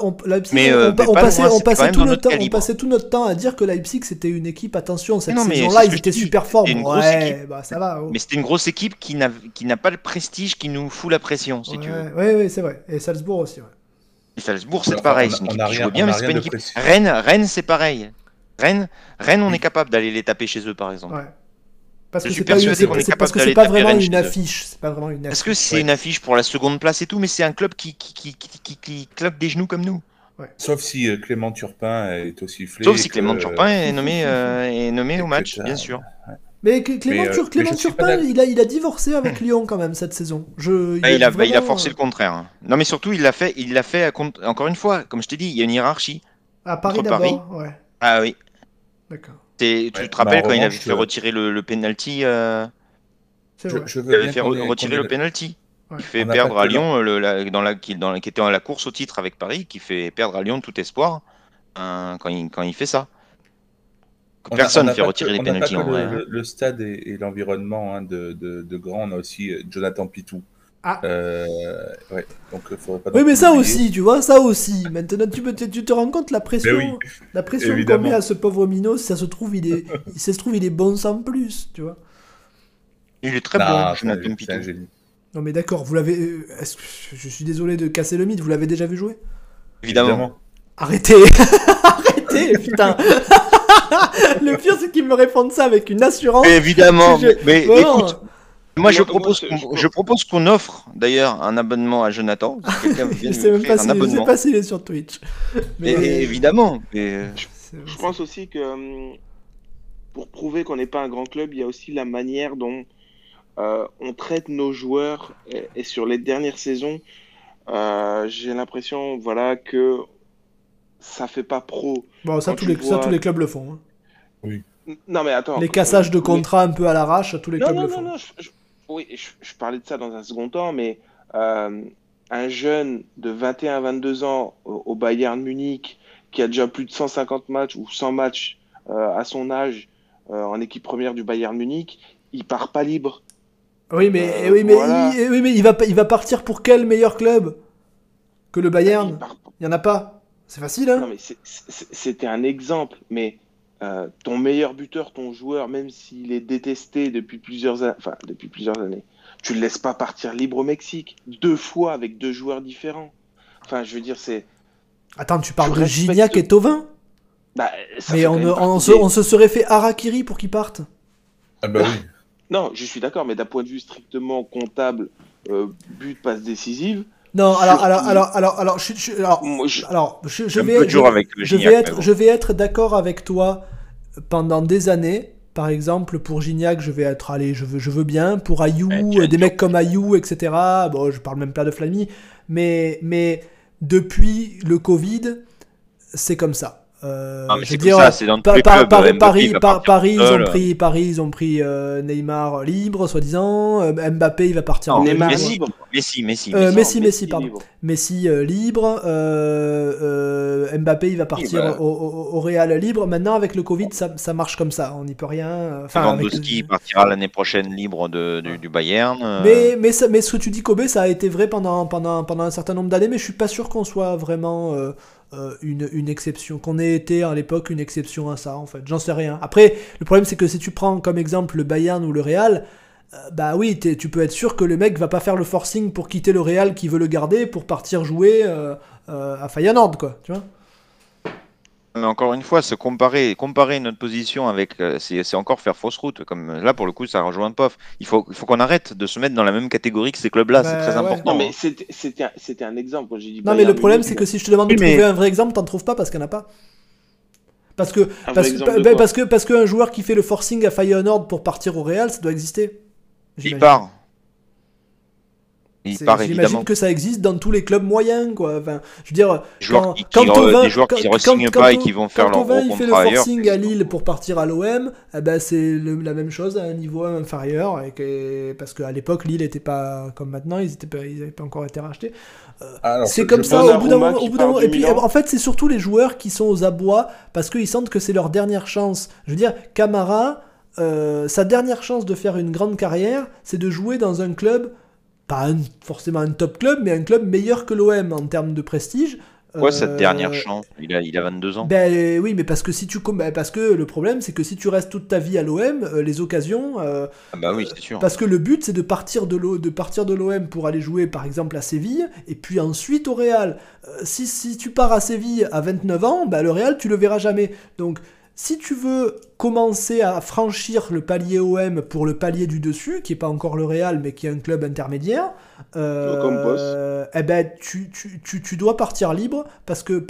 On passait tout notre temps à dire que Leipzig c'était une équipe, attention, cette saison-là ils étaient super forts. Ça va. Mais c'était une grosse équipe qui n'a pas le prestige, qui nous fout la pression, si tu veux. Oui, c'est vrai. Et Salzbourg aussi. Ouais. Et Salzbourg, c'est pareil. C'est une équipe qui joue bien, mais c'est pas une équipe. Rennes, c'est pareil. Rennes, on est capable d'aller les taper chez eux, par exemple. Ouais. Parce que c'est pas vraiment une affiche. C'est pas vraiment une affiche. Parce que c'est une affiche pour la seconde place et tout, mais c'est un club qui claque des genoux comme nous. Ouais. Sauf si Clément Turpin est aussi sifflé. Sauf si Clément Turpin est nommé au match, bien sûr. Ouais. Mais Clément Turpin, il a divorcé avec Lyon quand même cette saison. Il a forcé le contraire. Non, mais surtout, il l'a fait encore une fois, comme je t'ai dit, il y a une hiérarchie. À Paris d'abord, ouais. Ah oui. D'accord. Tu te rappelles quand il avait fait retirer le penalty Il avait fait retirer le penalty. Ouais. Il fait perdre à Lyon, qui était dans la course au titre avec Paris, qui fait perdre à Lyon tout espoir quand il fait ça. Personne ne fait retirer les pénaltys en vrai. Le stade et l'environnement de Grand, on a aussi Jonathan Pitou. Ah. Ouais. Donc faudrait pas. Oui, mais ça aussi, tu vois, ça aussi. Maintenant, tu te rends compte la pression qu'on met à ce pauvre Minos. Ça se trouve, il est bon sans plus, tu vois. Il est très bon, Jonathan Pitou. Non, mais d'accord, vous l'avez. Je suis désolé de casser le mythe. Vous l'avez déjà vu jouer ? Évidemment. Arrêtez, putain. Le pire, c'est qu'ils me répondent ça avec une assurance. Évidemment, mais écoute, moi je propose qu'on offre d'ailleurs un abonnement à Jonathan. Je sais pas s'il est sur Twitch. Mais évidemment. Je pense aussi que pour prouver qu'on n'est pas un grand club, il y a aussi la manière dont on traite nos joueurs. Et sur les dernières saisons, j'ai l'impression que ça fait pas pro. Bon, ça tous les clubs le font. Hein. Oui. Non mais attends. Les cassages de contrats un peu à l'arrache, tous les clubs le font. Non, je parlais de ça dans un second temps, mais un jeune de 21-22 ans au Bayern Munich qui a déjà plus de 150 matchs ou 100 matchs à son âge en équipe première du Bayern Munich, il part pas libre. Oui, mais il va partir pour quel meilleur club que le Bayern ? Il y en a pas. C'est facile, hein ? Non, mais c'était un exemple, mais ton meilleur buteur, ton joueur, même s'il est détesté depuis plusieurs années, tu le laisses pas partir libre au Mexique 2 fois avec 2 joueurs différents. Enfin, je veux dire, c'est... Attends, tu parles de Gignac et Thauvin ? Mais on se serait fait harakiri pour qu'ils partent. Ah bah oui. Non, je suis d'accord, mais d'un point de vue strictement comptable, but, passe décisive... Non, je vais être d'accord avec toi pendant des années. Par exemple, pour Gignac, je veux bien. Pour Ayou, des mecs comme Ayou, etc. Bon, je parle même pas de Flamy, mais depuis le Covid, c'est comme ça. Je veux dire, c'est dans tous les clubs. Paris, ils ont pris Neymar libre, soi-disant. Mbappé, il va partir. Neymar libre. Messi, pardon. Messi libre. Mbappé, il va partir au Real libre. Maintenant, avec le Covid, ça marche comme ça. On n'y peut rien. Lewandowski partira l'année prochaine libre du Bayern. Mais ce que tu dis, Kobe, ça a été vrai pendant un certain nombre d'années, mais je suis pas sûr qu'on soit vraiment une exception, qu'on ait été à l'époque une exception à ça, en fait. J'en sais rien. Après, le problème, c'est que si tu prends comme exemple le Bayern ou le Real, bah oui, tu peux être sûr que le mec va pas faire le forcing pour quitter le Real qui veut le garder pour partir jouer à Feyenoord, quoi, tu vois. Mais encore une fois, comparer notre position avec, c'est encore faire fausse route. Comme là, pour le coup, ça rejoint POF. Il faut qu'on arrête de se mettre dans la même catégorie que ces clubs-là. C'est très Bah, ouais. important. Non, mais Hein. c'était un exemple quand j'ai dit Non, mais le Bayern problème, Munich, c'est moi. que si je te demande de Oui, mais- trouver un vrai exemple, t'en trouves pas parce qu'il n'y en a pas. Parce que, Un vrai exemple de quoi parce qu'un joueur qui fait le forcing à Feyenoord pour partir au Real, ça doit exister. Il J'imagine. part. Il part évidemment. J'imagine que ça existe dans tous les clubs moyens, quoi. Enfin, je veux dire, Des joueurs quand, qui quand Thauvin- des joueurs qui quand- re-signent quand- pas et quand- qui vont faire quand leur Thauvin, gros il fait le contrat ailleurs. forcing à Lille pour partir à l'OM, eh ben c'est la même chose à un niveau inférieur, parce qu'à l'époque, Lille n'était pas comme maintenant, ils n'avaient pas encore été rachetés. Alors, C'est je comme ça, pense- au bout d'un Donnarumma moment. qui Au bout d'un part moment- du Et puis, Milan. en fait, c'est surtout les joueurs qui sont aux abois parce qu'ils sentent que c'est leur dernière chance. Je veux dire, Camara, sa dernière chance de faire une grande carrière, c'est de jouer dans un club, pas forcément un top club, mais un club meilleur que l'OM en termes de prestige. Quoi, cette Euh, dernière chance? Il a 22 ans. Ben oui, mais parce que parce que le problème, c'est que si tu restes toute ta vie à l'OM, les occasions, Ah bah oui, c'est sûr. parce que le but, c'est de partir de l'OM pour aller jouer, par exemple, à Séville, et puis ensuite au Real. Si tu pars à Séville à 29 ans, bah, le Real, tu le verras jamais. Donc, si tu veux commencer à franchir le palier OM pour le palier du dessus, qui est pas encore le Real, mais qui est un club intermédiaire, eh ben, tu dois partir libre parce que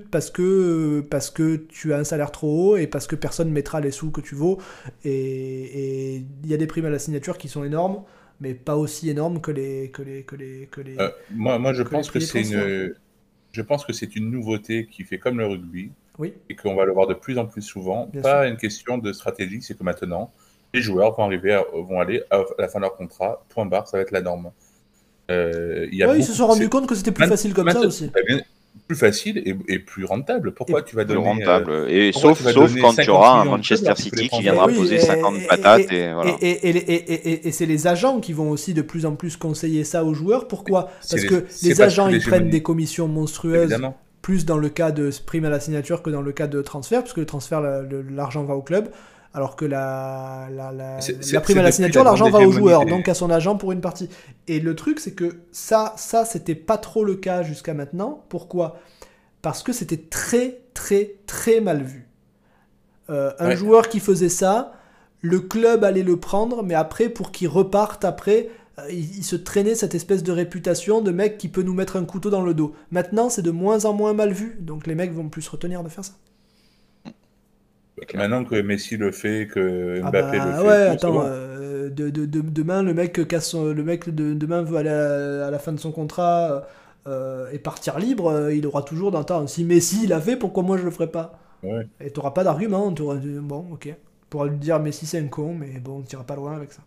tu as un salaire trop haut et parce que personne mettra les sous que tu vaux. Et il y a des primes à la signature qui sont énormes, mais pas aussi énormes que les. Moi, je que pense les que prix des je pense que c'est une nouveauté qui fait comme le rugby Oui, et qu'on va le voir de plus en plus souvent. Bien Pas une question de stratégie, c'est que maintenant, les joueurs vont aller à la fin de leur contrat, point barre, ça va être la norme. Il y a ouais, ils beaucoup- se sont rendus c'est- compte que c'était plus facile comme ça maintenant, aussi. eh bien, plus facile et plus rentable. Pourquoi tu vas Plus donner rentable. Et pourquoi sauf tu vas sauf donner quand tu 50 auras un millions de Manchester clubs alors que tu peux City les qui prendre viendra Oui, poser 50 patates et voilà. Et c'est les agents qui vont aussi de plus en plus conseiller ça aux joueurs. Pourquoi? C'est Parce les- que c'est les parce agents, que ils prennent l'hégémonie- des commissions monstrueuses, Évidemment. plus dans le cas de prime à la signature que dans le cas de transfert, puisque le transfert, l'argent va au club, alors que la prime à la depuis signature, la l'argent grande va au hégémonie joueur, des- donc à son agent pour une partie. Et le truc, c'est que ça c'était pas trop le cas jusqu'à maintenant. Pourquoi? Parce que c'était très, très, très mal vu. Un Ouais. joueur qui faisait ça, le club allait le prendre, mais après, pour qu'il reparte après, il se traînait cette espèce de réputation de mec qui peut nous mettre un couteau dans le dos. Maintenant, c'est de moins en moins mal vu, donc les mecs vont plus se retenir de faire ça. Maintenant que Messi le fait, que Ah Mbappé bah le fait, ouais, tout, c'est attends, bon. demain le mec demain veut aller à la fin de son contrat et partir libre, il aura toujours d'entendre. Si Messi il l'a fait, pourquoi moi je le ferais pas? Ouais. Et t'auras pas d'argument, bon, ok. Tu pourras lui dire Messi c'est un con, mais bon, tu iras pas loin avec ça.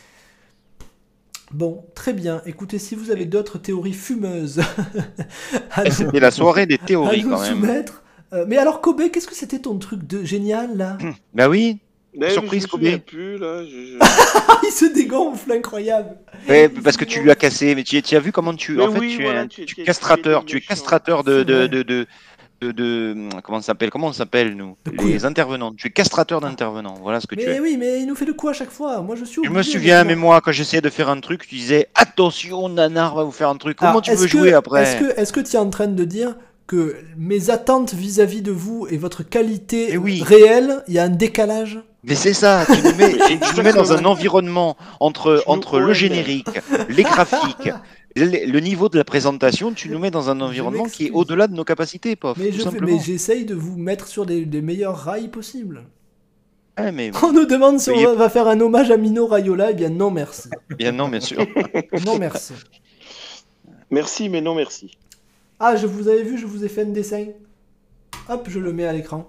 Bon, très bien. Écoutez, si vous avez d'autres théories fumeuses à nous, C'était la soirée des à théories nous quand même. soumettre. Mais alors Kobe, qu'est-ce que c'était ton truc de génial là? Bah oui. Mais Surprise, je me souviens Kobe. plus, là. Ah, il se dégonfle, incroyable. Ouais, Il parce se que tu dégonfle. lui as cassé, mais tu as vu comment Mais en fait, oui, tu es voilà, un tu étais castrateur, tu es méchant. castrateur C'est vrai. comment on s'appelle nous, De couilles. les intervenants. Tu es castrateur d'intervenants. Voilà ce que tu Mais es. oui, mais il nous fait le coup à chaque fois. Moi, je suis Je me obligé, souviens, mais maintenant. moi, quand j'essayais de faire un truc, tu disais attention, Nanar va vous faire un truc. Comment Alors, tu veux jouer après? Est-ce que tu es en train de dire que mes attentes vis-à-vis de vous et votre qualité Eh oui. réelle, il y a un décalage? Mais c'est ça, tu nous mets dans un environnement entre le comprends, générique, les graphiques, le niveau de la présentation, tu nous mets dans un environnement qui est m'excuse. au-delà de nos capacités, pof, Mais tout simplement. j'essaye de vous mettre sur des meilleurs rails possibles. Ouais, mais On nous demande si Veuillez- on va faire un hommage à Mino Raiola. Eh bien, non, merci. bien non, bien sûr. Non, merci. Merci, mais non merci. Ah, je vous avais vu, je vous ai fait un dessin. Hop, je le mets à l'écran.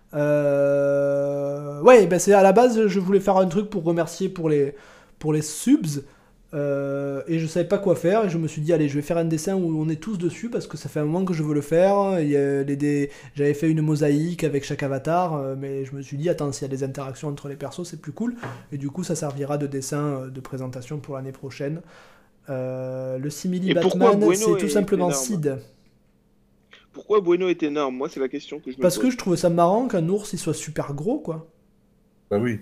Ouais, ben c'est à la base, je voulais faire un truc pour remercier pour les subs. Et je savais pas quoi faire. Et je me suis dit, allez, je vais faire un dessin où on est tous dessus parce que ça fait un moment que je veux le faire. J'avais fait une mosaïque avec chaque avatar. Mais je me suis dit, attends, s'il y a des interactions entre les persos, c'est plus cool. Et du coup, ça servira de dessin de présentation pour l'année prochaine. Le simili Et pourquoi Batman, Bueno c'est tout est simplement énorme Sid. Pourquoi Bueno est énorme? Moi, c'est la question que je me Parce pose. que je trouvais ça marrant qu'un ours il soit super gros, quoi. Bah oui.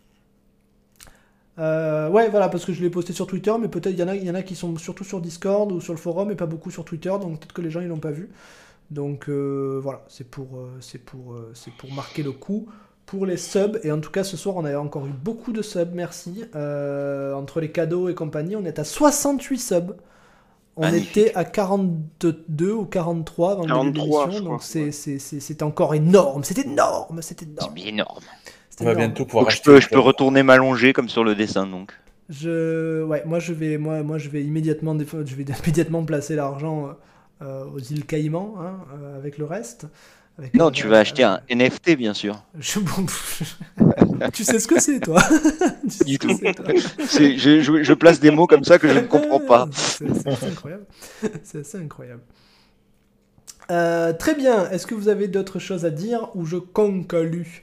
Ouais, voilà, parce que je l'ai posté sur Twitter, mais peut-être il y en a qui sont surtout sur Discord ou sur le forum et pas beaucoup sur Twitter, donc peut-être que les gens ils l'ont pas vu. Donc voilà, c'est pour marquer le coup pour les subs. Et en tout cas, ce soir, on a encore eu beaucoup de subs, merci. Entre les cadeaux et compagnie, on est à 68 subs. On Magnifique. était à 42 ou 43 avant le début de 43, l'émission, je donc crois, c'est encore énorme. C'est énorme, C'est énorme. C'était On va énorme. bientôt pouvoir Donc je acheter peux, une je peux table. retourner m'allonger comme sur le dessin donc. Ouais, moi je vais immédiatement placer l'argent aux îles Caïmans, hein, avec le reste. Non, tu vas acheter un NFT bien sûr. Tu sais ce que c'est, toi? Tu sais Du ce que tout. c'est, toi? Je place des mots comme ça que je ne comprends pas. C'est assez incroyable. C'est assez incroyable. Très bien. Est-ce que vous avez d'autres choses à dire ou je conclue?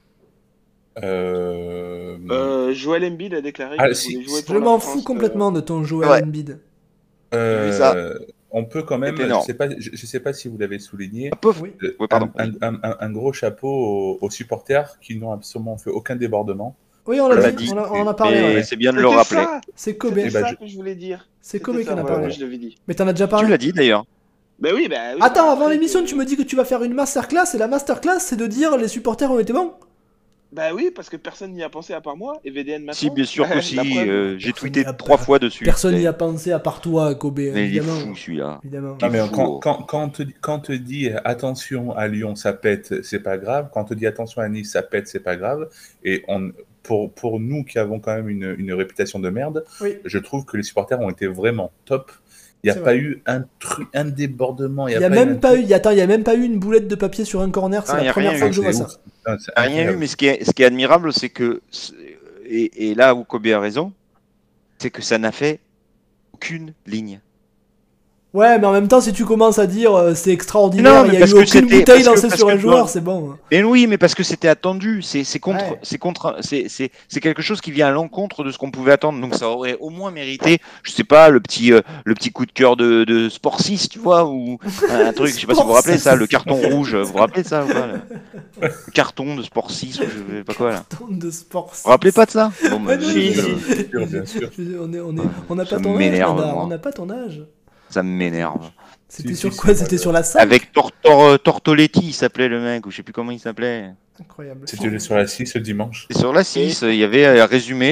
Joel Embiid a déclaré Ah, qu'il si, voulait jouer si. pour Je la m'en France, fous complètement de ton Joel Ouais. Embiid. J'ai vu ça. On peut quand même, C'est énorme. je sais pas si vous l'avez souligné, Pof. Oui. Ouais, pardon. un gros chapeau aux supporters qui n'ont absolument fait aucun débordement. Oui, on On l'a l'a dit. dit. On en a parlé. Mais Ouais. c'est bien de le C'était rappeler. ça, C'est Kobe. c'était Eh ben, ça je- que je voulais dire. C'est Kobe C'était qui en ça, a ouais, parlé. ouais, je l'avais dit. Mais t'en as déjà Tu parlé? l'as dit d'ailleurs. Ben oui, ben oui. Attends, bah, avant après l'émission, que- tu me dis que tu vas faire une masterclass, et la masterclass, c'est de dire les supporters ont été bons. Bah oui, parce que personne n'y a pensé à part moi et VDN maintenant. Si, bien sûr que La si. preuve. J'ai Personne tweeté n'y a 3 pas- fois dessus. Personne n'y a pensé à part toi, Kobe, Mais il est évidemment. fou celui-là. Évidemment. Non, mais fou, oh. quand on te dit attention à Lyon, ça pète, c'est pas grave. Quand on te dit attention à Nice, ça pète, c'est pas grave. Et pour nous qui avons quand même une réputation de merde, Oui. je trouve que les supporters ont été vraiment top. Il n'y a C'est pas vrai. eu un débordement. Il y a même pas eu une boulette de papier sur un corner, c'est Ah, y la a première rien fois eu. que je vois ça. Rien eu, mais ce qui est admirable, c'est que, et là où Kobe a raison, c'est que ça n'a fait aucune ligne. Ouais, mais en même temps, si tu commences à dire c'est extraordinaire, Non, il mais y a parce eu que aucune c'était- bouteille parce que- lancée parce sur que un toi- joueur, c'est bon. Mais oui, mais parce que c'était attendu. C'est Ouais. quelque chose qui vient à l'encontre de ce qu'on pouvait attendre. Donc ça aurait au moins mérité, je sais pas, le petit coup de cœur de Sport 6, tu vois, ou un truc, je sais pas si vous vous rappelez ça, le carton rouge. Vous vous rappelez ça ou pas, le carton de Sport 6 ou je sais pas quoi là. Tonne de sport. Vous vous rappelez pas de ça? Bon, bah, Ah, non, Si, je- si. Bien sûr. On n'a Ça pas ton âge, m'énerve, Nadar, moi. on n'a pas ton âge. ça m'énerve. C'était Si, sur si, quoi? si, C'était moi, sur la salle. Avec Tortoletti, il s'appelait le mec, ou je sais plus comment il s'appelait. Incroyable. C'était sur la 6 ce dimanche. Et sur la 6, il y avait un résumé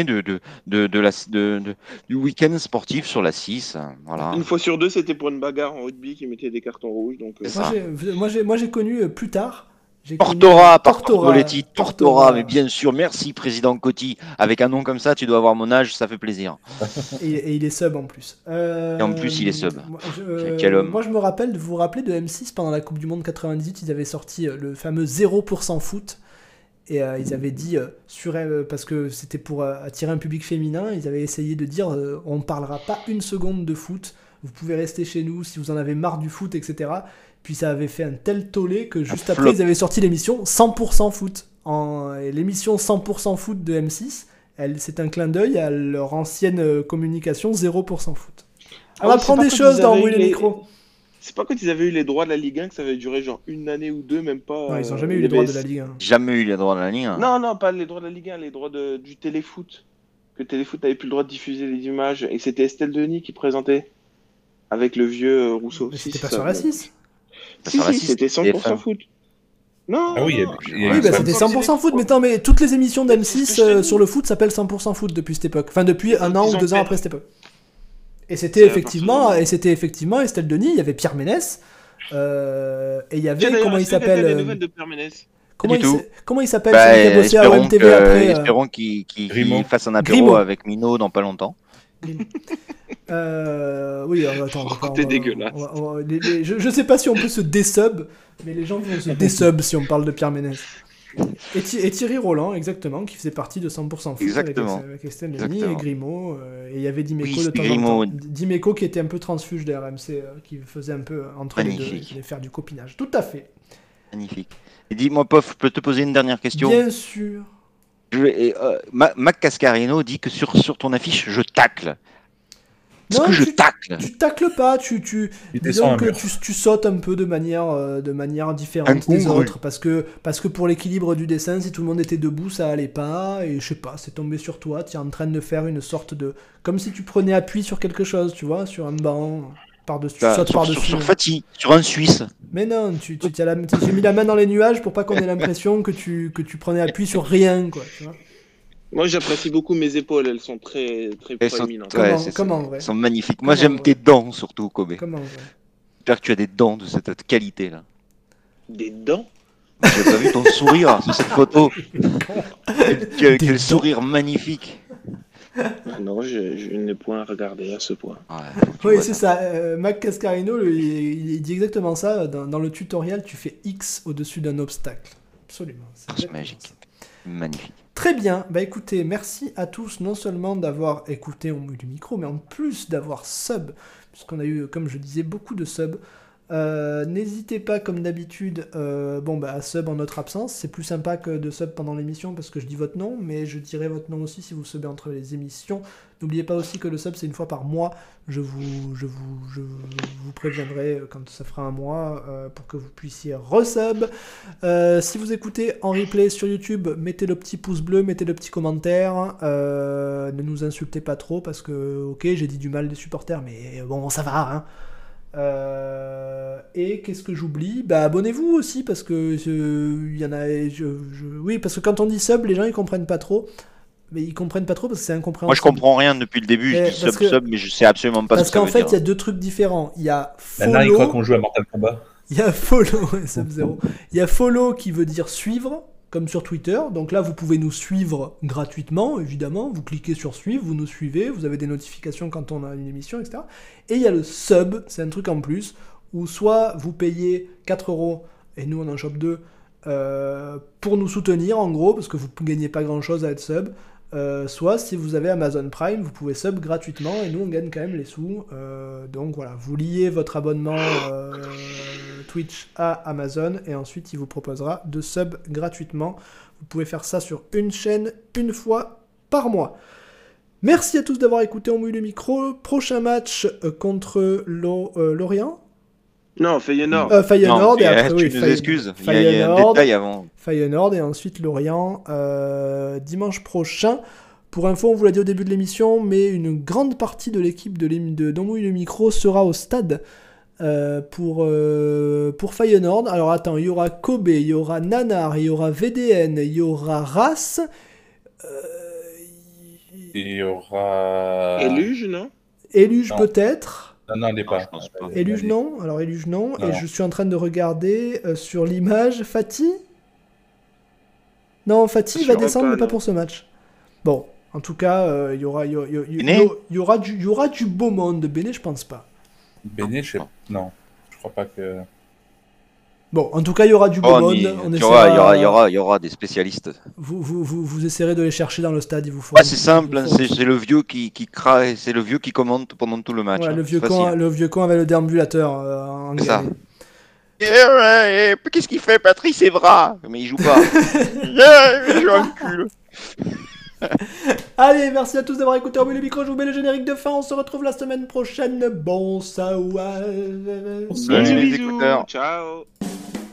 du week-end sportif sur la 6. Voilà. Une fois sur deux, c'était pour une bagarre en rugby qui mettait des cartons rouges. Donc, C'est Moi, ça. moi, j'ai connu plus tard. J'ai connu, Tortora, par Tortora, Tortoletti, Tortora, Tortora. mais bien sûr, merci président Coty. Avec un nom comme ça, tu dois avoir mon âge, ça fait plaisir. Et il est sub en plus. Et en plus, il est sub. Moi, Quel homme. Moi, je me rappelle, vous vous rappelez de M6 pendant la Coupe du Monde 98, ils avaient sorti le fameux 0% foot. Et ils avaient dit, parce que c'était pour attirer un public féminin, ils avaient essayé de dire on ne parlera pas une seconde de foot, vous pouvez rester chez nous si vous en avez marre du foot, etc. Puis ça avait fait un tel tollé que juste après, flop. ils avaient sorti l'émission 100% foot. Et l'émission 100% foot de M6, c'est un clin d'œil à leur ancienne communication 0% foot. On Ah ouais, apprend c'est des pas quand choses ils dans avaient Rouiller eu les les- micros. C'est pas quand ils avaient eu les droits de la Ligue 1 que ça avait duré genre une année ou deux, même pas. Non, ils n'ont jamais eu il y les droits avait- de la Ligue 1. Jamais eu les droits de la ligne. Non, non, pas les droits de la Ligue 1, les droits du téléfoot. Que Téléfoot n'avait plus le droit de diffuser les images. Et c'était Estelle Denis qui présentait. Avec le vieux Rousseau. Mais Si, c'était c'est pas ça, sur la bon. 6. Si, Sur la si, 6, c'était 100% TF1. foot. Non, Ah oui, il y a- non, il y a Oui, eu bah ça. c'était Quand 100% il foot, est- mais attends, mais toutes les émissions C'est ce d'M6 que je te dis. sur le foot s'appellent 100% foot depuis cette époque. Enfin, depuis un an Ils ou ont 2 ans fait- après cette époque. Et C'est c'était à effectivement, partir Estelle Denis, il y avait Pierre Ménès, et il y avait, Tiens, d'ailleurs, comment il est-ce que t'as s'appelle des nouvelles de Pierre Ménès comment du il tout. s- comment il s'appelle Bah, celui qui a bossé à OMTV après espérons qu'il Grimaud. fasse un apéro Grimaud. avec Minot dans pas longtemps. Oui, attends, Oh, t'es dégueulasse. je sais pas si on peut se désub, mais les gens vont se désub si on parle de Pierre Ménès. Et Thierry Roland, exactement, qui faisait partie de 100% foot Exactement. avec Estelle Denis et Exactement. Grimaud. Et il y avait Dimeco Oui, de c'est temps Grimaud. en temps. Dimeco qui était un peu transfuge de RMC, qui faisait un peu entre les deux, Magnifique. qui allait faire du copinage. Tout à fait. Magnifique. Et dis-moi, Pof, je peux te poser une dernière question? Bien sûr. Mac Cascarino dit que sur ton affiche, je tacle. Est-ce Non, que je tacle? Tu tacles pas, Il disons descend un que mur. tu sautes un peu de manière différente des Incongru. autres, parce que pour l'équilibre du dessin, si tout le monde était debout, ça allait pas, et je sais pas, c'est tombé sur toi, tu es en train de faire une sorte de... Comme si tu prenais appui sur quelque chose, tu vois, sur un banc. par-dessus, tu sautes par-dessus. Sur Fatih, sur un Suisse. Mais non, j'ai mis la main dans les nuages pour pas qu'on ait l'impression que tu prenais appui sur rien, quoi. Tu vois. Moi, j'apprécie beaucoup mes épaules, elles sont très, très proéminentes. Comment, en vrai ? Elles sont magnifiques. Moi, j'aime tes dents, surtout, Kobe. Comment, en vrai ? J'espère que tu as des dents de cette qualité-là. Des dents ? J'ai pas vu ton sourire sur cette photo. Quel sourire magnifique. Non, je n'ai point regardé à ce point. Ouais, oui, c'est ça. Mac Cascarino, il dit exactement ça. Dans le tutoriel, tu fais X au-dessus d'un obstacle. Absolument. C'est magique. Magnifique. Très bien. Bah écoutez, merci à tous, non seulement d'avoir écouté On mouille le micro, mais en plus d'avoir sub, puisqu'on a eu, comme je disais, beaucoup de subs. N'hésitez pas comme d'habitude à sub en notre absence, c'est plus sympa que de sub pendant l'émission parce que je dis votre nom, mais je dirai votre nom aussi si vous subez entre les émissions. N'oubliez pas aussi que le sub c'est une fois par mois, je vous préviendrai quand ça fera un mois pour que vous puissiez resub. Si vous écoutez en replay sur YouTube, mettez le petit pouce bleu, mettez le petit commentaire, ne nous insultez pas trop parce que ok j'ai dit du mal des supporters mais bon ça va hein. Et qu'est-ce que j'oublie ? Bah abonnez-vous aussi parce que il y en a. Oui, parce que quand on dit sub, les gens ils comprennent pas trop. Mais ils comprennent pas trop parce que c'est incompréhensible. Moi je comprends rien depuis le début. Je dis sub, mais je sais absolument pas ce que ça veut dire. Parce qu'en fait, il y a deux trucs différents. Il y a follow. Maintenant, il croit qu'on joue à Mortal Kombat. Il y a follow, Sub-Zero. Il y a follow qui veut dire suivre, comme sur Twitter. Donc là, vous pouvez nous suivre gratuitement, évidemment. Vous cliquez sur suivre, vous nous suivez, vous avez des notifications quand on a une émission, etc. Et il y a le sub, c'est un truc en plus, où soit vous payez 4€, et nous on en chope 2, pour nous soutenir en gros, parce que vous ne gagnez pas grand-chose à être sub. Soit si vous avez Amazon Prime, vous pouvez sub gratuitement et nous on gagne quand même les sous. Donc voilà, vous liez votre abonnement Twitch à Amazon et ensuite il vous proposera de sub gratuitement. Vous pouvez faire ça sur une chaîne une fois par mois. Merci à tous d'avoir écouté On mouille le micro. Prochain match contre Lorient. Non, Feyenoord. Feyenoord, et après, tu nous excuses, il y a un détail avant. Feyenoord et ensuite Lorient dimanche prochain. Pour info, on vous l'a dit au début de l'émission, mais une grande partie de l'équipe d'On mouille le micro sera au stade pour Feyenoord. Alors attends, il y aura Kobe, il y aura Nanar, il y aura VDN, il y aura Ras. Il y aura... Eluge, non ? Eluge Non. peut-être. Non, il n'est pas. Eluge non. Alors Eluge non. Et je suis en train de regarder sur l'image Fatih. Non, Fatih va descendre, mais pas pour ce match. Bon, en tout cas, il y aura du beau monde. Béné, je pense pas. Béné, non, je crois pas que... Bon, en tout cas, il y aura du beau monde. Il y aura des spécialistes. Vous essayerez de les chercher dans le stade. C'est simple, c'est le vieux qui craque, c'est le vieux qui commente pendant tout le match. Ouais, le vieux con avec le déambulateur anglais. C'est ça. Qu'est-ce qu'il fait, Patrice Evra ? Mais il joue pas. Il joue un cul. Allez, merci à tous d'avoir écouté On mouille le micro. Je vous mets le générique de fin. On se retrouve la semaine prochaine. Bon saouage. Salut les écouteurs. Ciao.